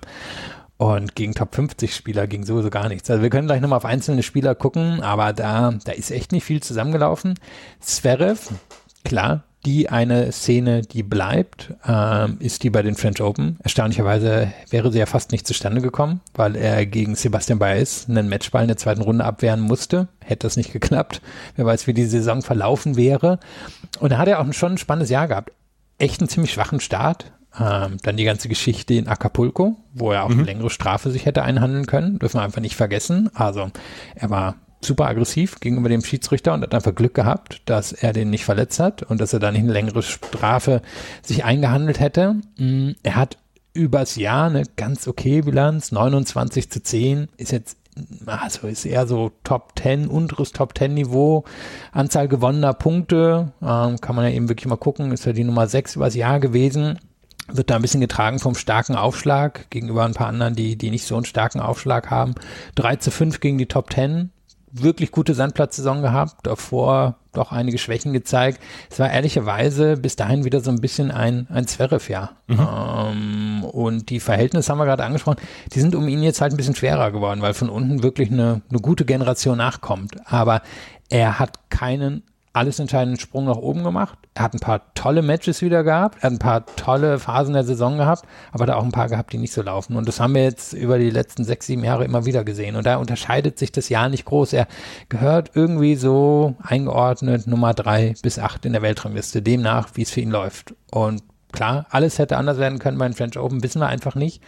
Und gegen Top fünfzig Spieler ging sowieso gar nichts. Also wir können gleich nochmal auf einzelne Spieler gucken, aber da, da ist echt nicht viel zusammengelaufen. Zverev, klar, die eine Szene, die bleibt, ähm, ist die bei den French Open. Erstaunlicherweise wäre sie ja fast nicht zustande gekommen, weil er gegen Sebastian Baez einen Matchball in der zweiten Runde abwehren musste. Hätte das nicht geklappt. Wer weiß, wie die Saison verlaufen wäre. Und da hat er auch schon ein spannendes Jahr gehabt. Echt einen ziemlich schwachen Start. Ähm, dann die ganze Geschichte in Acapulco, wo er auch mhm. eine längere Strafe sich hätte einhandeln können. Dürfen wir einfach nicht vergessen. Also er war super aggressiv gegenüber dem Schiedsrichter und hat einfach Glück gehabt, dass er den nicht verletzt hat und dass er da nicht eine längere Strafe sich eingehandelt hätte. Er hat übers Jahr eine ganz okay Bilanz, neunundzwanzig zu zehn, ist jetzt, also ist eher so Top zehn, unteres Top zehn Niveau, Anzahl gewonnener Punkte, ähm, kann man ja eben wirklich mal gucken, ist ja die Nummer sechs übers Jahr gewesen. Wird da ein bisschen getragen vom starken Aufschlag gegenüber ein paar anderen, die, die nicht so einen starken Aufschlag haben. drei zu fünf gegen die Top zehn. Wirklich gute Sandplatzsaison gehabt, davor doch einige Schwächen gezeigt. Es war ehrlicherweise bis dahin wieder so ein bisschen ein, ein Zverev-Jahr. Mhm. Ähm, und die Verhältnisse haben wir gerade angesprochen, die sind um ihn jetzt halt ein bisschen schwerer geworden, weil von unten wirklich eine, eine gute Generation nachkommt. Aber er hat keinen alles entscheidenden Sprung nach oben gemacht. Er hat ein paar tolle Matches wieder gehabt, er hat ein paar tolle Phasen der Saison gehabt, aber da auch ein paar gehabt, die nicht so laufen. Und das haben wir jetzt über die letzten sechs, sieben Jahre immer wieder gesehen. Und da unterscheidet sich das Jahr nicht groß. Er gehört irgendwie so eingeordnet Nummer drei bis acht in der Weltrangliste, demnach, wie es für ihn läuft. Und klar, alles hätte anders werden können bei den French Open, wissen wir einfach nicht.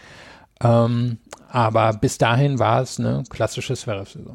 Ähm, aber bis dahin war es eine klassische Zverev-Saison.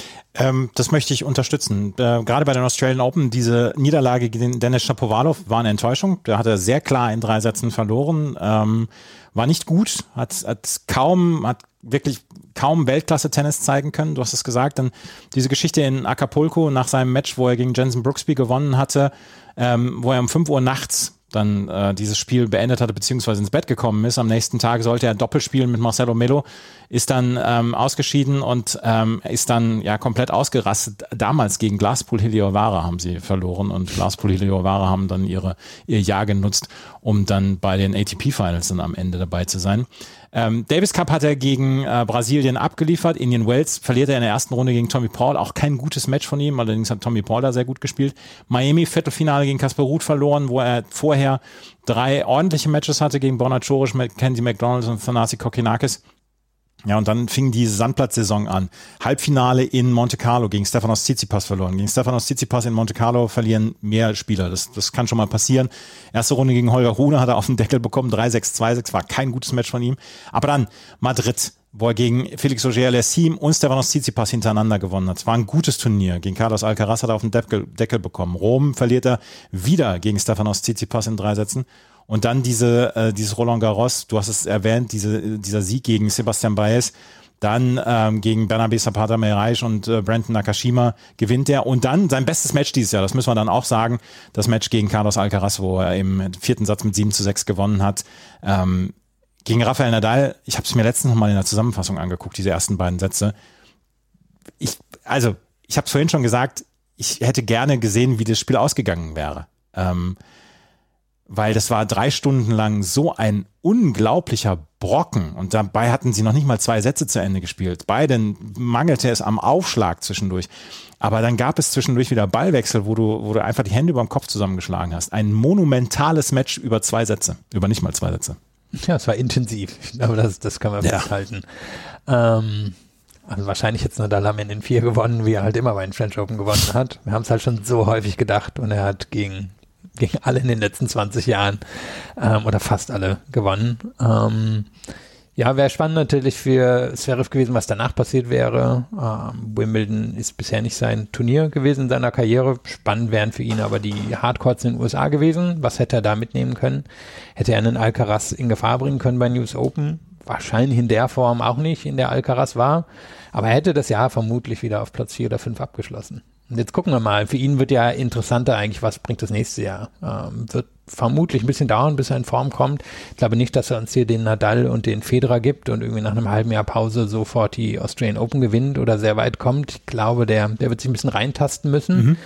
Ähm, das möchte ich unterstützen. Äh, gerade bei den Australian Open, diese Niederlage gegen Denis Shapovalov war eine Enttäuschung. Der hat er sehr klar in drei Sätzen verloren. Ähm, war nicht gut, hat, hat kaum, hat wirklich kaum Weltklasse-Tennis zeigen können. Du hast es gesagt. Dann diese Geschichte in Acapulco nach seinem Match, wo er gegen Jenson Brooksby gewonnen hatte, ähm, wo er um fünf Uhr nachts dann äh, dieses Spiel beendet hatte, beziehungsweise ins Bett gekommen ist. Am nächsten Tag sollte er Doppel spielen mit Marcelo Melo, ist dann ähm, ausgeschieden und ähm, ist dann ja komplett ausgerastet. Damals gegen Glasspool Hiliovara haben sie verloren und Glasspool Hiliovara haben dann ihre, ihr Jahr genutzt, um dann bei den A T P-Finals dann am Ende dabei zu sein. Ähm, Davis Cup hat er gegen äh, Brasilien abgeliefert. Indian Wells verliert er in der ersten Runde gegen Tommy Paul. Auch kein gutes Match von ihm, allerdings hat Tommy Paul da sehr gut gespielt. Miami Viertelfinale gegen Casper Ruud verloren, wo er vorher drei ordentliche Matches hatte gegen Borna Coric, Kenzie McDonald und Thanasi Kokkinakis. Ja, und dann fing die Sandplatzsaison an. Halbfinale in Monte Carlo gegen Stefanos Tsitsipas verloren. Gegen Stefanos Tsitsipas in Monte Carlo verlieren mehr Spieler. Das, das kann schon mal passieren. Erste Runde gegen Holger Rune hat er auf den Deckel bekommen. drei sechs, zwei sechs, war kein gutes Match von ihm. Aber dann Madrid, wo er gegen Felix Auger-Aliassime und Stefanos Tsitsipas hintereinander gewonnen hat. Es war ein gutes Turnier. Gegen Carlos Alcaraz hat er auf den Deckel, Deckel bekommen. Rom verliert er wieder gegen Stefanos Tsitsipas in drei Sätzen. Und dann diese, äh, dieses Roland Garros, du hast es erwähnt, diese, dieser Sieg gegen Sebastian Baez, dann ähm, gegen Bernabé Zapata Miralles und äh, Brandon Nakashima gewinnt er. Und dann sein bestes Match dieses Jahr, das müssen wir dann auch sagen, das Match gegen Carlos Alcaraz, wo er im vierten Satz mit sieben zu sechs gewonnen hat. Ähm, gegen Rafael Nadal, ich habe es mir letztens noch mal in der Zusammenfassung angeguckt, diese ersten beiden Sätze. Ich, also, ich habe es vorhin schon gesagt, ich hätte gerne gesehen, wie das Spiel ausgegangen wäre. Ähm, weil das war drei Stunden lang so ein unglaublicher Brocken und dabei hatten sie noch nicht mal zwei Sätze zu Ende gespielt. Beiden mangelte es am Aufschlag zwischendurch. Aber dann gab es zwischendurch wieder Ballwechsel, wo du, wo du einfach die Hände über den Kopf zusammengeschlagen hast. Ein monumentales Match über zwei Sätze, über nicht mal zwei Sätze. Ja, es war intensiv, aber das, das kann man ja. festhalten. Ähm, also wahrscheinlich jetzt Nadal am Ende in vier gewonnen, wie er halt immer bei den French Open gewonnen hat. Wir haben es halt schon so häufig gedacht und er hat gegen gegen alle in den letzten zwanzig Jahren ähm, oder fast alle gewonnen. Ähm, ja, wäre spannend natürlich für Zverev gewesen, was danach passiert wäre. Ähm, Wimbledon ist bisher nicht sein Turnier gewesen in seiner Karriere. Spannend wären für ihn aber die Hardcourts in den U S A gewesen. Was hätte er da mitnehmen können? Hätte er einen Alcaraz in Gefahr bringen können bei den U S Open? Wahrscheinlich in der Form auch nicht, in der Alcaraz war. Aber er hätte das Jahr vermutlich wieder auf Platz vier oder fünf abgeschlossen. Und jetzt gucken wir mal, für ihn wird ja interessanter eigentlich, was bringt das nächste Jahr. Ähm, wird vermutlich ein bisschen dauern, bis er in Form kommt. Ich glaube nicht, dass er uns hier den Nadal und den Federer gibt und irgendwie nach einem halben Jahr Pause sofort die Australian Open gewinnt oder sehr weit kommt. Ich glaube, der, der wird sich ein bisschen reintasten müssen. Mhm.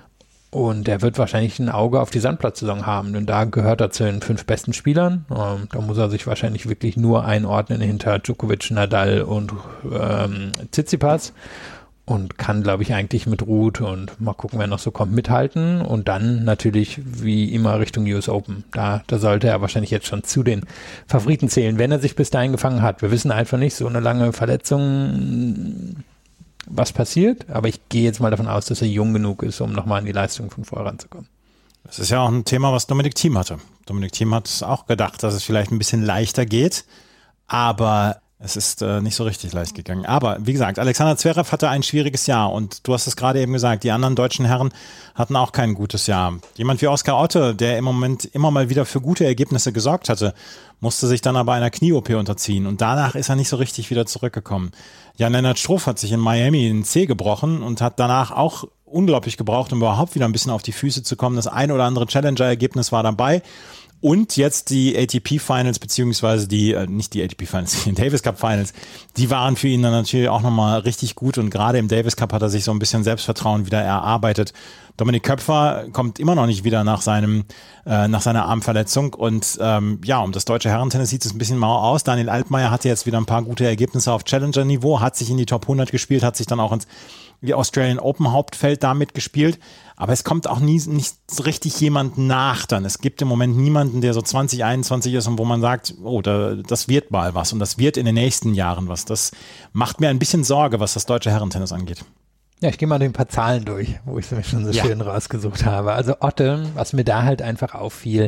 Und er wird wahrscheinlich ein Auge auf die Sandplatzsaison haben, denn da gehört er zu den fünf besten Spielern. Ähm, da muss er sich wahrscheinlich wirklich nur einordnen hinter Djokovic, Nadal und ähm, Tsitsipas. Und kann, glaube ich, eigentlich mit Ruud und mal gucken, wer noch so kommt, mithalten. Und dann natürlich wie immer Richtung U S Open. Da, da sollte er wahrscheinlich jetzt schon zu den Favoriten zählen, wenn er sich bis dahin gefangen hat. Wir wissen einfach nicht, so eine lange Verletzung, was passiert. Aber ich gehe jetzt mal davon aus, dass er jung genug ist, um nochmal an die Leistung von vorher ranzukommen. Das ist ja auch ein Thema, was Dominic Thiem hatte. Dominic Thiem hat auch gedacht, dass es vielleicht ein bisschen leichter geht. Aber es ist äh, nicht so richtig leicht gegangen. Aber wie gesagt, Alexander Zverev hatte ein schwieriges Jahr und du hast es gerade eben gesagt, die anderen deutschen Herren hatten auch kein gutes Jahr. Jemand wie Oskar Otte, der im Moment immer mal wieder für gute Ergebnisse gesorgt hatte, musste sich dann aber einer Knie-O P unterziehen und danach ist er nicht so richtig wieder zurückgekommen. Jan-Lennart Struff hat sich in Miami den Zeh gebrochen und hat danach auch unglaublich gebraucht, um überhaupt wieder ein bisschen auf die Füße zu kommen. Das ein oder andere Challenger-Ergebnis war dabei. Und jetzt die A T P Finals, beziehungsweise die, äh, nicht die A T P Finals, die Davis Cup Finals, die waren für ihn dann natürlich auch nochmal richtig gut und gerade im Davis Cup hat er sich so ein bisschen Selbstvertrauen wieder erarbeitet. Dominik Köpfer kommt immer noch nicht wieder nach seinem, äh, nach seiner Armverletzung und ähm, ja, um das deutsche Herrentennis sieht es ein bisschen mau aus. Daniel Altmaier hatte jetzt wieder ein paar gute Ergebnisse auf Challenger-Niveau, hat sich in die Top hundert gespielt, hat sich dann auch ins die Australian Open Hauptfeld damit gespielt, aber es kommt auch nie nicht so richtig jemand nach dann. Es gibt im Moment niemanden, der so zwanzig einundzwanzig ist und wo man sagt, oh, da, das wird mal was und das wird in den nächsten Jahren was. Das macht mir ein bisschen Sorge, was das deutsche Herrentennis angeht. Ja, ich gehe mal ein paar Zahlen durch, wo ich es mir schon so ja. schön rausgesucht habe. Also Otte, was mir da halt einfach auffiel,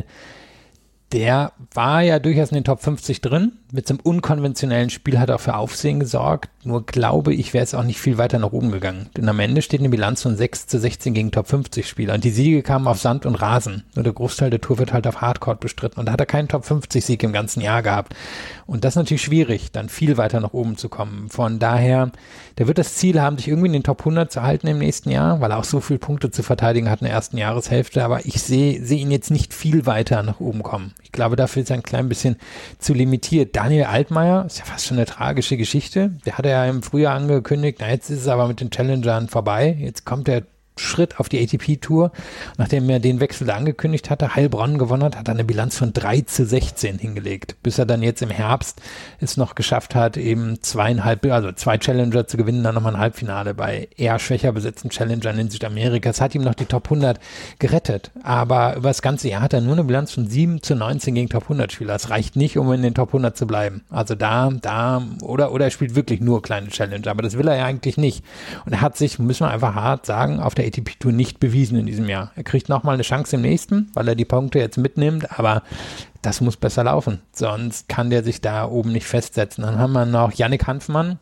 der war ja durchaus in den Top fünfzig drin. Mit so einem unkonventionellen Spiel hat er auch für Aufsehen gesorgt. Nur glaube ich, wäre es auch nicht viel weiter nach oben gegangen. Denn am Ende steht eine Bilanz von sechs zu sechzehn gegen Top fünfzig Spieler. Und die Siege kamen auf Sand und Rasen. Nur der Großteil der Tour wird halt auf Hardcourt bestritten. Und da hat er keinen Top fünfzig Sieg im ganzen Jahr gehabt. Und das ist natürlich schwierig, dann viel weiter nach oben zu kommen. Von daher, der wird das Ziel haben, sich irgendwie in den Top hundert zu halten im nächsten Jahr, weil er auch so viele Punkte zu verteidigen hat in der ersten Jahreshälfte. Aber ich sehe sehe ihn jetzt nicht viel weiter nach oben kommen. Ich glaube, dafür ist er ein klein bisschen zu limitiert. Daniel Altmaier ist ja fast schon eine tragische Geschichte. Der hatte ja im Frühjahr angekündigt, na jetzt ist es aber mit den Challengern vorbei. Jetzt kommt er Schritt auf die A T P-Tour. Nachdem er den Wechsel da angekündigt hatte, Heilbronn gewonnen hat, hat er eine Bilanz von drei zu sechzehn hingelegt, bis er dann jetzt im Herbst es noch geschafft hat, eben zweieinhalb, also zwei Challenger zu gewinnen, dann nochmal ein Halbfinale bei eher schwächer besetzten Challengern in Südamerika. Es hat ihm noch die Top hundert gerettet, aber über das ganze Jahr hat er nur eine Bilanz von sieben zu neunzehn gegen Top hundert Spieler. Das reicht nicht, um in den Top hundert zu bleiben. Also da, da, oder, oder er spielt wirklich nur kleine Challenger, aber das will er ja eigentlich nicht. Und er hat sich, müssen wir einfach hart sagen, auf der A T P-Tour nicht bewiesen in diesem Jahr. Er kriegt nochmal eine Chance im nächsten, weil er die Punkte jetzt mitnimmt, aber das muss besser laufen. Sonst kann der sich da oben nicht festsetzen. Dann haben wir noch Yannick Hanfmann.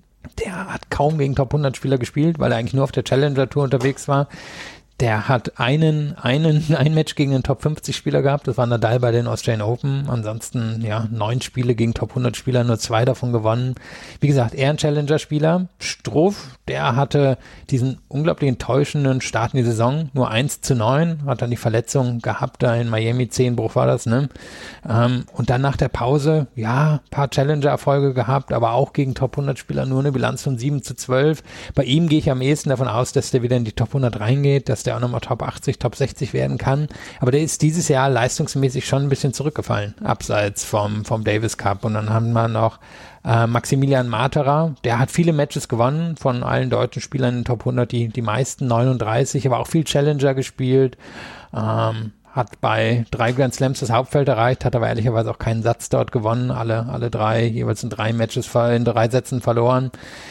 Der hat kaum gegen Top hundert Spieler gespielt, weil er eigentlich nur auf der Challenger-Tour unterwegs war. Der hat einen, einen, ein Match gegen den Top fünfzig Spieler gehabt. Das war Nadal bei den Australian Open. Ansonsten, ja, neun Spiele gegen Top hundert Spieler, nur zwei davon gewonnen. Wie gesagt, er ein Challenger-Spieler. Struff, der hatte diesen unglaublich enttäuschenden Start in die Saison. Nur eins zu neun, hat dann die Verletzung gehabt, da in Miami, Zehenbruch war das, ne? Ähm, und dann nach der Pause, ja, paar Challenger-Erfolge gehabt, aber auch gegen Top hundert Spieler nur eine Bilanz von sieben zu zwölf. Bei ihm gehe ich am ehesten davon aus, dass der wieder in die Top hundert reingeht, dass der auch nochmal Top achtzig, Top sechzig werden kann. Aber der ist dieses Jahr leistungsmäßig schon ein bisschen zurückgefallen, abseits vom, vom Davis Cup. Und dann haben wir noch äh, Maximilian Materer, der hat viele Matches gewonnen, von allen deutschen Spielern in den Top hundert, die, die meisten, neununddreißig, aber auch viel Challenger gespielt. Ähm, hat bei drei Grand Slams das Hauptfeld erreicht, hat aber ehrlicherweise auch keinen Satz dort gewonnen. Alle, alle drei, jeweils in drei Matches, in drei Sätzen verloren.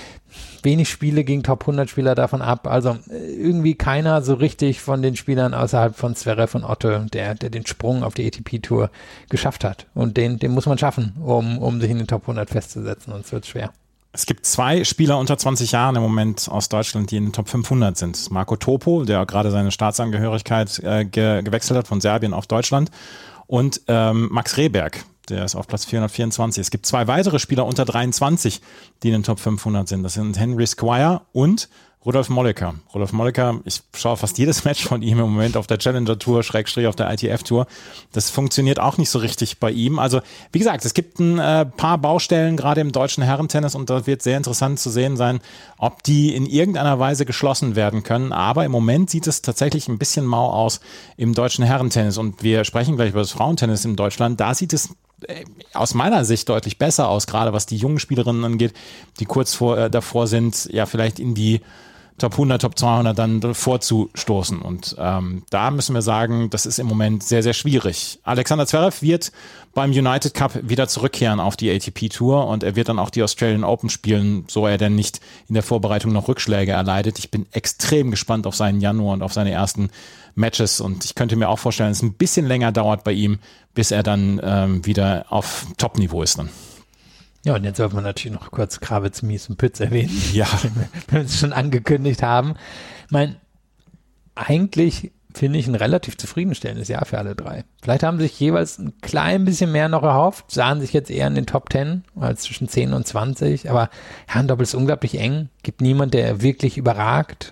Wenig Spiele gegen Top hundert Spieler davon ab. Also irgendwie keiner so richtig von den Spielern außerhalb von Zverev und Otte, der, der den Sprung auf die A T P-Tour geschafft hat. Und den, den muss man schaffen, um, um sich in den Top hundert festzusetzen. Sonst wird es schwer. Es gibt zwei Spieler unter zwanzig Jahren im Moment aus Deutschland, die in den Top fünfhundert sind. Marco Topo, der gerade seine Staatsangehörigkeit äh, ge- gewechselt hat von Serbien auf Deutschland. Und ähm, Max Rehberg, der ist auf Platz vierhundertvierundzwanzig. Es gibt zwei weitere Spieler unter dreiundzwanzig, die in den Top fünfhundert sind. Das sind Henry Squire und Rudolf Molleker. Rudolf Molleker, ich schaue fast jedes Match von ihm im Moment auf der Challenger-Tour, Schrägstrich auf der I T F-Tour. Das funktioniert auch nicht so richtig bei ihm. Also, wie gesagt, es gibt ein äh, paar Baustellen, gerade im deutschen Herrentennis, und da wird sehr interessant zu sehen sein, ob die in irgendeiner Weise geschlossen werden können. Aber im Moment sieht es tatsächlich ein bisschen mau aus im deutschen Herrentennis. Und wir sprechen gleich über das Frauentennis in Deutschland. Da sieht es aus meiner Sicht deutlich besser aus, gerade was die jungen Spielerinnen angeht, die kurz vor, äh, davor sind, ja vielleicht in die Top hundert, Top zweihundert dann vorzustoßen. Und ähm, da müssen wir sagen, das ist im Moment sehr, sehr schwierig. Alexander Zverev wird beim United Cup wieder zurückkehren auf die A T P-Tour und er wird dann auch die Australian Open spielen, so er denn nicht in der Vorbereitung noch Rückschläge erleidet. Ich bin extrem gespannt auf seinen Januar und auf seine ersten Matches und ich könnte mir auch vorstellen, dass es ein bisschen länger dauert bei ihm, bis er dann ähm, wieder auf Top-Niveau ist dann. Ja, und jetzt sollte man natürlich noch kurz Krawitz, Mies und Pütz erwähnen. Ja. Wenn wir es schon angekündigt haben. Ich meine, eigentlich finde ich ein relativ zufriedenstellendes Jahr für alle drei. Vielleicht haben sich jeweils ein klein bisschen mehr noch erhofft, sahen sich jetzt eher in den Top zehn als zwischen zehn und zwanzig, aber Herrendoppel ist unglaublich eng. Gibt niemand, der wirklich überragt.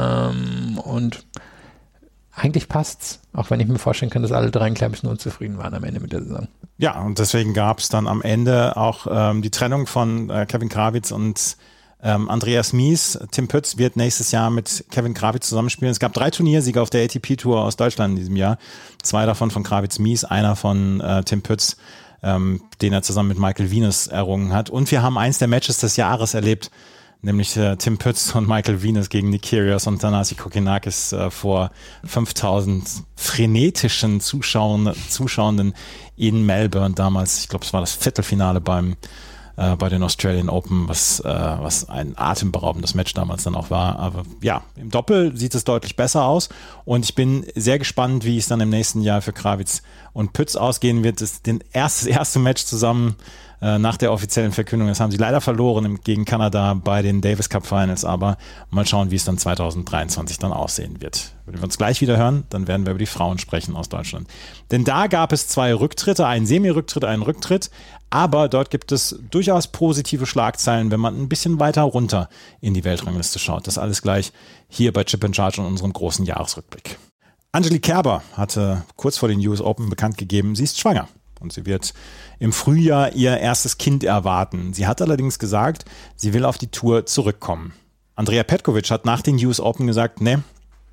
Ähm, und eigentlich passt's, auch wenn ich mir vorstellen kann, dass alle drei ein klein bisschen unzufrieden waren am Ende mit der Saison. Ja, und deswegen gab es dann am Ende auch ähm, die Trennung von äh, Kevin Krawitz und ähm, Andreas Mies. Tim Pütz wird nächstes Jahr mit Kevin Krawitz zusammenspielen. Es gab drei Turniersieger auf der A T P-Tour aus Deutschland in diesem Jahr. Zwei davon von Krawitz Mies, einer von äh, Tim Pütz, ähm, den er zusammen mit Michael Venus errungen hat. Und wir haben eins der Matches des Jahres erlebt, nämlich äh, Tim Pütz und Michael Venus gegen Nick Kyrgios und Thanasi Kokkinakis äh, vor fünftausend frenetischen Zuschauern, Zuschauenden in Melbourne damals. Ich glaube, es war das Viertelfinale beim äh, bei den Australian Open, was, äh, was ein atemberaubendes Match damals dann auch war. Aber ja, im Doppel sieht es deutlich besser aus und ich bin sehr gespannt, wie es dann im nächsten Jahr für Krawitz und Pütz ausgehen wird. Das, den erst, das erste Match zusammen nach der offiziellen Verkündung. Das haben sie leider verloren gegen Kanada bei den Davis Cup Finals, aber mal schauen, wie es dann zwanzig dreiundzwanzig dann aussehen wird. Wenn wir uns gleich wieder hören, dann werden wir über die Frauen sprechen aus Deutschland. Denn da gab es zwei Rücktritte, einen Semi-Rücktritt, einen Rücktritt, aber dort gibt es durchaus positive Schlagzeilen, wenn man ein bisschen weiter runter in die Weltrangliste schaut. Das alles gleich hier bei Chip and Charge und unserem großen Jahresrückblick. Angelique Kerber hatte kurz vor den U S Open bekannt gegeben, sie ist schwanger. Und sie wird im Frühjahr ihr erstes Kind erwarten. Sie hat allerdings gesagt, sie will auf die Tour zurückkommen. Andrea Petkovic hat nach den U S Open gesagt, nee,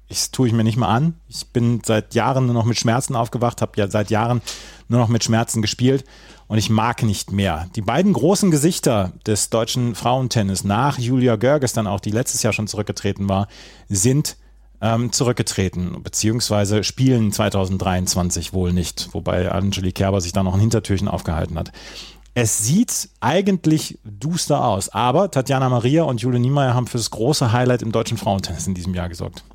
Ich tue ich mir nicht mal an. Ich bin seit Jahren nur noch mit Schmerzen aufgewacht, habe ja seit Jahren nur noch mit Schmerzen gespielt und ich mag nicht mehr. Die beiden großen Gesichter des deutschen Frauentennis nach Julia Görges, dann auch die letztes Jahr schon zurückgetreten war, sind ähm, zurückgetreten, beziehungsweise spielen zwanzig dreiundzwanzig wohl nicht, wobei Angelique Kerber sich da noch ein Hintertürchen aufgehalten hat. Es sieht eigentlich duster aus, aber Tatjana Maria und Jule Niemeyer haben für das große Highlight im deutschen Frauentennis in diesem Jahr gesorgt.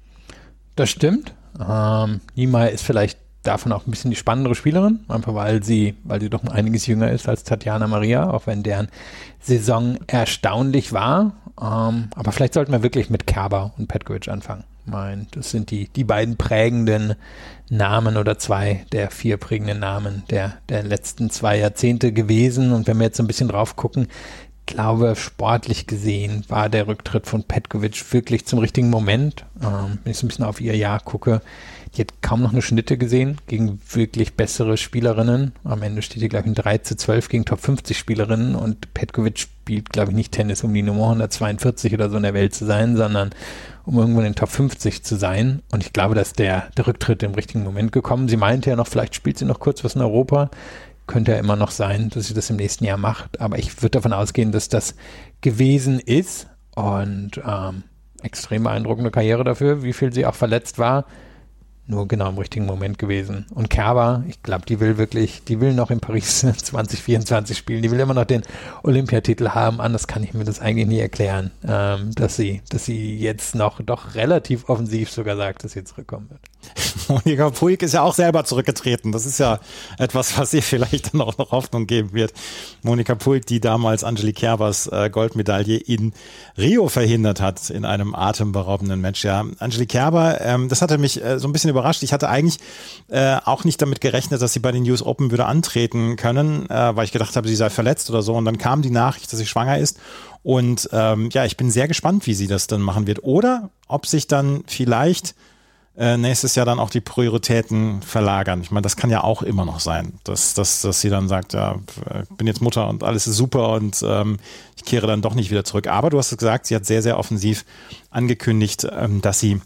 Das stimmt. Ähm, Niemeyer ist vielleicht davon auch ein bisschen die spannendere Spielerin, einfach weil sie, weil sie doch um einiges jünger ist als Tatjana Maria, auch wenn deren Saison erstaunlich war. Ähm, aber vielleicht sollten wir wirklich mit Kerber und Petkovic anfangen. Ich meine, das sind die, die beiden prägenden Namen oder zwei der vier prägenden Namen der, der letzten zwei Jahrzehnte gewesen. Und wenn wir jetzt so ein bisschen drauf gucken, glaube, sportlich gesehen war der Rücktritt von Petkovic wirklich zum richtigen Moment. Ähm, wenn ich so ein bisschen auf ihr Jahr gucke, die hat kaum noch eine Schnitte gesehen gegen wirklich bessere Spielerinnen. Am Ende steht die, glaube ich, in drei zu zwölf gegen Top fünfzig Spielerinnen und Petkovic spielt, glaube ich, nicht Tennis, um die Nummer hundertzweiundvierzig oder so in der Welt zu sein, sondern um irgendwo in den Top fünfzig zu sein. Und ich glaube, dass der, der Rücktritt im richtigen Moment gekommen. Sie meinte ja noch, vielleicht spielt sie noch kurz was in Europa. Könnte ja immer noch sein, dass sie das im nächsten Jahr macht. Aber ich würde davon ausgehen, dass das gewesen ist. Und ähm, extrem beeindruckende Karriere dafür, wie viel sie auch verletzt war. Nur genau im richtigen Moment gewesen. Und Kerber, ich glaube, die will wirklich, die will noch in Paris zwanzig vierundzwanzig spielen. Die will immer noch den Olympiatitel haben. Anders kann ich mir das eigentlich nie erklären, ähm, dass sie, dass sie jetzt noch doch relativ offensiv sogar sagt, dass sie zurückkommen wird. Monika Puig ist ja auch selber zurückgetreten. Das ist ja etwas, was ihr vielleicht dann auch noch Hoffnung geben wird. Monika Puig, die damals Angelique Kerbers äh, Goldmedaille in Rio verhindert hat in einem atemberaubenden Match. Ja, Angelique Kerber, ähm, das hatte mich äh, so ein bisschen überrascht. Ich hatte eigentlich äh, auch nicht damit gerechnet, dass sie bei den U S Open würde antreten können, äh, weil ich gedacht habe, sie sei verletzt oder so. Und dann kam die Nachricht, dass sie schwanger ist. Und ähm, ja, ich bin sehr gespannt, wie sie das dann machen wird. Oder ob sich dann vielleicht nächstes Jahr dann auch die Prioritäten verlagern. Ich meine, das kann ja auch immer noch sein, dass, dass, dass sie dann sagt, ja, ich bin jetzt Mutter und alles ist super und ähm, ich kehre dann doch nicht wieder zurück. Aber du hast es gesagt, sie hat sehr, sehr offensiv angekündigt, ähm, dass sie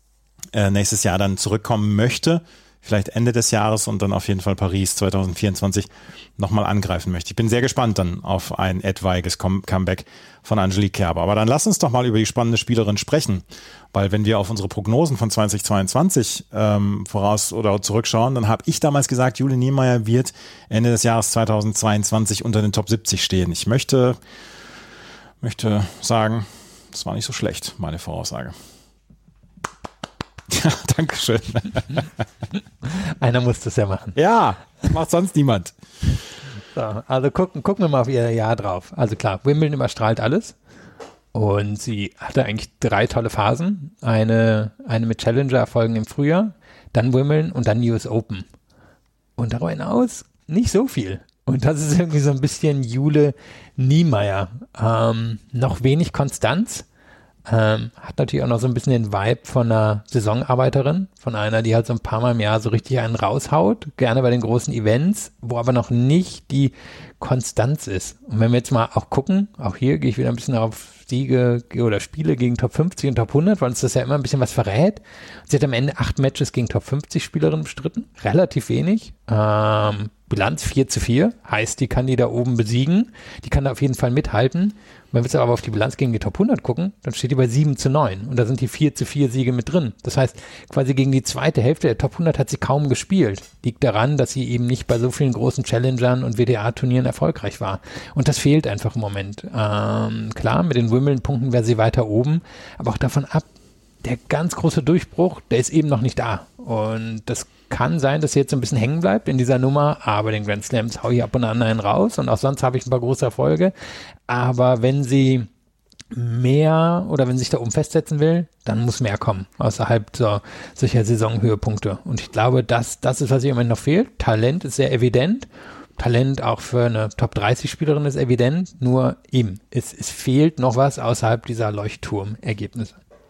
äh, nächstes Jahr dann zurückkommen möchte, vielleicht Ende des Jahres und dann auf jeden Fall Paris zwanzig vierundzwanzig nochmal angreifen möchte. Ich bin sehr gespannt dann auf ein etwaiges Comeback von Angelique Kerber. Aber dann lass uns doch mal über die spannende Spielerin sprechen, weil wenn wir auf unsere Prognosen von zwanzig zweiundzwanzig ähm, voraus oder zurückschauen, dann habe ich damals gesagt, Jule Niemeyer wird Ende des Jahres zwanzig zweiundzwanzig unter den Top siebzig stehen. Ich möchte, möchte sagen, das war nicht so schlecht, meine Voraussage. Ja, danke schön. Einer muss das ja machen. Ja, macht sonst niemand. So, also gucken, gucken wir mal auf ihr Jahr drauf. Also klar, Wimbledon überstrahlt alles. Und sie hatte eigentlich drei tolle Phasen. Eine, eine mit Challenger-Erfolgen im Frühjahr, dann Wimbledon und dann U S Open. Und darüber hinaus nicht so viel. Und das ist irgendwie so ein bisschen Jule Niemeyer. Ähm, noch wenig Konstanz. Ähm, hat natürlich auch noch so ein bisschen den Vibe von einer Saisonarbeiterin, von einer, die halt so ein paar Mal im Jahr so richtig einen raushaut, gerne bei den großen Events, wo aber noch nicht die Konstanz ist. Und wenn wir jetzt mal auch gucken, auch hier gehe ich wieder ein bisschen auf Siege oder Spiele gegen Top fünfzig und Top hundert, weil uns das ja immer ein bisschen was verrät. Sie hat am Ende acht Matches gegen Top fünfzig Spielerinnen bestritten, relativ wenig. Ähm, Bilanz vier zu vier, heißt, die kann die da oben besiegen, die kann da auf jeden Fall mithalten. Wenn wir jetzt aber auf die Bilanz gegen die Top hundert gucken, dann steht die bei sieben zu neun und da sind die vier zu vier Siege mit drin. Das heißt, quasi gegen die zweite Hälfte der Top hundert hat sie kaum gespielt. Liegt daran, dass sie eben nicht bei so vielen großen Challengern und W D A-Turnieren erfolgreich war. Und das fehlt einfach im Moment. Ähm, klar, mit den Wimbledon-Punkten wäre sie weiter oben, aber auch davon ab, der ganz große Durchbruch, der ist eben noch nicht da. Und das kann sein, dass sie jetzt so ein bisschen hängen bleibt in dieser Nummer, aber den Grand Slams hau ich ab und an einen raus und auch sonst habe ich ein paar große Erfolge. Aber wenn sie mehr oder wenn sie sich da oben festsetzen will, dann muss mehr kommen, außerhalb so, solcher Saisonhöhepunkte. Und ich glaube, das, das ist, was ihr im Moment noch fehlt. Talent ist sehr evident. Talent auch für eine Top dreißig Spielerin ist evident, nur eben, es, es fehlt noch was außerhalb dieser Leuchtturmergebnisse.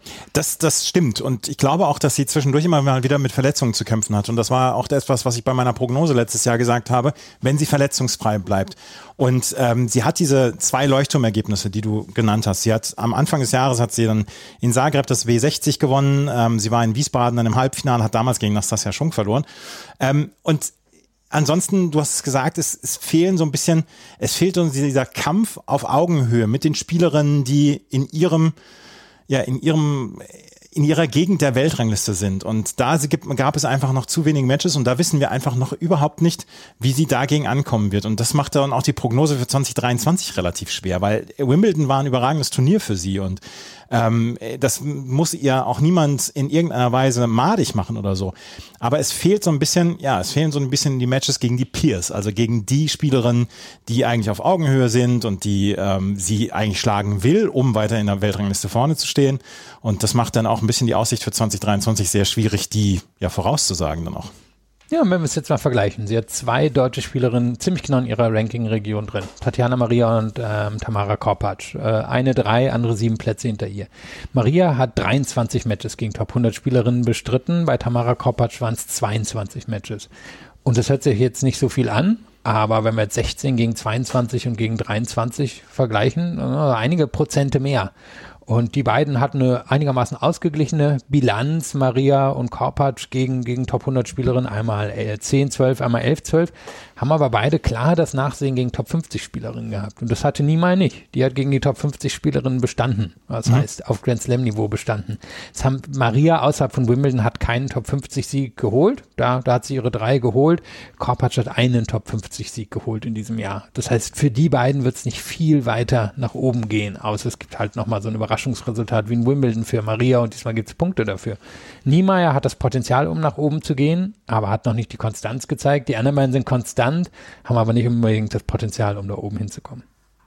Das, das stimmt und ich glaube auch, dass sie zwischendurch immer mal wieder mit Verletzungen zu kämpfen hat und das war auch etwas, was ich bei meiner Prognose letztes Jahr gesagt habe, wenn sie verletzungsfrei bleibt und ähm, sie hat diese zwei Leuchtturmergebnisse, die du genannt hast. Sie hat am Anfang des Jahres hat sie dann in Zagreb das W sechzig gewonnen, ähm, sie war in Wiesbaden dann im Halbfinale, hat damals gegen Nastasia Schunk verloren ähm, und ansonsten, du hast es gesagt, es, es fehlen so ein bisschen, es fehlt uns dieser Kampf auf Augenhöhe mit den Spielerinnen, die in ihrem ja in ihrem in ihrer Gegend der Weltrangliste sind und da gab es einfach noch zu wenige Matches und da wissen wir einfach noch überhaupt nicht, wie sie dagegen ankommen wird und das macht dann auch die Prognose für zwanzig dreiundzwanzig relativ schwer, weil Wimbledon war ein überragendes Turnier für sie und ähm, das muss ihr auch niemand in irgendeiner Weise madig machen oder so, aber es fehlt so ein bisschen, ja, es fehlen so ein bisschen die Matches gegen die Peers, also gegen die Spielerinnen, die eigentlich auf Augenhöhe sind und die ähm, sie eigentlich schlagen will, um weiter in der Weltrangliste vorne zu stehen und das macht dann auch ein bisschen die Aussicht für zwanzig dreiundzwanzig sehr schwierig, die ja vorauszusagen dann auch. Ja, wenn wir es jetzt mal vergleichen. Sie hat zwei deutsche Spielerinnen ziemlich genau in ihrer Ranking-Region drin. Tatjana Maria und ähm, Tamara Korpatsch. Äh, eine drei, andere sieben Plätze hinter ihr. Maria hat dreiundzwanzig Matches gegen Top hundert Spielerinnen bestritten. Bei Tamara Korpatsch waren es zweiundzwanzig Matches. Und das hört sich jetzt nicht so viel an, aber wenn wir jetzt sechzehn gegen zweiundzwanzig und gegen dreiundzwanzig vergleichen, äh, einige Prozente mehr. Und die beiden hatten eine einigermaßen ausgeglichene Bilanz, Maria und Korpatsch gegen, gegen Top hundert Spielerinnen, einmal zehn zwölf, einmal elf zwölf, haben aber beide klar das Nachsehen gegen Top fünfzig Spielerinnen gehabt. Und das hatte Niemeyer nicht. Die hat gegen die Top fünfzig Spielerinnen bestanden. Das mhm. heißt, auf Grand Slam Niveau bestanden. Das haben Maria außerhalb von Wimbledon hat keinen Top fünfzig Sieg geholt. Da, da hat sie ihre drei geholt. Korpatsch hat einen Top fünfzig Sieg geholt in diesem Jahr. Das heißt, für die beiden wird es nicht viel weiter nach oben gehen, außer es gibt halt nochmal so eine Überraschungsresultat wie in Wimbledon für Maria und diesmal gibt es Punkte dafür. Niemeyer hat das Potenzial, um nach oben zu gehen, aber hat noch nicht die Konstanz gezeigt. Die anderen beiden sind konstant, haben aber nicht unbedingt das Potenzial, um da oben hinzukommen.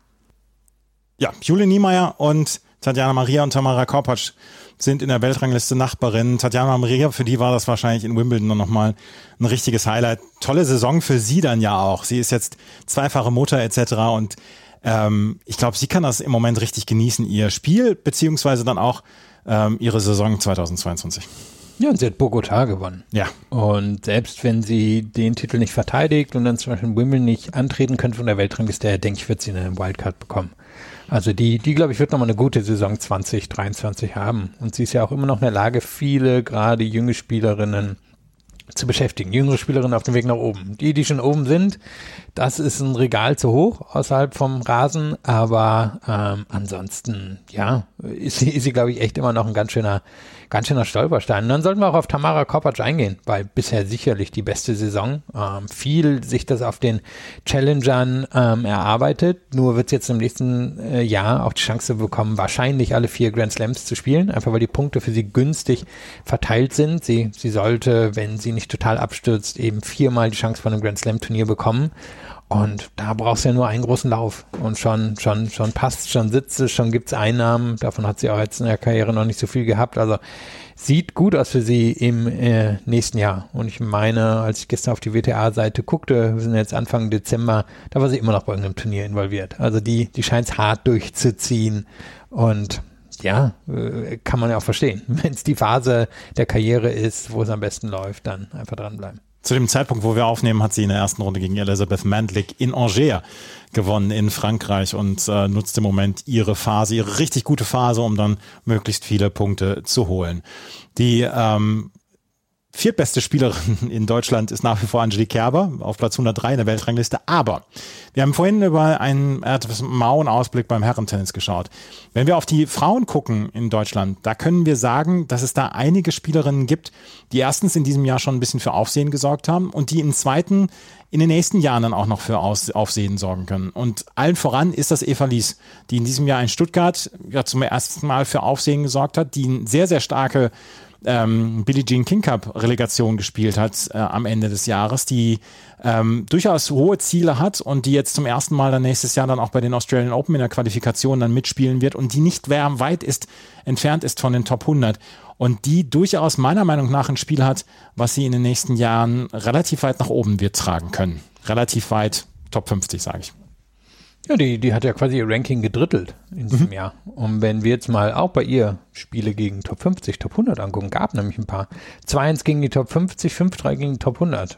Ja, Jule Niemeyer und Tatjana Maria und Tamara Korpatsch sind in der Weltrangliste Nachbarinnen. Tatjana Maria, für die war das wahrscheinlich in Wimbledon noch nochmal ein richtiges Highlight. Tolle Saison für sie dann ja auch. Sie ist jetzt zweifache Mutter et cetera und ähm, ich glaube, sie kann das im Moment richtig genießen, ihr Spiel, beziehungsweise dann auch ähm, ihre Saison zweitausendzweiundzwanzig. Ja, und sie hat Bogotá gewonnen. Ja. Und selbst wenn sie den Titel nicht verteidigt und dann zum Beispiel in Wimbledon nicht antreten könnte von der Weltrangliste her, denke ich, wird sie eine Wildcard bekommen. Also die, die glaube ich, wird nochmal eine gute Saison zwanzig dreiundzwanzig haben. Und sie ist ja auch immer noch in der Lage, viele, gerade junge Spielerinnen zu beschäftigen. Jüngere Spielerinnen auf dem Weg nach oben. Die, die schon oben sind, das ist ein Regal zu hoch außerhalb vom Rasen, aber ähm, ansonsten, ja, ist sie, ist sie, glaube ich, echt immer noch ein ganz schöner, ganz schöner Stolperstein. Und dann sollten wir auch auf Tamara Korpatsch eingehen, weil bisher sicherlich die beste Saison. Ähm, viel sich das auf den Challengern ähm, erarbeitet, nur wird es jetzt im nächsten äh, Jahr auch die Chance bekommen, wahrscheinlich alle vier Grand Slams zu spielen, einfach weil die Punkte für sie günstig verteilt sind. Sie, sie sollte, wenn sie nicht total abstürzt, eben viermal die Chance von einem Grand Slam Turnier bekommen. Und da brauchst du ja nur einen großen Lauf. Und schon, schon, schon passt, schon sitzt es, schon gibt's Einnahmen. Davon hat sie auch jetzt in der Karriere noch nicht so viel gehabt. Also sieht gut aus für sie im äh, nächsten Jahr. Und ich meine, als ich gestern auf die W T A-Seite guckte, wir sind jetzt Anfang Dezember, da war sie immer noch bei irgendeinem Turnier involviert. Also die, die scheint es hart durchzuziehen. Und ja, äh, kann man ja auch verstehen. Wenn es die Phase der Karriere ist, wo es am besten läuft, dann einfach dranbleiben. Zu dem Zeitpunkt, wo wir aufnehmen, hat sie in der ersten Runde gegen Elisabeth Mandlik in Angers gewonnen in Frankreich und äh, nutzt im Moment ihre Phase, ihre richtig gute Phase, um dann möglichst viele Punkte zu holen. Die ähm, viertbeste Spielerin in Deutschland ist nach wie vor Angelique Kerber auf Platz hundertdrei in der Weltrangliste. Aber wir haben vorhin über einen etwas mauen Ausblick beim Herrentennis geschaut. Wenn wir auf die Frauen gucken in Deutschland, da können wir sagen, dass es da einige Spielerinnen gibt, die erstens in diesem Jahr schon ein bisschen für Aufsehen gesorgt haben und die im zweiten in den nächsten Jahren dann auch noch für Aufsehen sorgen können. Und allen voran ist das Eva Lies, die in diesem Jahr in Stuttgart ja zum ersten Mal für Aufsehen gesorgt hat, die eine sehr, sehr starke Ähm, Billie Jean King Cup Relegation gespielt hat äh, am Ende des Jahres, die ähm, durchaus hohe Ziele hat und die jetzt zum ersten Mal dann nächstes Jahr dann auch bei den Australian Open in der Qualifikation dann mitspielen wird und die nicht weit ist, entfernt ist von den Top hundert und die durchaus meiner Meinung nach ein Spiel hat, was sie in den nächsten Jahren relativ weit nach oben wird tragen können. Relativ weit, Top fünfzig, sage ich. Ja, die, die hat ja quasi ihr Ranking gedrittelt in diesem mhm. Jahr. Und wenn wir jetzt mal auch bei ihr Spiele gegen Top fünfzig, Top hundert angucken, gab nämlich ein paar. zwei eins gegen die Top fünfzig, fünf drei gegen die Top hundert.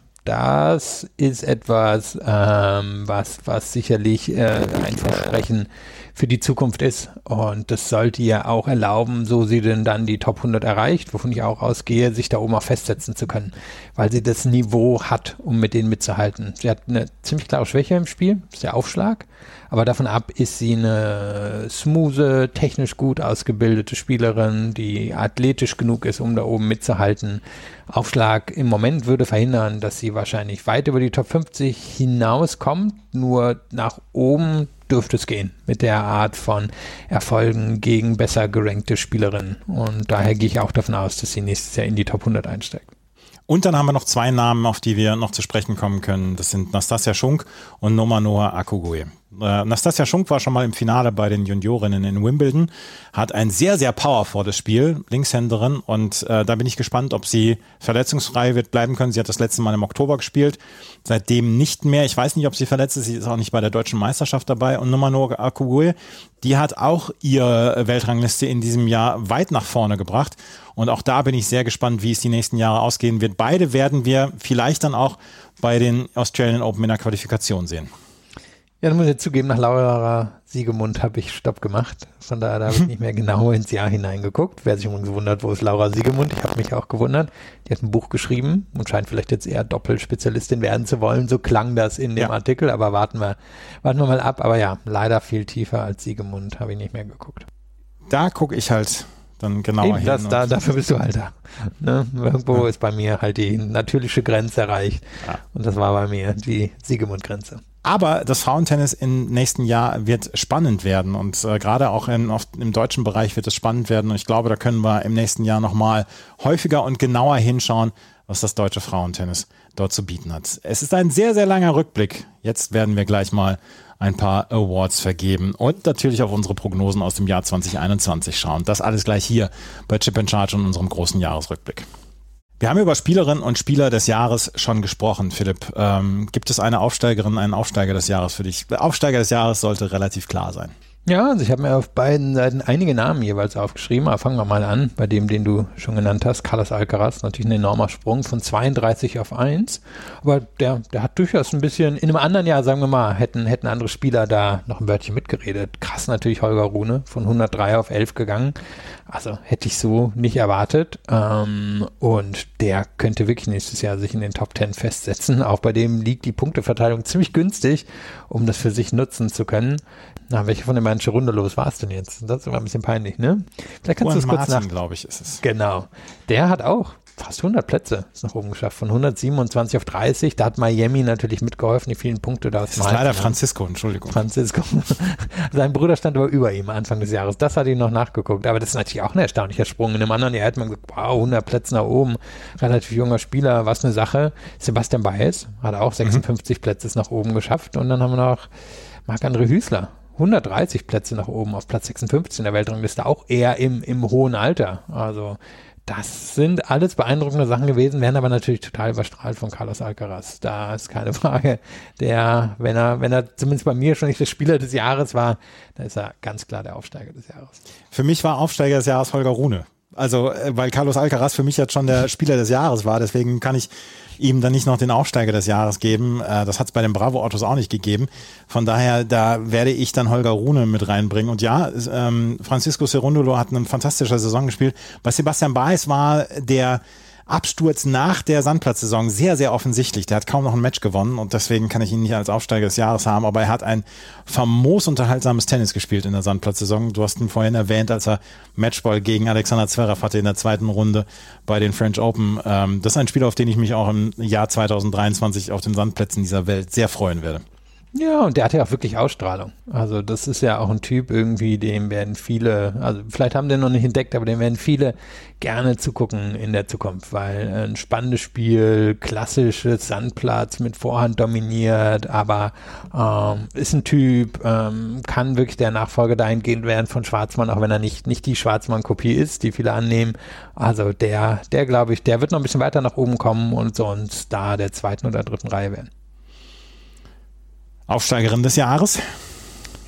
Das ist etwas, ähm, was, was sicherlich äh, ein Versprechen für die Zukunft ist. Und das sollte ihr auch erlauben, so sie denn dann die Top hundert erreicht, wovon ich auch ausgehe, sich da oben auch festsetzen zu können, weil sie das Niveau hat, um mit denen mitzuhalten. Sie hat eine ziemlich klare Schwäche im Spiel, das ist der Aufschlag. Aber davon ab ist sie eine smoothe, technisch gut ausgebildete Spielerin, die athletisch genug ist, um da oben mitzuhalten. Aufschlag im Moment würde verhindern, dass sie wahrscheinlich weit über die Top fünfzig hinauskommt. Nur nach oben dürfte es gehen mit der Art von Erfolgen gegen besser gerankte Spielerinnen. Und daher gehe ich auch davon aus, dass sie nächstes Jahr in die Top hundert einsteigt. Und dann haben wir noch zwei Namen, auf die wir noch zu sprechen kommen können. Das sind Nastassja Schunk und Nomanoa Akugwe. Äh, Nastassja Schunk war schon mal im Finale bei den Juniorinnen in Wimbledon, hat ein sehr, sehr powervolles Spiel, Linkshänderin, und äh, da bin ich gespannt, ob sie verletzungsfrei wird bleiben können. Sie hat das letzte Mal im Oktober gespielt, seitdem nicht mehr. Ich weiß nicht, ob sie verletzt ist, sie ist auch nicht bei der deutschen Meisterschaft dabei. Und Nomanoa Akugwe, die hat auch ihre Weltrangliste in diesem Jahr weit nach vorne gebracht. Und auch da bin ich sehr gespannt, wie es die nächsten Jahre ausgehen wird. Beide werden wir vielleicht dann auch bei den Australian Open in der Qualifikation sehen. Ja, dann muss ich zugeben, nach Laura Siegemund habe ich Stopp gemacht. Von daher habe ich nicht mehr genau ins Jahr hineingeguckt. Wer sich übrigens gewundert, wo ist Laura Siegemund? Ich habe mich auch gewundert. Die hat ein Buch geschrieben und scheint vielleicht jetzt eher Doppelspezialistin werden zu wollen. So klang das in dem ja. Artikel, aber warten wir, warten wir mal ab. Aber ja, leider viel tiefer als Siegemund habe ich nicht mehr geguckt. Da gucke ich halt dann genauer Eben, hin. Das, da, dafür bist du halt da. Ne? Irgendwo ja. ist bei mir halt die natürliche Grenze erreicht. Ja. Und das war bei mir die Siegemund-Grenze. Aber das Frauentennis im nächsten Jahr wird spannend werden und äh, gerade auch in, auf, im deutschen Bereich wird es spannend werden und ich glaube, da können wir im nächsten Jahr nochmal häufiger und genauer hinschauen, was das deutsche Frauentennis dort zu bieten hat. Es ist ein sehr, sehr langer Rückblick. Jetzt werden wir gleich mal ein paar Awards vergeben und natürlich auf unsere Prognosen aus dem Jahr zwanzig einundzwanzig schauen. Das alles gleich hier bei Chip and Charge und unserem großen Jahresrückblick. Wir haben über Spielerinnen und Spieler des Jahres schon gesprochen, Philipp. Ähm, gibt es eine Aufsteigerin, einen Aufsteiger des Jahres für dich? Der Aufsteiger des Jahres sollte relativ klar sein. Ja, also ich habe mir auf beiden Seiten einige Namen jeweils aufgeschrieben, aber fangen wir mal an, bei dem, den du schon genannt hast, Carlos Alcaraz, natürlich ein enormer Sprung von zweiunddreißig auf eins, aber der, der hat durchaus ein bisschen, in einem anderen Jahr, sagen wir mal, hätten, hätten andere Spieler da noch ein Wörtchen mitgeredet. Krass natürlich Holger Rune, von hundertdrei auf elf gegangen, also hätte ich so nicht erwartet, ähm, und der könnte wirklich nächstes Jahr sich in den Top Ten festsetzen, auch bei dem liegt die Punkteverteilung ziemlich günstig, um das für sich nutzen zu können. Na, welche von den manchen Runde los war es denn jetzt? Das ist immer ein bisschen peinlich, ne? Vielleicht kannst du es kurz nach... glaube ich, ist es. Genau. Der hat auch fast hundert Plätze ist nach oben geschafft, von hundertsiebenundzwanzig auf dreißig. Da hat Miami natürlich mitgeholfen, die vielen Punkte da. Das ist leider Francisco, Entschuldigung. Francisco. Sein Bruder stand aber über ihm Anfang des Jahres. Das hat ihn noch nachgeguckt. Aber das ist natürlich auch ein erstaunlicher Sprung. In einem anderen Jahr hätte man gesagt, wow, hundert Plätze nach oben. Relativ junger Spieler, was eine Sache. Sebastian Baez hat auch sechsundfünfzig mhm. Plätze nach oben geschafft. Und dann haben wir noch Marc-André Hüßler. hundertdreißig Plätze nach oben auf Platz sechsundfünfzig in der Weltrangliste, auch eher im, im hohen Alter. Also das sind alles beeindruckende Sachen gewesen, werden aber natürlich total überstrahlt von Carlos Alcaraz. Da ist keine Frage. Der, wenn er, wenn er zumindest bei mir schon nicht der Spieler des Jahres war, dann ist er ganz klar der Aufsteiger des Jahres. Für mich war Aufsteiger des Jahres Holger Rune. Also, weil Carlos Alcaraz für mich jetzt schon der Spieler des Jahres war, deswegen kann ich ihm dann nicht noch den Aufsteiger des Jahres geben. Das hat es bei den Bravo-Autos auch nicht gegeben. Von daher, da werde ich dann Holger Rune mit reinbringen. Und ja, ähm, Francisco Cerúndolo hat eine fantastische Saison gespielt. Bei Sebastian Baez war der Absturz nach der Sandplatzsaison sehr, sehr offensichtlich. Der hat kaum noch ein Match gewonnen und deswegen kann ich ihn nicht als Aufsteiger des Jahres haben, aber er hat ein famos unterhaltsames Tennis gespielt in der Sandplatzsaison. Du hast ihn vorhin erwähnt, als er Matchball gegen Alexander Zverev hatte in der zweiten Runde bei den French Open. Das ist ein Spieler, auf den ich mich auch im Jahr zwanzig dreiundzwanzig auf den Sandplätzen dieser Welt sehr freuen werde. Ja, und der hat ja auch wirklich Ausstrahlung. Also das ist ja auch ein Typ irgendwie, dem werden viele, also vielleicht haben den noch nicht entdeckt, aber dem werden viele gerne zugucken in der Zukunft, weil ein spannendes Spiel, klassisches Sandplatz mit Vorhand dominiert, aber ähm, ist ein Typ, ähm, kann wirklich der Nachfolger dahingehend werden von Schwarzmann, auch wenn er nicht, nicht die Schwarzmann-Kopie ist, die viele annehmen. Also der, der glaube ich, der wird noch ein bisschen weiter nach oben kommen und so ein Star der zweiten oder dritten Reihe werden. Aufsteigerin des Jahres?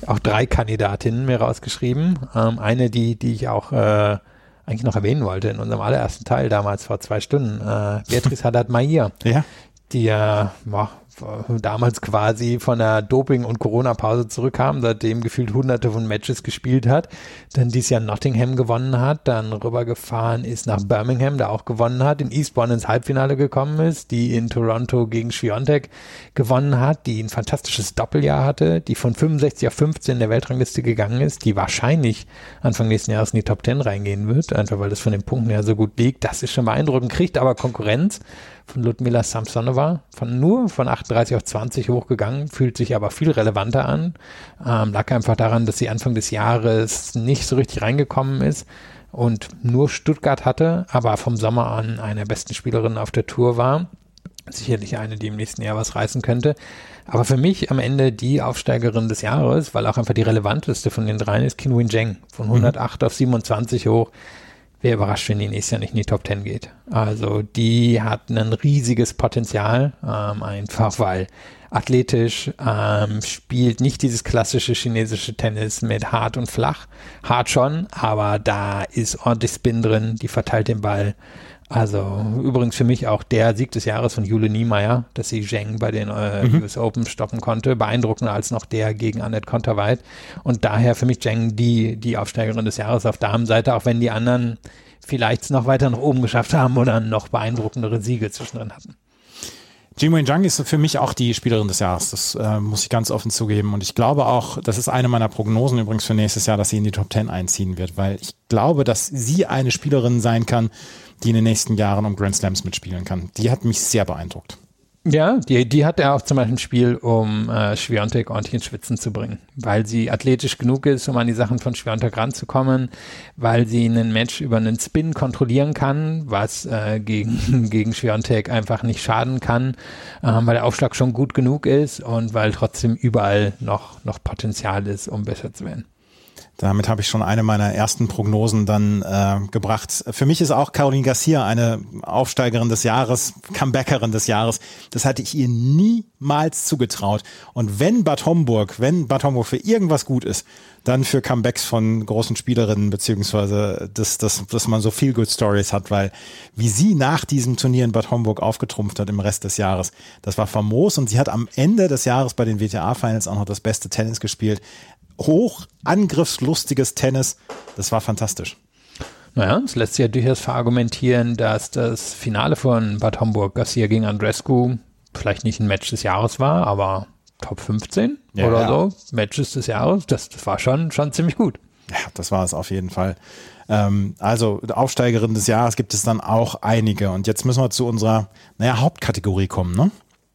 auch drei Kandidatinnen mir rausgeschrieben. Ähm, eine, die, die ich auch äh, eigentlich noch erwähnen wollte in unserem allerersten Teil damals vor zwei Stunden. Äh, Beatriz Haddad-Maia. Ja. Die ja äh, damals quasi von der Doping- und Corona-Pause zurückkam, seitdem gefühlt hunderte von Matches gespielt hat, dann dieses Jahr Nottingham gewonnen hat, dann rübergefahren ist nach Birmingham, da auch gewonnen hat, in Eastbourne ins Halbfinale gekommen ist, die in Toronto gegen Swiatek gewonnen hat, die ein fantastisches Doppeljahr hatte, die von fünfundsechzig auf fünfzehn in der Weltrangliste gegangen ist, die wahrscheinlich Anfang nächsten Jahres in die Top zehn reingehen wird, einfach weil das von den Punkten her so gut liegt. Das ist schon beeindruckend, kriegt aber Konkurrenz von Ludmila Samsonova, von nur von achtunddreißig auf zwanzig hochgegangen, fühlt sich aber viel relevanter an. Ähm, lag einfach daran, dass sie Anfang des Jahres nicht so richtig reingekommen ist und nur Stuttgart hatte, aber vom Sommer an eine der besten Spielerinnen auf der Tour war. Sicherlich eine, die im nächsten Jahr was reißen könnte. Aber für mich am Ende die Aufsteigerin des Jahres, weil auch einfach die relevanteste von den dreien ist, Qinwen Zheng, von hundertacht mhm. auf siebenundzwanzig hoch. Wäre überrascht, wenn die nächstes Jahr nicht in die Top zehn geht. Also die hat ein riesiges Potenzial, ähm, einfach weil athletisch, ähm, spielt nicht dieses klassische chinesische Tennis mit hart und flach. Hart schon, aber da ist ordentlich Spin drin, die verteilt den Ball. Also übrigens für mich auch der Sieg des Jahres von Jule Niemeyer, dass sie Zheng bei den äh, mhm. U S Open stoppen konnte. Beeindruckender als noch der gegen Annette Konterweit. Und daher für mich Zheng die, die Aufsteigerin des Jahres auf Damenseite, auch wenn die anderen vielleicht es noch weiter nach oben geschafft haben oder noch beeindruckendere Siege zwischendrin hatten. Qinwen Zheng ist für mich auch die Spielerin des Jahres, das äh, muss ich ganz offen zugeben. Und ich glaube auch, das ist eine meiner Prognosen übrigens für nächstes Jahr, dass sie in die Top zehn einziehen wird, weil ich glaube, dass sie eine Spielerin sein kann, die in den nächsten Jahren um Grand Slams mitspielen kann. Die hat mich sehr beeindruckt. Ja, die, die hat er auch zum Beispiel ein Spiel, um äh, Swiatek ordentlich ins Schwitzen zu bringen, weil sie athletisch genug ist, um an die Sachen von Swiatek ranzukommen, weil sie einen Match über einen Spin kontrollieren kann, was äh, gegen, gegen Swiatek einfach nicht schaden kann, äh, weil der Aufschlag schon gut genug ist und weil trotzdem überall noch, noch Potenzial ist, um besser zu werden. Damit habe ich schon eine meiner ersten Prognosen dann äh, gebracht. Für mich ist auch Caroline Garcia eine Aufsteigerin des Jahres, Comebackerin des Jahres. Das hatte ich ihr niemals zugetraut. Und wenn Bad Homburg, wenn Bad Homburg für irgendwas gut ist, dann für Comebacks von großen Spielerinnen, beziehungsweise dass, dass, dass man so viel Good Stories hat, weil wie sie nach diesem Turnier in Bad Homburg aufgetrumpft hat im Rest des Jahres, das war famos. Und sie hat am Ende des Jahres bei den W T A-Finals auch noch das beste Tennis gespielt. Hoch angriffslustiges Tennis, das war fantastisch. Naja, es lässt sich ja durchaus verargumentieren, dass das Finale von Bad Homburg, Garcia gegen Andreescu, vielleicht nicht ein Match des Jahres war, aber Top fünfzehn ja, oder ja. so, Matches des Jahres, das, das war schon, schon ziemlich gut. Ja, das war es auf jeden Fall. Ähm, also Aufsteigerin des Jahres gibt es dann auch einige. Und jetzt müssen wir zu unserer, naja, Hauptkategorie kommen, ne?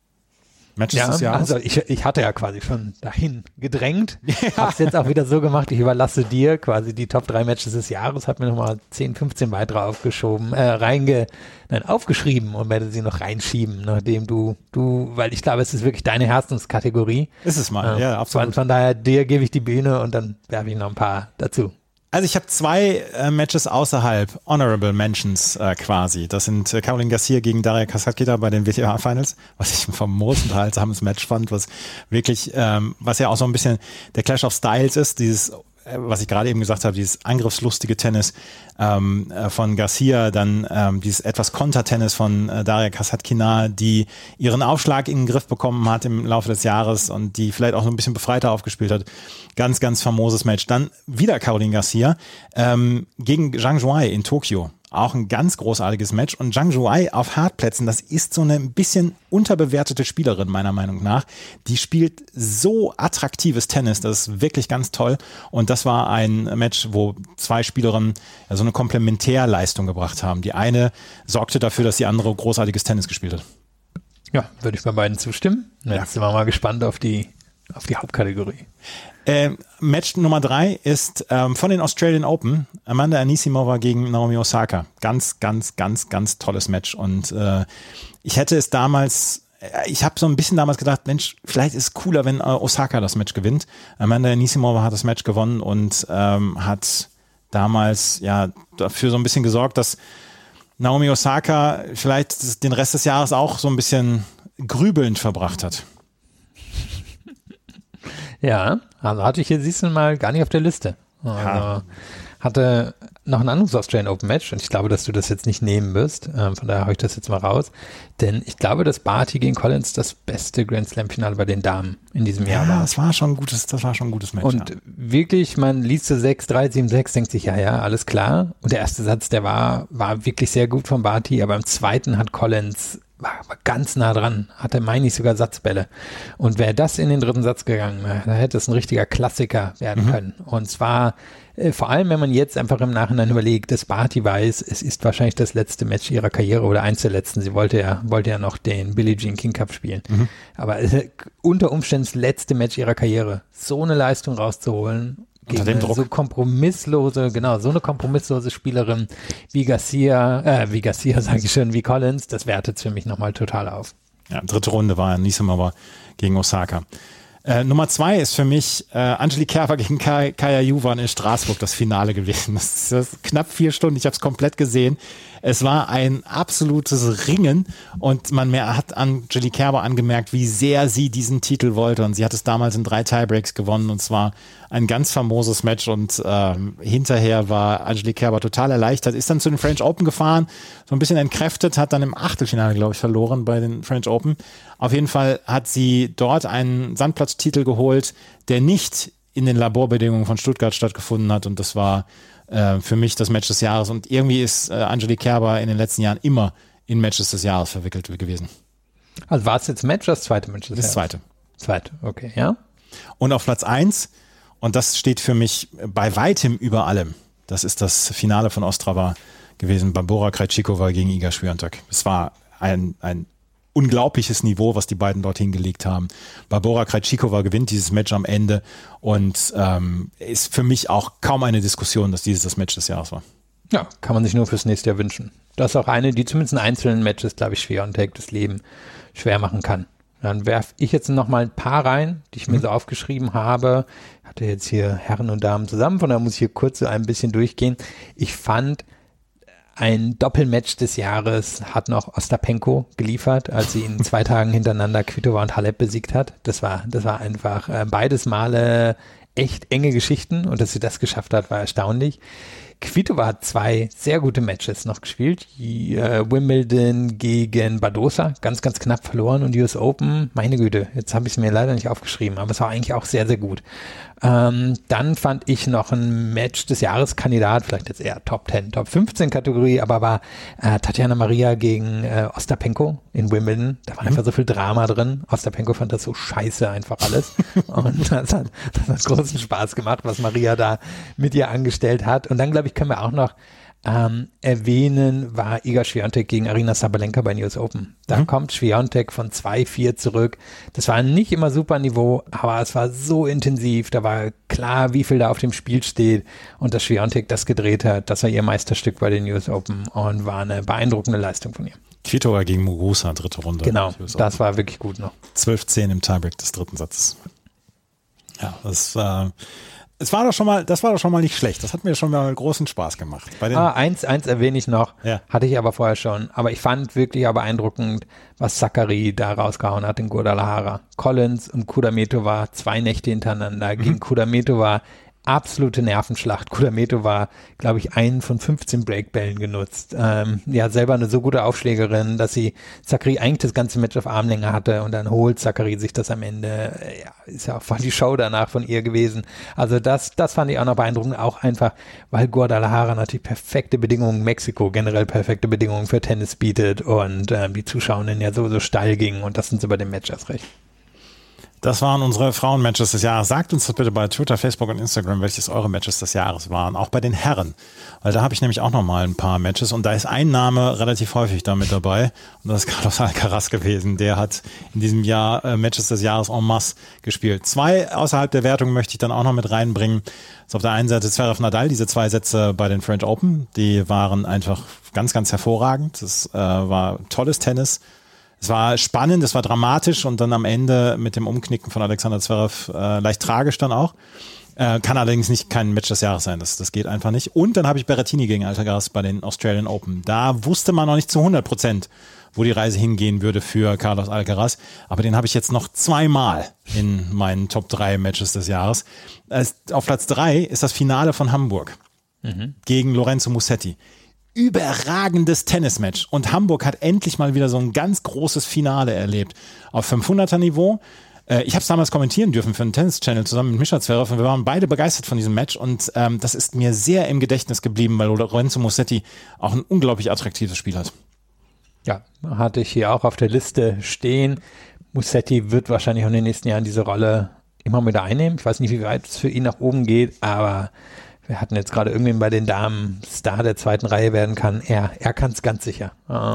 Matches ja, des Jahres? Also ich, ich hatte ja quasi schon dahin gedrängt. Ja. Hab's jetzt auch wieder so gemacht, ich überlasse dir quasi die Top drei Matches des Jahres, hab mir nochmal zehn, fünfzehn weitere aufgeschoben, äh, reinge, nein, aufgeschrieben und werde sie noch reinschieben, nachdem du, du, weil ich glaube, es ist wirklich deine Herzenskategorie. Ist es mal, äh, ja, absolut. Von, von daher, dir gebe ich die Bühne und dann werfe ich noch ein paar dazu. Also ich habe zwei äh, Matches außerhalb, Honorable Mentions äh, quasi. Das sind äh, Caroline Garcia gegen Daria Kasatkina bei den W T A-Finals, was ich ein famos unterhaltsames Match fand, was wirklich, ähm, was ja auch so ein bisschen der Clash of Styles ist, dieses, äh, was ich gerade eben gesagt habe, dieses angriffslustige Tennis ähm, äh, von Garcia, dann ähm, dieses etwas Kontertennis von äh, Daria Kasatkina, die ihren Aufschlag in den Griff bekommen hat im Laufe des Jahres und die vielleicht auch so ein bisschen befreiter aufgespielt hat. Ganz, ganz famoses Match. Dann wieder Caroline Garcia ähm, gegen Zhang Zhuai in Tokio. Auch ein ganz großartiges Match. Und Zhang Zhuai auf Hartplätzen, das ist so eine ein bisschen unterbewertete Spielerin meiner Meinung nach. Die spielt so attraktives Tennis, das ist wirklich ganz toll. Und das war ein Match, wo zwei Spielerinnen so eine Komplementärleistung gebracht haben. Die eine sorgte dafür, dass die andere großartiges Tennis gespielt hat. Ja, würde ich bei beiden zustimmen. Jetzt ja. sind wir mal gespannt auf die, auf die Hauptkategorie. Äh, Match Nummer drei ist ähm, von den Australian Open, Amanda Anisimova gegen Naomi Osaka. Ganz, ganz, ganz, ganz tolles Match. Und äh, ich hätte es damals, ich habe so ein bisschen damals gedacht, Mensch, vielleicht ist es cooler, wenn äh, Osaka das Match gewinnt. Amanda Anisimova hat das Match gewonnen und ähm, hat damals ja dafür so ein bisschen gesorgt, dass Naomi Osaka vielleicht den Rest des Jahres auch so ein bisschen grübelnd verbracht hat. Ja, also hatte ich hier, siehst du mal, gar nicht auf der Liste. Also Ja. hatte noch ein anderes Australian Open Match und ich glaube, dass du das jetzt nicht nehmen wirst. Ähm, von daher habe ich das jetzt mal raus. Denn ich glaube, dass Barty gegen Collins das beste Grand Slam Finale bei den Damen in diesem Jahr Ja, war. das war schon ein gutes, das war schon ein gutes Match. Und ja. wirklich, man liest so sechs drei, sieben sechs, denkt sich, ja, ja, alles klar. Und der erste Satz, der war, war wirklich sehr gut von Barty, aber im zweiten hat Collins, war, war ganz nah dran, hatte, meine ich, sogar Satzbälle. Und wäre das in den dritten Satz gegangen, da hätte es ein richtiger Klassiker werden mhm. können. Und zwar, äh, vor allem, wenn man jetzt einfach im Nachhinein überlegt, dass Barty weiß, es ist wahrscheinlich das letzte Match ihrer Karriere oder eins der letzten. Sie wollte ja, wollte ja noch den Billie Jean King Cup spielen. Mhm. Aber äh, unter Umständen das letzte Match ihrer Karriere, so eine Leistung rauszuholen, unter dem Druck. So kompromisslose, genau, so eine kompromisslose Spielerin wie Garcia, äh, wie Garcia sage ich schon, wie Collins, das wertet für mich nochmal total auf. Ja, dritte Runde war Nisimova gegen Osaka. Äh, Nummer zwei ist für mich äh, Angelique Kerber gegen Ka- Kaya Juvan in Straßburg, das Finale gewesen. Das ist, das ist knapp vier Stunden, ich habe es komplett gesehen. Es war ein absolutes Ringen und man mehr hat Angelique Kerber angemerkt, wie sehr sie diesen Titel wollte und sie hat es damals in drei Tiebreaks gewonnen und zwar ein ganz famoses Match und ähm, hinterher war Angelique Kerber total erleichtert, ist dann zu den French Open gefahren, so ein bisschen entkräftet, hat dann im Achtelfinale, glaube ich, verloren bei den French Open. Auf jeden Fall hat sie dort einen Sandplatztitel geholt, der nicht in den Laborbedingungen von Stuttgart stattgefunden hat und das war äh, für mich das Match des Jahres und irgendwie ist äh, Angelique Kerber in den letzten Jahren immer in Matches des Jahres verwickelt gewesen. Also war es jetzt Match oder das zweite Match des Das Jahres? zweite. Zweite, okay, ja. Und auf Platz eins, und das steht für mich bei weitem über allem, das ist das Finale von Ostrava gewesen, Barbora Krejcikova gegen Iga Swiatek. Es war ein, ein unglaubliches Niveau, was die beiden dort hingelegt haben. Barbora Krejcikova gewinnt dieses Match am Ende und ähm, ist für mich auch kaum eine Diskussion, dass dieses das Match des Jahres war. Ja, kann man sich nur fürs nächste Jahr wünschen. Das ist auch eine, die zumindest in einzelnen Matches, glaube ich, Swiatek das Leben schwer machen kann. Dann werfe ich jetzt noch mal ein paar rein, die ich mir mhm. so aufgeschrieben habe. Ich hatte jetzt hier Herren und Damen zusammen, von daher muss ich hier kurz so ein bisschen durchgehen. Ich fand, ein Doppelmatch des Jahres hat noch Ostapenko geliefert, als sie in zwei Tagen hintereinander Kvitova und Halep besiegt hat. Das war, das war einfach äh, beides Male echt enge Geschichten und dass sie das geschafft hat, war erstaunlich. Kvitova hat zwei sehr gute Matches noch gespielt. Die, äh, Wimbledon gegen Badosa, ganz, ganz knapp verloren und U S Open, meine Güte, jetzt habe ich es mir leider nicht aufgeschrieben, aber es war eigentlich auch sehr, sehr gut. Ähm, dann fand ich noch ein Match des Jahreskandidat, vielleicht jetzt eher Top zehn, Top fünfzehn Kategorie, aber war äh, Tatjana Maria gegen äh, Ostapenko in Wimbledon. Da war mhm. einfach so viel Drama drin. Ostapenko fand das so scheiße einfach alles. Und das hat, das hat großen Spaß gemacht, was Maria da mit ihr angestellt hat. Und dann, glaube ich, können wir auch noch ähm, erwähnen, war Iga Swiatek gegen Aryna Sabalenka bei den U S Open. Da mhm. kommt Swiatek von zwei vier zurück. Das war nicht immer super Niveau, aber es war so intensiv. Da war klar, wie viel da auf dem Spiel steht und dass Swiatek das gedreht hat. Das war ihr Meisterstück bei den U S Open und war eine beeindruckende Leistung von ihr. Kvitova gegen Muguruza, dritte Runde. Genau, das war wirklich gut noch. zwölf zehn im Tiebreak des dritten Satzes. Ja, das äh, Es war doch schon mal, das war doch schon mal nicht schlecht. Das hat mir schon mal großen Spaß gemacht. Bei den ah, eins, eins erwähne ich noch. Ja. Hatte ich aber vorher schon. Aber ich fand wirklich auch beeindruckend, was Zachary da rausgehauen hat in Guadalajara. Collins und Kudermetova, zwei Nächte hintereinander. Mhm. Gegen Kudermetova absolute Nervenschlacht. Kudermetova, glaube ich, einen von fünfzehn Breakbällen genutzt. Ähm, ja, selber eine so gute Aufschlägerin, dass sie Zachary eigentlich das ganze Match auf Armlänge hatte und dann holt Zachary sich das am Ende. Ja, ist ja auch voll die Show danach von ihr gewesen. Also das, das fand ich auch noch beeindruckend, auch einfach, weil Guadalajara natürlich perfekte Bedingungen, Mexiko generell perfekte Bedingungen für Tennis bietet und ähm, die Zuschauerinnen ja so, so steil gingen und das sind sie bei dem Match erst recht. Das waren unsere Frauenmatches des Jahres. Sagt uns das bitte bei Twitter, Facebook und Instagram, welches eure Matches des Jahres waren. Auch bei den Herren. Weil da habe ich nämlich auch noch mal ein paar Matches. Und da ist ein Name relativ häufig da mit dabei. Und das ist Carlos Alcaraz gewesen. Der hat in diesem Jahr äh, Matches des Jahres en masse gespielt. Zwei außerhalb der Wertung möchte ich dann auch noch mit reinbringen. Das ist auf der einen Seite Zverev Nadal, diese zwei Sätze bei den French Open. Die waren einfach ganz, ganz hervorragend. Das äh, war tolles Tennis. Es war spannend, es war dramatisch und dann am Ende mit dem Umknicken von Alexander Zverev äh, leicht tragisch dann auch. Äh, kann allerdings nicht kein Match des Jahres sein, das, das geht einfach nicht. Und dann habe ich Berrettini gegen Alcaraz bei den Australian Open. Da wusste man noch nicht zu hundert Prozent, wo die Reise hingehen würde für Carlos Alcaraz. Aber den habe ich jetzt noch zweimal in meinen Top drei Matches des Jahres. Auf Platz drei ist das Finale von Hamburg mhm. gegen Lorenzo Musetti. Überragendes Tennismatch. Und Hamburg hat endlich mal wieder so ein ganz großes Finale erlebt. Auf fünfhunderter Niveau. Ich habe es damals kommentieren dürfen für einen Tennis-Channel zusammen mit Mischa Zverev und wir waren beide begeistert von diesem Match und ähm, das ist mir sehr im Gedächtnis geblieben, weil Lorenzo Musetti auch ein unglaublich attraktives Spiel hat. Ja, hatte ich hier auch auf der Liste stehen. Musetti wird wahrscheinlich auch in den nächsten Jahren diese Rolle immer wieder einnehmen. Ich weiß nicht, wie weit es für ihn nach oben geht, aber wir hatten jetzt gerade irgendwen bei den Damen Star der zweiten Reihe werden kann. Er, er kann es ganz sicher.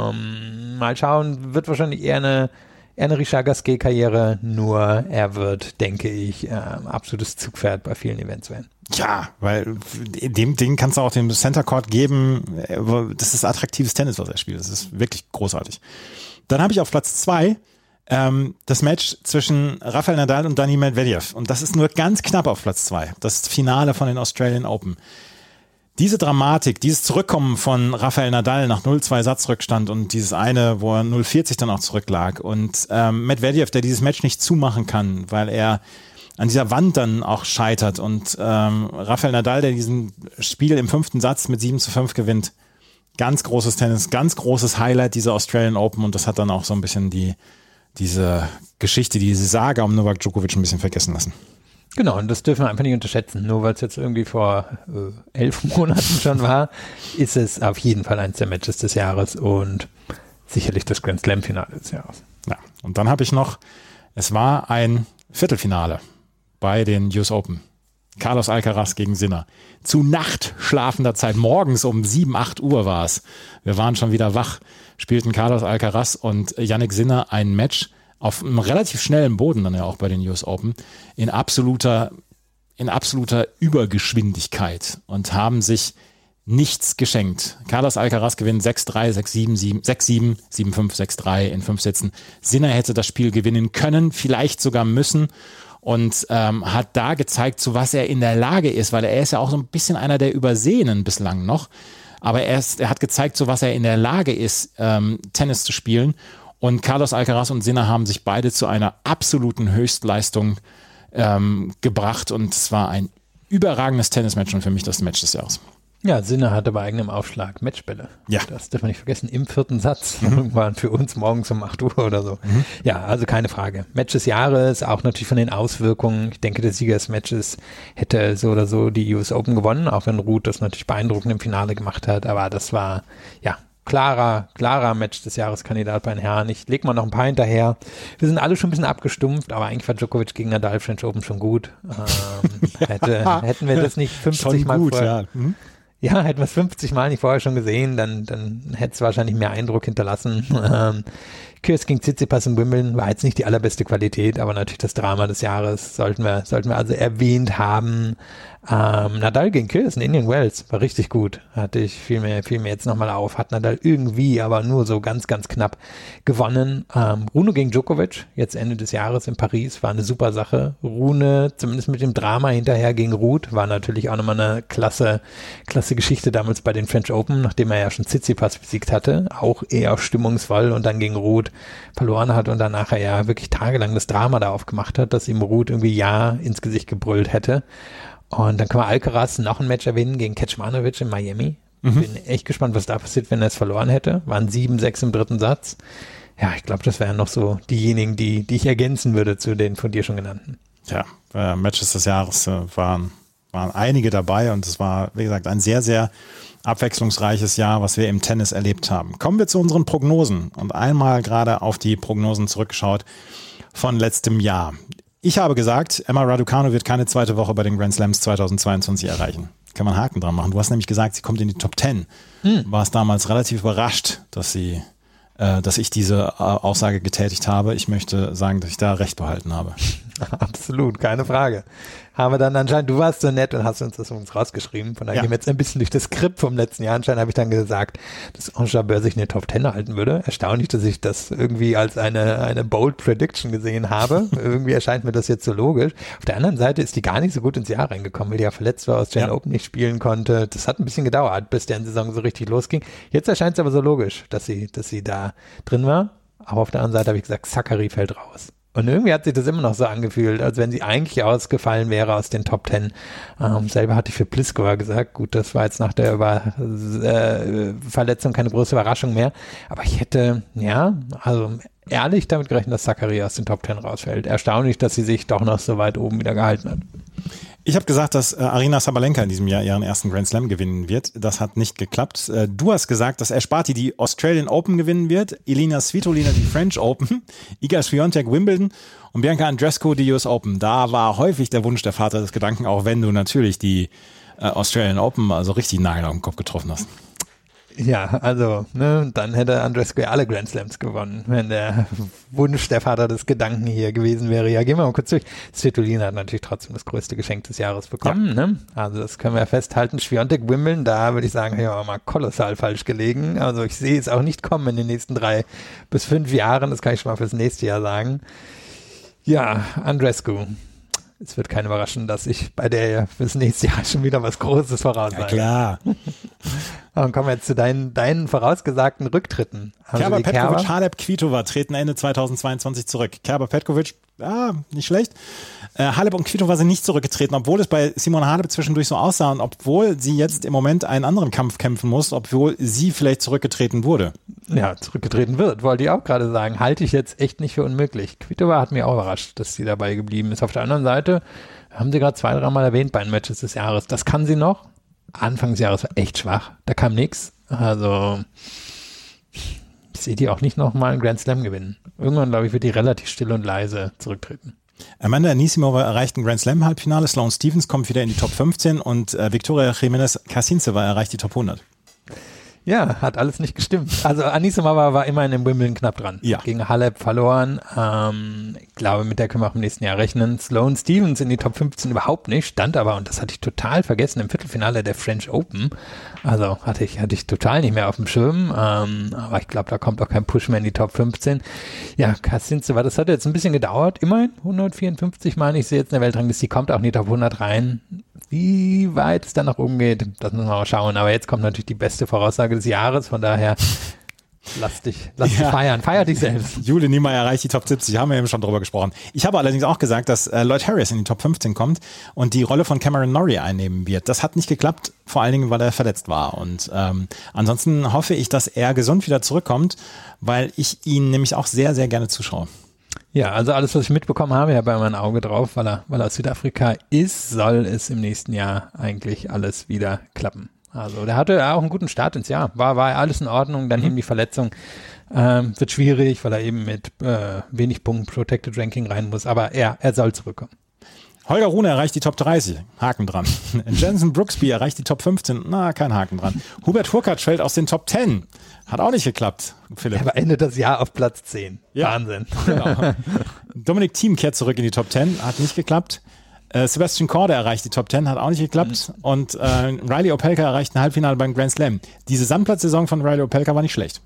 Ähm, mal schauen, wird wahrscheinlich eher eine eine Richard Gasquet-Karriere, nur er wird, denke ich, äh, absolutes Zugpferd bei vielen Events werden. Ja, weil dem Ding kannst du auch dem Center Court geben. Das ist attraktives Tennis, was er spielt. Das ist wirklich großartig. Dann habe ich auf Platz zwei ähm, das Match zwischen Rafael Nadal und Dani Medvedev. Und das ist nur ganz knapp auf Platz zwei. Das Finale von den Australian Open. Diese Dramatik, dieses Zurückkommen von Rafael Nadal nach null zwei Satzrückstand und dieses eine, wo er null vierzig dann auch zurücklag und ähm, Medvedev, der dieses Match nicht zumachen kann, weil er an dieser Wand dann auch scheitert und ähm, Rafael Nadal, der diesen Spiel im fünften Satz mit sieben zu fünf gewinnt. Ganz großes Tennis, ganz großes Highlight dieser Australian Open und das hat dann auch so ein bisschen die diese Geschichte, diese Saga um Novak Djokovic ein bisschen vergessen lassen. Genau, und das dürfen wir einfach nicht unterschätzen. Nur weil es jetzt irgendwie vor äh, elf Monaten schon war, ist es auf jeden Fall eins der Matches des Jahres und sicherlich das Grand Slam-Finale des Jahres. Ja, und dann habe ich noch, es war ein Viertelfinale bei den U S Open. Carlos Alcaraz gegen Sinner. Zu nachtschlafender Zeit, morgens um sieben, acht Uhr war es. Wir waren schon wieder wach, spielten Carlos Alcaraz und Jannik Sinner ein Match auf einem relativ schnellen Boden dann ja auch bei den U S Open, in absoluter, in absoluter Übergeschwindigkeit und haben sich nichts geschenkt. Carlos Alcaraz gewinnt sechs drei, sechs sieben, sechs sieben, sieben fünf, sechs drei in fünf Sätzen. Sinner hätte das Spiel gewinnen können, vielleicht sogar müssen und ähm, hat da gezeigt, zu was er in der Lage ist, weil er ist ja auch so ein bisschen einer der Übersehenen bislang noch, aber er, ist, er hat gezeigt, zu was er in der Lage ist, ähm, Tennis zu spielen. Und Carlos Alcaraz und Sinner haben sich beide zu einer absoluten Höchstleistung ähm, gebracht und es war ein überragendes Tennismatch und für mich das Match des Jahres. Ja, Sinner hatte bei eigenem Aufschlag Matchbälle. Ja. Das darf man nicht vergessen, im vierten Satz. Mhm. Irgendwann für uns morgens um acht Uhr oder so. Mhm. Ja, also keine Frage. Match des Jahres, auch natürlich von den Auswirkungen. Ich denke, der Sieger des Matches hätte so oder so die U S Open gewonnen, auch wenn Ruth das natürlich beeindruckend im Finale gemacht hat. Aber das war, ja, klarer, klarer Match des Jahreskandidat bei den Herren. Ich leg mal noch ein paar hinterher. Wir sind alle schon ein bisschen abgestumpft, aber eigentlich war Djokovic gegen Nadal French Open schon gut. Ähm, ja. hätte, hätten wir das nicht fünfzig Mal gut, vorher, ja. Mhm. ja, hätten wir es fünfzig Mal nicht vorher schon gesehen, dann, dann hätte es wahrscheinlich mehr Eindruck hinterlassen. Ähm, Kyrgios gegen Tsitsipas in Wimbledon war jetzt nicht die allerbeste Qualität, aber natürlich das Drama des Jahres sollten wir, sollten wir also erwähnt haben. Ähm, Nadal gegen Kyrgios in Indian Wells war richtig gut. Hatte ich viel mehr, viel mehr jetzt nochmal auf. Hat Nadal irgendwie, aber nur so ganz, ganz knapp gewonnen. Ähm, Rune gegen Djokovic, jetzt Ende des Jahres in Paris, war eine super Sache. Rune, zumindest mit dem Drama hinterher gegen Ruth, war natürlich auch nochmal eine klasse, klasse Geschichte damals bei den French Open, nachdem er ja schon Tsitsipas besiegt hatte. Auch eher stimmungsvoll und dann gegen Ruth verloren hat und dann nachher ja wirklich tagelang das Drama da aufgemacht hat, dass ihm Ruth irgendwie ja ins Gesicht gebrüllt hätte. Und dann können wir Alcaraz noch ein Match erwähnen gegen Kecmanovic in Miami. Mhm. Bin echt gespannt, was da passiert, wenn er es verloren hätte. Waren sieben sechs im dritten Satz. Ja, ich glaube, das wären noch so diejenigen, die, die ich ergänzen würde zu den von dir schon genannten. Ja, äh, Matches des Jahres äh, waren, waren einige dabei und es war, wie gesagt, ein sehr, sehr abwechslungsreiches Jahr, was wir im Tennis erlebt haben. Kommen wir zu unseren Prognosen und einmal gerade auf die Prognosen zurückgeschaut von letztem Jahr. Ich habe gesagt, Emma Raducanu wird keine zweite Woche bei den Grand Slams zweitausendzweiundzwanzig erreichen. Kann man einen Haken dran machen. Du hast nämlich gesagt, sie kommt in die Top Ten. Hm. Du warst damals relativ überrascht, dass sie, äh, dass ich diese äh, Aussage getätigt habe. Ich möchte sagen, dass ich da recht behalten habe. Absolut, keine Frage. Haben wir dann anscheinend, du warst so nett und hast uns das uns rausgeschrieben. Von daher Ja. gehen wir jetzt ein bisschen durch das Skript vom letzten Jahr. Anscheinend habe ich dann gesagt, dass Anjabeur sich in der Top Ten halten würde. Erstaunlich, dass ich das irgendwie als eine, eine bold Prediction gesehen habe. Irgendwie erscheint mir das jetzt so logisch. Auf der anderen Seite ist die gar nicht so gut ins Jahr reingekommen, weil die ja verletzt war, aus Australian Ja. Open nicht spielen konnte. Das hat ein bisschen gedauert, bis deren Saison so richtig losging. Jetzt erscheint es aber so logisch, dass sie, dass sie da drin war. Aber auf der anderen Seite habe ich gesagt, Zachary fällt raus. Und irgendwie hat sich das immer noch so angefühlt, als wenn sie eigentlich ausgefallen wäre aus den Top Ten. Ähm, selber hatte ich für Pliskova gesagt, gut, das war jetzt nach der Über äh, Verletzung keine große Überraschung mehr. Aber ich hätte, ja, also ehrlich damit gerechnet, dass Zachary aus den Top Ten rausfällt. Erstaunlich, dass sie sich doch noch so weit oben wieder gehalten hat. Ich habe gesagt, dass äh, Aryna Sabalenka in diesem Jahr ihren ersten Grand Slam gewinnen wird. Das hat nicht geklappt. Äh, du hast gesagt, dass Esparti die Australian Open gewinnen wird, Elina Svitolina die French Open, Iga Swiatek Wimbledon und Bianca Andreescu die U S Open. Da war häufig der Wunsch der Vater des Gedanken, auch wenn du natürlich die äh, Australian Open also richtig Nagel auf den Kopf getroffen hast. Ja, also, ne, dann hätte Andreescu alle Grand Slams gewonnen, wenn der Wunsch der Vater des Gedanken hier gewesen wäre. Ja, gehen wir mal kurz durch. Svitolina hat natürlich trotzdem das größte Geschenk des Jahres bekommen, ja. ne? Also das können wir festhalten. Swiatek Wimbledon, da würde ich sagen, ja, auch mal kolossal falsch gelegen. Also ich sehe es auch nicht kommen in den nächsten drei bis fünf Jahren. Das kann ich schon mal fürs nächste Jahr sagen. Ja, Andreescu. Es wird keinen überraschen, dass ich bei der fürs nächste Jahr schon wieder was Großes voraussage. Ja, klar. Dann kommen wir jetzt zu deinen, deinen vorausgesagten Rücktritten. Also Kerber, die Petkovic, Kerber- Halep, Kvitova treten Ende zweitausendzweiundzwanzig zurück. Kerber, Petkovic, ja, nicht schlecht. Äh, Halep und Kvitova sind nicht zurückgetreten, obwohl es bei Simona Halep zwischendurch so aussah und obwohl sie jetzt im Moment einen anderen Kampf kämpfen muss, obwohl sie vielleicht zurückgetreten wurde. Ja, zurückgetreten wird, wollte ich auch gerade sagen. Halte ich jetzt echt nicht für unmöglich. Kvitova hat mich auch überrascht, dass sie dabei geblieben ist. Auf der anderen Seite haben sie gerade zwei, dreimal erwähnt bei den Matches des Jahres. Das kann sie noch. Anfang des Jahres war echt schwach. Da kam nichts. Also ich sehe die auch nicht nochmal einen Grand Slam gewinnen. Irgendwann, glaube ich, wird die relativ still und leise zurücktreten. Amanda Anisimova erreicht ein Grand Slam Halbfinale, Sloane Stephens kommt wieder in die Top fünfzehn und äh, Victoria Jiménez Kasintseva erreicht die Top hundert. Ja, hat alles nicht gestimmt. Also Anisimova war immerhin im Wimbledon knapp dran. Ja. Gegen Halep verloren. Ähm, ich glaube, mit der können wir auch im nächsten Jahr rechnen. Sloane Stephens in die Top fünfzehn überhaupt nicht, stand aber, und das hatte ich total vergessen, im Viertelfinale der French Open. Also hatte ich, hatte ich total nicht mehr auf dem Schirm. Ähm, aber ich glaube, da kommt auch kein Push mehr in die Top fünfzehn. Ja, Kasintseva, das hat jetzt ein bisschen gedauert. Immerhin hundertvierundfünfzig, meine ich, sehe jetzt in der Weltrangliste. Die kommt auch in die Top hundert rein. Wie weit es dann nach oben geht, das müssen wir mal schauen. Aber jetzt kommt natürlich die beste Voraussage des Jahres, von daher lass dich, lass dich Ja. feiern, feier dich selbst. Jule Niemeyer erreicht die Top siebzig, haben wir eben schon drüber gesprochen. Ich habe allerdings auch gesagt, dass äh, Lloyd Harris in die Top fünfzehn kommt und die Rolle von Cameron Norrie einnehmen wird. Das hat nicht geklappt, vor allen Dingen, weil er verletzt war. Und ähm, ansonsten hoffe ich, dass er gesund wieder zurückkommt, weil ich ihn nämlich auch sehr, sehr gerne zuschaue. Ja, also alles, was ich mitbekommen habe, ich habe ja mein Auge drauf, weil er, weil er aus Südafrika ist, soll es im nächsten Jahr eigentlich alles wieder klappen. Also der hatte auch einen guten Start ins Jahr, war, war alles in Ordnung, dann mhm. eben die Verletzung, ähm, wird schwierig, weil er eben mit äh, wenig Punkten Protected Ranking rein muss, aber er, er soll zurückkommen. Holger Rune erreicht die Top dreißig, Haken dran. Jensen Brooksby erreicht die Top fünfzehn, na, kein Haken dran. Hubert Hurkacz fällt aus den Top zehn, hat auch nicht geklappt, Philipp. Er beendet das Jahr auf Platz zehn, Ja, Wahnsinn. Genau. Dominik Thiem kehrt zurück in die Top zehn, hat nicht geklappt. Äh, Sebastian Korda erreicht die Top zehn, hat auch nicht geklappt. Mhm. Und äh, Riley Opelka erreicht ein Halbfinale beim Grand Slam. Diese Sandplatzsaison von Riley Opelka war nicht schlecht.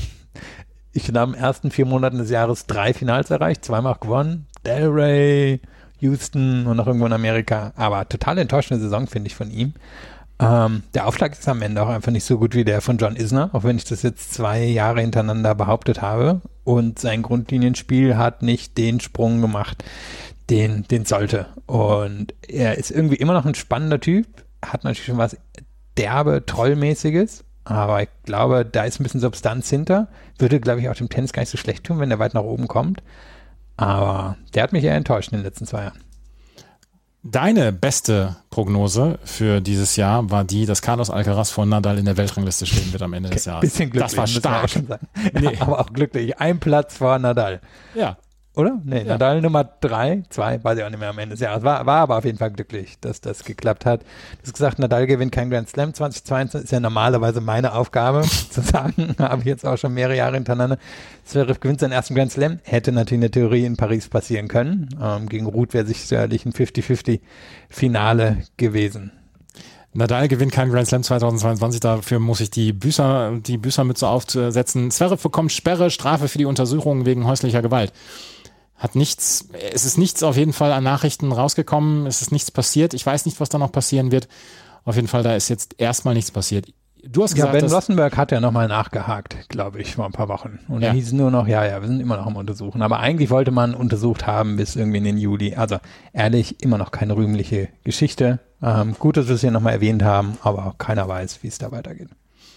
Ich habe in den ersten vier Monaten des Jahres drei Finals erreicht, zweimal auch gewonnen. Delray, Houston und noch irgendwo in Amerika. Aber total enttäuschende Saison, finde ich, von ihm. Ähm, der Aufschlag ist am Ende auch einfach nicht so gut wie der von John Isner, auch wenn ich das jetzt zwei Jahre hintereinander behauptet habe. Und sein Grundlinienspiel hat nicht den Sprung gemacht, den, den sollte. Und er ist irgendwie immer noch ein spannender Typ, hat natürlich schon was derbe, trollmäßiges, aber ich glaube, da ist ein bisschen Substanz hinter. Würde, glaube ich, auch dem Tennis gar nicht so schlecht tun, wenn der weit nach oben kommt. Aber der hat mich eher enttäuscht in den letzten zwei Jahren. Deine beste Prognose für dieses Jahr war die, dass Carlos Alcaraz vor Nadal in der Weltrangliste stehen wird am Ende des Jahres. Bisschen glücklich. Das war stark. Schon sagen. Nee. Ja, aber auch glücklich. Ein Platz vor Nadal. Ja. Oder? Nee, ja. Nadal Nummer drei, zwei, weiß ich auch nicht mehr am Ende des Jahres. War, war aber auf jeden Fall glücklich, dass das geklappt hat. Du hast gesagt, Nadal gewinnt kein Grand Slam zweitausendzweiundzwanzig, ist ja normalerweise meine Aufgabe zu sagen, habe ich jetzt auch schon mehrere Jahre hintereinander. Zverev gewinnt seinen ersten Grand Slam, hätte natürlich in der Theorie in Paris passieren können. Ähm, gegen Ruud wäre sicherlich ein fünfzig fünfzig Finale gewesen. Nadal gewinnt keinen Grand Slam zweitausendzweiundzwanzig, dafür muss ich die Büßer, die Büßermütze aufsetzen. Zverev bekommt Sperre, Strafe für die Untersuchung wegen häuslicher Gewalt. Hat nichts, es ist nichts auf jeden Fall an Nachrichten rausgekommen, es ist nichts passiert. Ich weiß nicht, was da noch passieren wird. Auf jeden Fall, da ist jetzt erstmal nichts passiert. Du hast gesagt, ja, Ben Rossenberg hat ja nochmal nachgehakt, glaube ich, vor ein paar Wochen. Und ja. dann hieß es nur noch, ja, ja, wir sind immer noch am Untersuchen. Aber eigentlich wollte man untersucht haben bis irgendwie in den Juli. Also ehrlich, immer noch keine rühmliche Geschichte. Ähm, gut, dass wir es hier nochmal erwähnt haben, aber keiner weiß, wie es da weitergeht.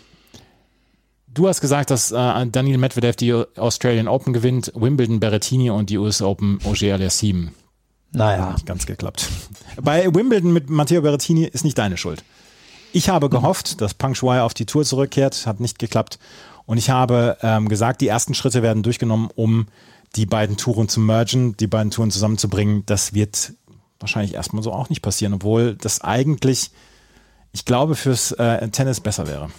Du hast gesagt, dass äh, Daniil Medvedev die Australian Open gewinnt, Wimbledon Berrettini und die U S Open Auger Aliassime. Naja. Hat nicht ganz geklappt. Bei Wimbledon mit Matteo Berrettini ist nicht deine Schuld. Ich habe gehofft, dass Peng Shuai auf die Tour zurückkehrt, hat nicht geklappt. Und ich habe ähm, gesagt, die ersten Schritte werden durchgenommen, um die beiden Touren zu mergen, die beiden Touren zusammenzubringen. Das wird wahrscheinlich erstmal so auch nicht passieren, obwohl das eigentlich, ich glaube, fürs äh, Tennis besser wäre.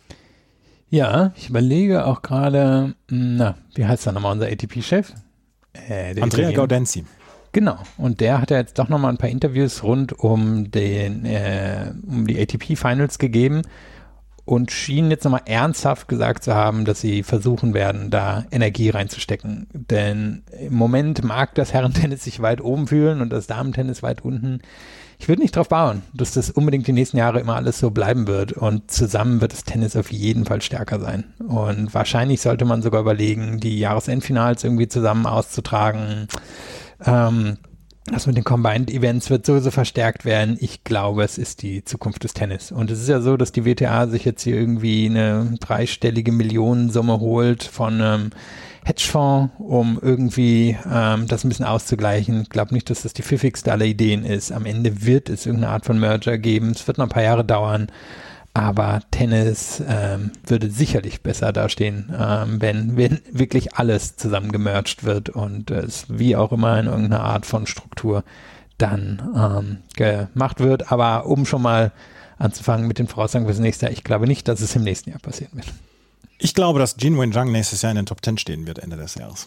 Ja, ich überlege auch gerade, na, wie heißt da nochmal unser A T P-Chef? Äh, Andrea Gaudenzi. Genau, und der hat ja jetzt doch nochmal ein paar Interviews rund um den äh, um die A T P-Finals gegeben und schien jetzt nochmal ernsthaft gesagt zu haben, dass sie versuchen werden, da Energie reinzustecken. Denn im Moment mag das Herrentennis sich weit oben fühlen und das Damentennis weit unten. Ich würde nicht darauf bauen, dass das unbedingt die nächsten Jahre immer alles so bleiben wird und zusammen wird das Tennis auf jeden Fall stärker sein. Und wahrscheinlich sollte man sogar überlegen, die Jahresendfinals irgendwie zusammen auszutragen. Ähm, das mit den Combined Events wird sowieso verstärkt werden. Ich glaube, es ist die Zukunft des Tennis. Und es ist ja so, dass die W T A sich jetzt hier irgendwie eine dreistellige Millionensumme holt von einem Hedgefonds, um irgendwie ähm, das ein bisschen auszugleichen. Ich glaube nicht, dass das die pfiffigste aller Ideen ist. Am Ende wird es irgendeine Art von Merger geben. Es wird noch ein paar Jahre dauern. Aber Tennis ähm, würde sicherlich besser dastehen, ähm, wenn, wenn wirklich alles zusammen gemerged wird und es wie auch immer in irgendeiner Art von Struktur dann ähm, gemacht wird. Aber um schon mal anzufangen mit den Voraussagen fürs nächste Jahr, ich glaube nicht, dass es im nächsten Jahr passieren wird. Ich glaube, dass Jin Wei Zhang nächstes Jahr in den Top Ten stehen wird, Ende des Jahres.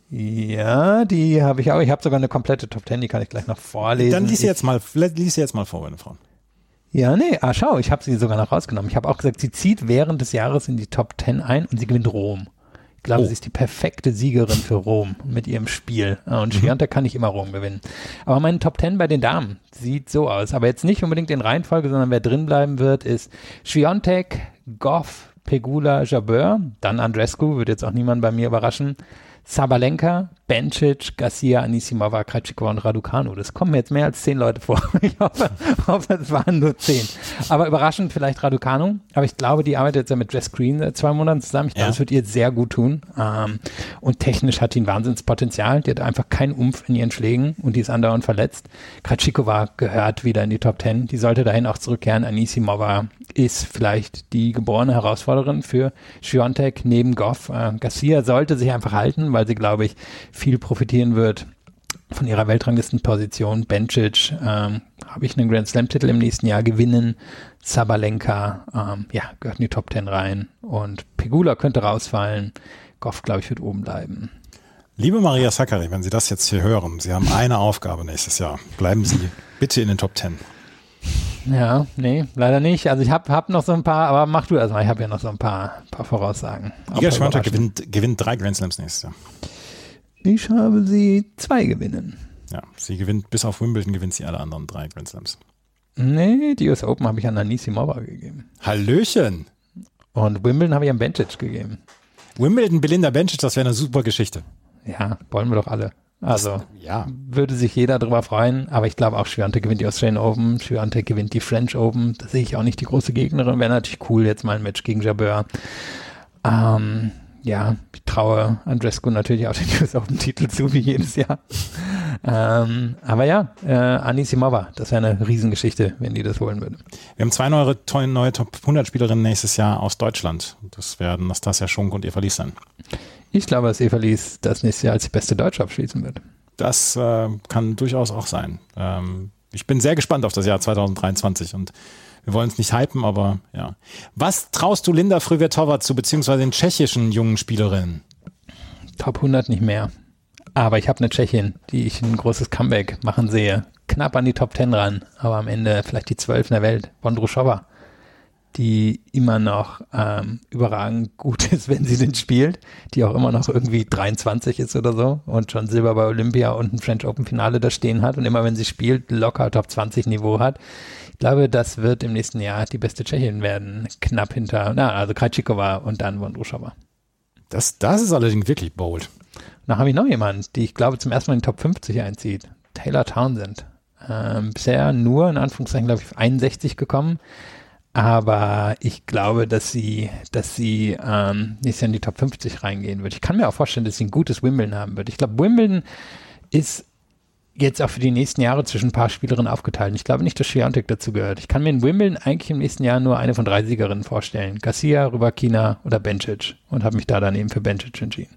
Ja, die habe ich auch. Ich habe sogar eine komplette Top Ten, die kann ich gleich noch vorlesen. Dann lies sie jetzt mal, lies sie jetzt mal vor, meine Frau. Ja, nee, ah, schau, ich habe sie sogar noch rausgenommen. Ich habe auch gesagt, sie zieht während des Jahres in die Top Ten ein und sie gewinnt Rom. Ich glaube, oh. sie ist die perfekte Siegerin für Rom mit ihrem Spiel. Und mhm. Swiatek kann nicht immer Rom gewinnen. Aber meine Top Ten bei den Damen sieht so aus. Aber jetzt nicht unbedingt in Reihenfolge, sondern wer drin bleiben wird, ist Swiatek, Goff, Pegula, Jabeur, dann Andreescu, wird jetzt auch niemand bei mir überraschen, Sabalenka, Bencic, Garcia, Anisimova, Krejcikova und Raducanu. Das kommen mir jetzt mehr als zehn Leute vor. Ich hoffe, hoffe, es waren nur zehn. Aber überraschend vielleicht Raducanu. Aber ich glaube, die arbeitet jetzt ja mit Jess Green seit zwei Monaten zusammen. Ich glaube, ja. das wird ihr sehr gut tun. Ähm, und technisch hat die ein Wahnsinnspotenzial. Die hat einfach keinen Umf in ihren Schlägen und die ist andauernd verletzt. Krejcikova gehört wieder in die Top Ten. Die sollte dahin auch zurückkehren. Anisimova ist vielleicht die geborene Herausforderin für Swiatek neben Goff. Äh, Garcia sollte sich einfach halten, weil sie, glaube ich, viel profitieren wird von ihrer Weltranglistenposition. Bencic, ähm, habe ich einen Grand Slam-Titel im nächsten Jahr gewinnen. Sabalenka, ähm, ja, gehört in die Top Ten rein. Und Pegula könnte rausfallen. Goff, glaube ich, wird oben bleiben. Liebe Maria Sakkari, wenn Sie das jetzt hier hören, Sie haben eine Aufgabe nächstes Jahr. Bleiben Sie bitte in den Top Ten. Ja, nee, leider nicht. Also ich habe hab noch so ein paar, aber mach du erstmal. Ich habe ja noch so ein paar, paar Voraussagen. Iga Świątek gewinnt, gewinnt drei Grand Slams nächstes Jahr. Ich habe sie zwei gewinnen. Ja, sie gewinnt, bis auf Wimbledon gewinnt sie alle anderen drei Grand Slams. Nee, die U S Open habe ich an Anisimova gegeben. Hallöchen! Und Wimbledon habe ich an Bencic gegeben. Wimbledon, Belinda Bencic, das wäre eine super Geschichte. Ja, wollen wir doch alle. Also das, ja. würde sich jeder drüber freuen, aber ich glaube auch Swiatek gewinnt die Australian Open, Swiatek gewinnt die French Open, da sehe ich auch nicht die große Gegnerin, wäre natürlich cool, jetzt mal ein Match gegen Jabeur. Ähm, ja, ich traue Andreescu natürlich auch den U S Open Titel zu, wie jedes Jahr. ähm, aber ja, äh, Anisimova, das wäre eine Riesengeschichte, wenn die das holen würde. Wir haben zwei neue, neue Top hundert Spielerinnen nächstes Jahr aus Deutschland. Das werden Nastasia Schunk und Eva Lies sein. Ich glaube, dass Eva Lies das nächste Jahr als die beste Deutsche abschließen wird. Das äh, kann durchaus auch sein. Ähm, ich bin sehr gespannt auf das Jahr zwanzig dreiundzwanzig und wir wollen es nicht hypen, aber ja. Was traust du Linda Fruhvirtova zu, beziehungsweise den tschechischen jungen Spielerinnen? Top hundert nicht mehr. Aber ich habe eine Tschechin, die ich ein großes Comeback machen sehe. Knapp an die Top zehn ran, aber am Ende vielleicht die zwölf in der Welt. Vondroušová, die immer noch ähm, überragend gut ist, wenn sie denn spielt. Die auch immer noch irgendwie dreiundzwanzig ist oder so und schon Silber bei Olympia und ein French Open Finale da stehen hat und immer wenn sie spielt, locker Top zwanzig Niveau hat. Ich glaube, das wird im nächsten Jahr die beste Tschechin werden. Knapp hinter, na, also Krejcikova und dann Vondroušová. Das, das ist allerdings wirklich bold. Dann habe ich noch jemanden, die ich glaube zum ersten Mal in die Top fünfzig einzieht. Taylor Townsend. Ähm, bisher nur in Anführungszeichen, glaube ich, auf einundsechzig gekommen. Aber ich glaube, dass sie, dass sie ähm, nächstes Jahr in die Top fünfzig reingehen wird. Ich kann mir auch vorstellen, dass sie ein gutes Wimbledon haben wird. Ich glaube, Wimbledon ist jetzt auch für die nächsten Jahre zwischen ein paar Spielerinnen aufgeteilt. Ich glaube nicht, dass Swiatek dazu gehört. Ich kann mir in Wimbledon eigentlich im nächsten Jahr nur eine von drei Siegerinnen vorstellen. Garcia, Rybakina oder Bencic. Und habe mich da dann eben für Bencic entschieden.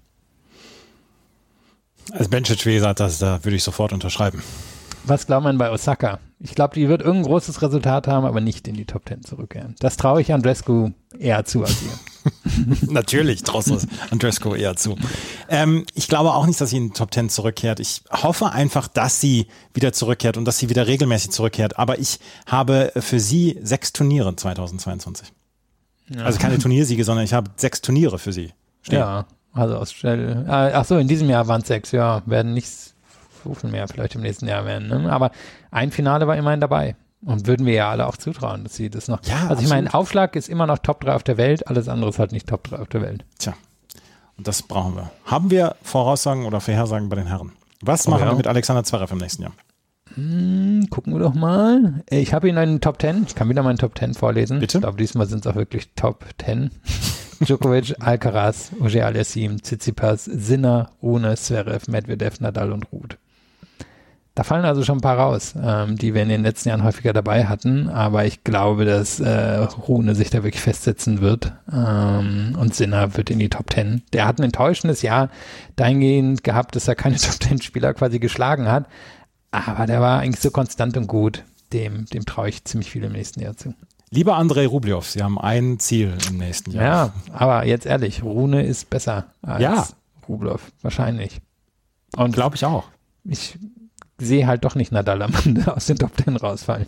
Als Bencic, wie gesagt, das, da würde ich sofort unterschreiben. Was glaubt man bei Osaka? Ich glaube, die wird irgendein großes Resultat haben, aber nicht in die Top zehn zurückkehren. Das traue ich Andreescu eher zu als ihr. Natürlich traust du Andreescu eher zu. Ähm, ich glaube auch nicht, dass sie in die Top zehn zurückkehrt. Ich hoffe einfach, dass sie wieder zurückkehrt und dass sie wieder regelmäßig zurückkehrt. Aber ich habe für sie sechs Turniere zweitausendzweiundzwanzig. Ja. Also keine Turniersiege, sondern ich habe sechs Turniere für sie stehen. Ja, also Australien. Ach so, in diesem Jahr waren es sechs. Ja, werden nicht so viel mehr vielleicht im nächsten Jahr werden. Ne? Aber ein Finale war immerhin dabei. Und würden wir ja alle auch zutrauen, dass sie das noch. Ja, also ich meine, Aufschlag ist immer noch Top drei auf der Welt, alles andere ist halt nicht Top drei auf der Welt. Tja, und das brauchen wir. Haben wir Voraussagen oder Vorhersagen bei den Herren? Was Oh, machen ja. wir mit Alexander Zverev im nächsten Jahr? Hm, gucken wir doch mal. Ich habe ihn in den Top zehn. Ich kann wieder meinen Top zehn vorlesen. Bitte? Ich glaube, diesmal sind es auch wirklich Top zehn. Djokovic, Alcaraz, Auger-Aliassime, Tsitsipas, Sinner, Rune, Zverev, Medvedev, Nadal und Ruud. Da fallen also schon ein paar raus, ähm, die wir in den letzten Jahren häufiger dabei hatten, aber ich glaube, dass äh, Rune sich da wirklich festsetzen wird ähm, und Sinner wird in die Top zehn. Der hat ein enttäuschendes Jahr dahingehend gehabt, dass er keine Top zehn Spieler quasi geschlagen hat, aber der war eigentlich so konstant und gut, dem, dem traue ich ziemlich viel im nächsten Jahr zu. Lieber Andrei Rublev, Sie haben ein Ziel im nächsten Jahr. Ja, aber jetzt ehrlich, Rune ist besser als Ja. Rublev, wahrscheinlich. Und Glaube ich auch. ich sehe halt doch nicht Nadal am Ende aus den Top zehn rausfallen.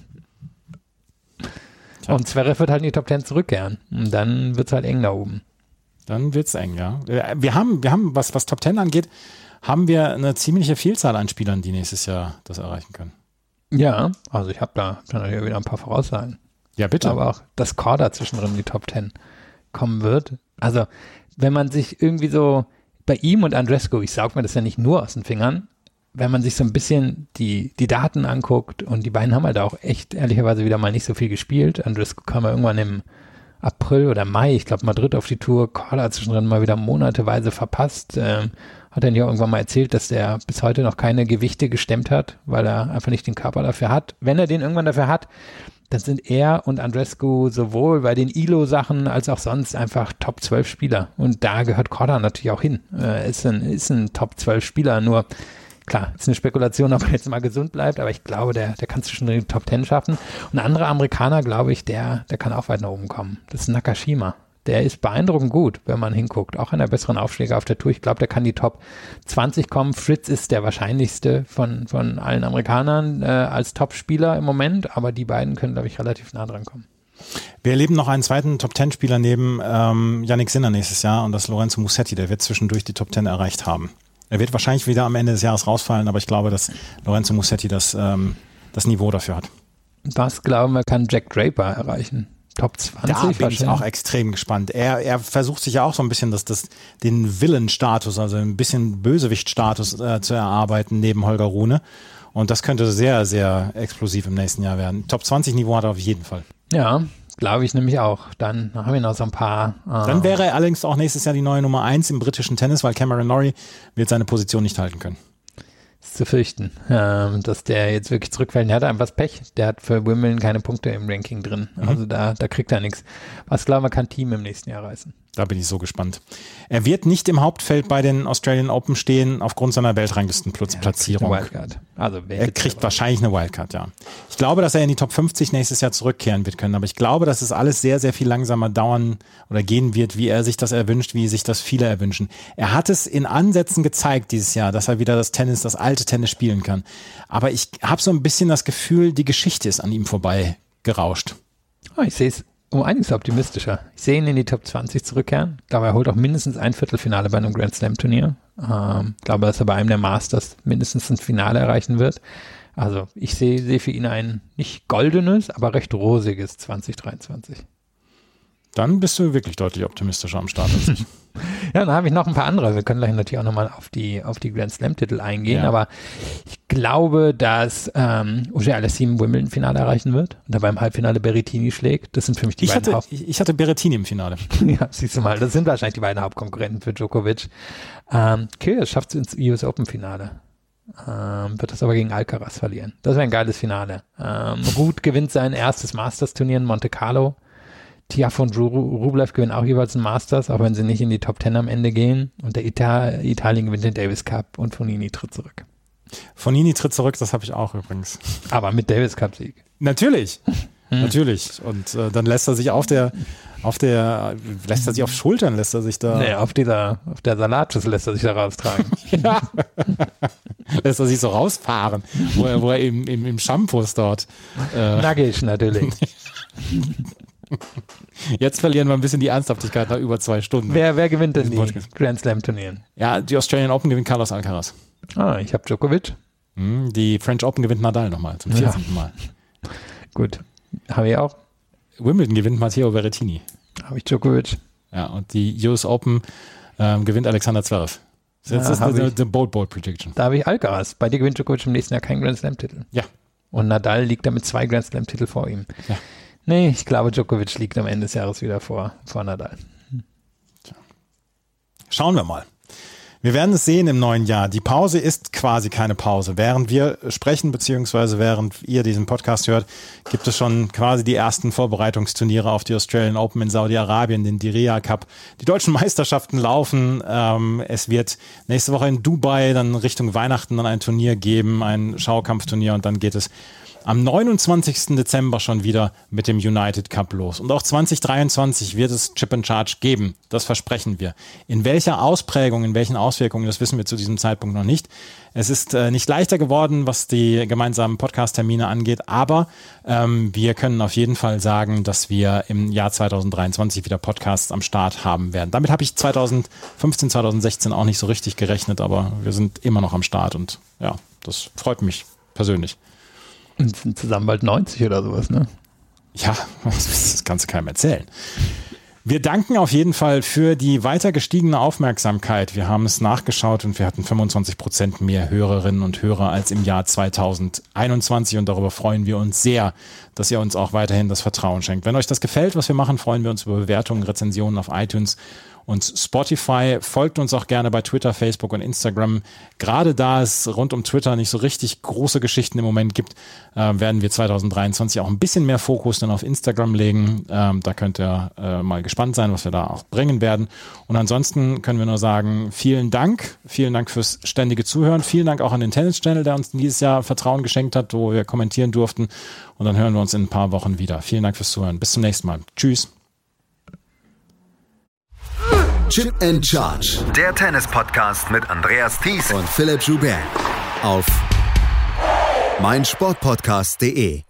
Tja. Und Zverev wird halt in die Top zehn zurückkehren. Und dann wird es halt eng da oben. Dann wird's eng, ja. Wir haben, wir haben, was, was Top zehn angeht, haben wir eine ziemliche Vielzahl an Spielern, die nächstes Jahr das erreichen können. Ja, also ich habe da dann natürlich wieder ein paar Voraussagen. Ja, bitte. Aber auch, dass Korda zwischendrin in die Top zehn kommen wird. Also, wenn man sich irgendwie so bei ihm und Andreescu, ich saug mir das ja nicht nur aus den Fingern, wenn man sich so ein bisschen die, die Daten anguckt und die beiden haben halt auch echt ehrlicherweise wieder mal nicht so viel gespielt. Andreescu kam ja irgendwann im April oder Mai, ich glaube Madrid auf die Tour, Korda zwischendrin mal wieder monateweise verpasst. Ähm, hat dann ja irgendwann mal erzählt, dass der bis heute noch keine Gewichte gestemmt hat, weil er einfach nicht den Körper dafür hat. Wenn er den irgendwann dafür hat, dann sind er und Andreescu sowohl bei den I L O-Sachen als auch sonst einfach Top zwölf Spieler. Und da gehört Korda natürlich auch hin. Äh, ist ein, ist ein Top zwölf Spieler, nur klar, ist eine Spekulation, ob er jetzt mal gesund bleibt, aber ich glaube, der, der kann zwischen den Top zehn schaffen. Und ein anderer Amerikaner, glaube ich, der, der kann auch weit nach oben kommen. Das ist Nakashima. Der ist beeindruckend gut, wenn man hinguckt. Auch einer besseren Aufschläger auf der Tour. Ich glaube, der kann die Top zwanzig kommen. Fritz ist der wahrscheinlichste von, von allen Amerikanern äh, als Top-Spieler im Moment, aber die beiden können, glaube ich, relativ nah dran kommen. Wir erleben noch einen zweiten Top zehn Spieler neben ähm, Yannick Sinner nächstes Jahr und das ist Lorenzo Musetti. Der wird zwischendurch die Top zehn erreicht haben. Er wird wahrscheinlich wieder am Ende des Jahres rausfallen, aber ich glaube, dass Lorenzo Musetti das, ähm, das Niveau dafür hat. Was, glauben wir, kann Jack Draper erreichen? Top zwanzig? Da bin ich auch extrem gespannt. Er, er versucht sich ja auch so ein bisschen das, das, den Villain-Status, also ein bisschen Bösewicht-Status äh, zu erarbeiten neben Holger Rune. Und das könnte sehr, sehr explosiv im nächsten Jahr werden. Top zwanzig Niveau hat er auf jeden Fall. Ja, glaube ich nämlich auch. Dann haben wir noch so ein paar. Äh Dann wäre er allerdings auch nächstes Jahr die neue Nummer eins im britischen Tennis, weil Cameron Norrie wird seine Position nicht halten können. Ist zu fürchten, ähm, dass der jetzt wirklich zurückfällt. Der hat einfach das Pech. Der hat für Wimbledon keine Punkte im Ranking drin. Mhm. Also da, da kriegt er nichts. Was glauben wir, kann Team im nächsten Jahr reißen? Da bin ich so gespannt. Er wird nicht im Hauptfeld bei den Australian Open stehen, aufgrund seiner Weltranglistenplatzierung. Ja, Wildcard. Also er kriegt wahrscheinlich eine Wildcard, ja. Ich glaube, dass er in die Top fünfzig nächstes Jahr zurückkehren wird können, aber ich glaube, dass es alles sehr, sehr viel langsamer dauern oder gehen wird, wie er sich das erwünscht, wie sich das viele erwünschen. Er hat es in Ansätzen gezeigt dieses Jahr, dass er wieder das Tennis, das alte Tennis spielen kann. Aber ich habe so ein bisschen das Gefühl, die Geschichte ist an ihm vorbei gerauscht. Oh, ich sehe es um einiges optimistischer. Ich sehe ihn in die Top zwanzig zurückkehren. Ich glaube, er holt auch mindestens ein Viertelfinale bei einem Grand Slam Turnier. Ähm, ich glaube, dass er bei einem der Masters mindestens ein Finale erreichen wird. Also ich sehe, sehe für ihn ein nicht goldenes, aber recht rosiges zwanzig dreiundzwanzig. Dann bist du wirklich deutlich optimistischer am Start als ich. Ja, dann habe ich noch ein paar andere. Wir können gleich natürlich auch nochmal auf die, auf die Grand Slam-Titel eingehen, ja. Aber ich glaube, dass ähm, Auger Aliassime im Wimbledon-Finale erreichen wird und dabei im Halbfinale Berrettini schlägt. Das sind für mich die ich beiden hatte, Haupt- ich, ich hatte Berrettini im Finale. Ja, siehst du mal, das sind wahrscheinlich die beiden Hauptkonkurrenten für Djokovic. Ähm, Kyrgios schafft es ins U S Open-Finale. Ähm, wird das aber gegen Alcaraz verlieren. Das wäre ein geiles Finale. Ähm, Ruud gewinnt sein erstes Masters-Turnier in Monte Carlo. Tiafoe und Rublev gewinnen auch jeweils ein Masters, auch wenn sie nicht in die Top Ten am Ende gehen. Und der Ita- Italien gewinnt den Davis Cup und Fognini tritt zurück. Fognini tritt zurück, das habe ich auch übrigens. Aber mit Davis Cup Sieg. Natürlich, natürlich. Und äh, dann lässt er sich auf der, auf der, lässt er sich auf Schultern, lässt er sich da. Nee, auf dieser, auf der Salatschüssel lässt er sich da raustragen. Ja. Lässt er sich so rausfahren, wo er, wo er im, im, im Shampoos dort. Äh, Nackig natürlich. Jetzt verlieren wir ein bisschen die Ernsthaftigkeit nach über zwei Stunden. Wer, wer gewinnt denn die Podcast. Grand Slam Turnieren? Ja, die Australian Open gewinnt Carlos Alcaraz. Ah, ich habe Djokovic. Die French Open gewinnt Nadal nochmal, zum vierzehnten Mal. Gut, habe ich auch. Wimbledon gewinnt Matteo Berrettini. Habe ich Djokovic. Ja, und die U S Open ähm, gewinnt Alexander Zverev. Das ja, ist eine Bold Bold Prediction. Da habe ich Alcaraz. Bei dir gewinnt Djokovic im nächsten Jahr keinen Grand Slam Titel. Ja. Und Nadal liegt damit zwei Grand Slam Titel vor ihm. Ja. Nee, ich glaube, Djokovic liegt am Ende des Jahres wieder vor, vor Nadal. Schauen wir mal. Wir werden es sehen im neuen Jahr. Die Pause ist quasi keine Pause. Während wir sprechen, beziehungsweise während ihr diesen Podcast hört, gibt es schon quasi die ersten Vorbereitungsturniere auf die Australian Open in Saudi-Arabien, den Diriyah Cup. Die deutschen Meisterschaften laufen. Ähm, es wird nächste Woche in Dubai dann Richtung Weihnachten dann ein Turnier geben, ein Schaukampfturnier, und dann geht es am neunundzwanzigsten Dezember schon wieder mit dem United Cup los. Und auch zwanzig dreiundzwanzig wird es Chip and Charge geben. Das versprechen wir. In welcher Ausprägung, in welchen Auswirkungen, das wissen wir zu diesem Zeitpunkt noch nicht. Es ist äh, nicht leichter geworden, was die gemeinsamen Podcast-Termine angeht, aber ähm, wir können auf jeden Fall sagen, dass wir im Jahr zwanzig dreiundzwanzig wieder Podcasts am Start haben werden. Damit habe ich zwanzig fünfzehn, zwanzig sechzehn auch nicht so richtig gerechnet, aber wir sind immer noch am Start und ja, das freut mich persönlich. Und sind zusammen bald neunzig oder sowas, ne? Ja, das kannst du keinem erzählen. Wir danken auf jeden Fall für die weiter gestiegene Aufmerksamkeit. Wir haben es nachgeschaut und wir hatten fünfundzwanzig Prozent mehr Hörerinnen und Hörer als im Jahr zwanzig einundzwanzig und darüber freuen wir uns sehr, dass ihr uns auch weiterhin das Vertrauen schenkt. Wenn euch das gefällt, was wir machen, freuen wir uns über Bewertungen, Rezensionen auf iTunes und Spotify. Folgt uns auch gerne bei Twitter, Facebook und Instagram. Gerade da es rund um Twitter nicht so richtig große Geschichten im Moment gibt, äh, werden wir zwanzig dreiundzwanzig auch ein bisschen mehr Fokus dann auf Instagram legen. Ähm, da könnt ihr äh, mal gespannt sein, was wir da auch bringen werden. Und ansonsten können wir nur sagen, vielen Dank. Vielen Dank fürs ständige Zuhören. Vielen Dank auch an den Tennis Channel, der uns dieses Jahr Vertrauen geschenkt hat, wo wir kommentieren durften. Und dann hören wir uns in ein paar Wochen wieder. Vielen Dank fürs Zuhören. Bis zum nächsten Mal. Tschüss. Chip and Charge. Der Tennis-Podcast mit Andreas Thies und Philipp Joubert auf meinsportpodcast punkt de.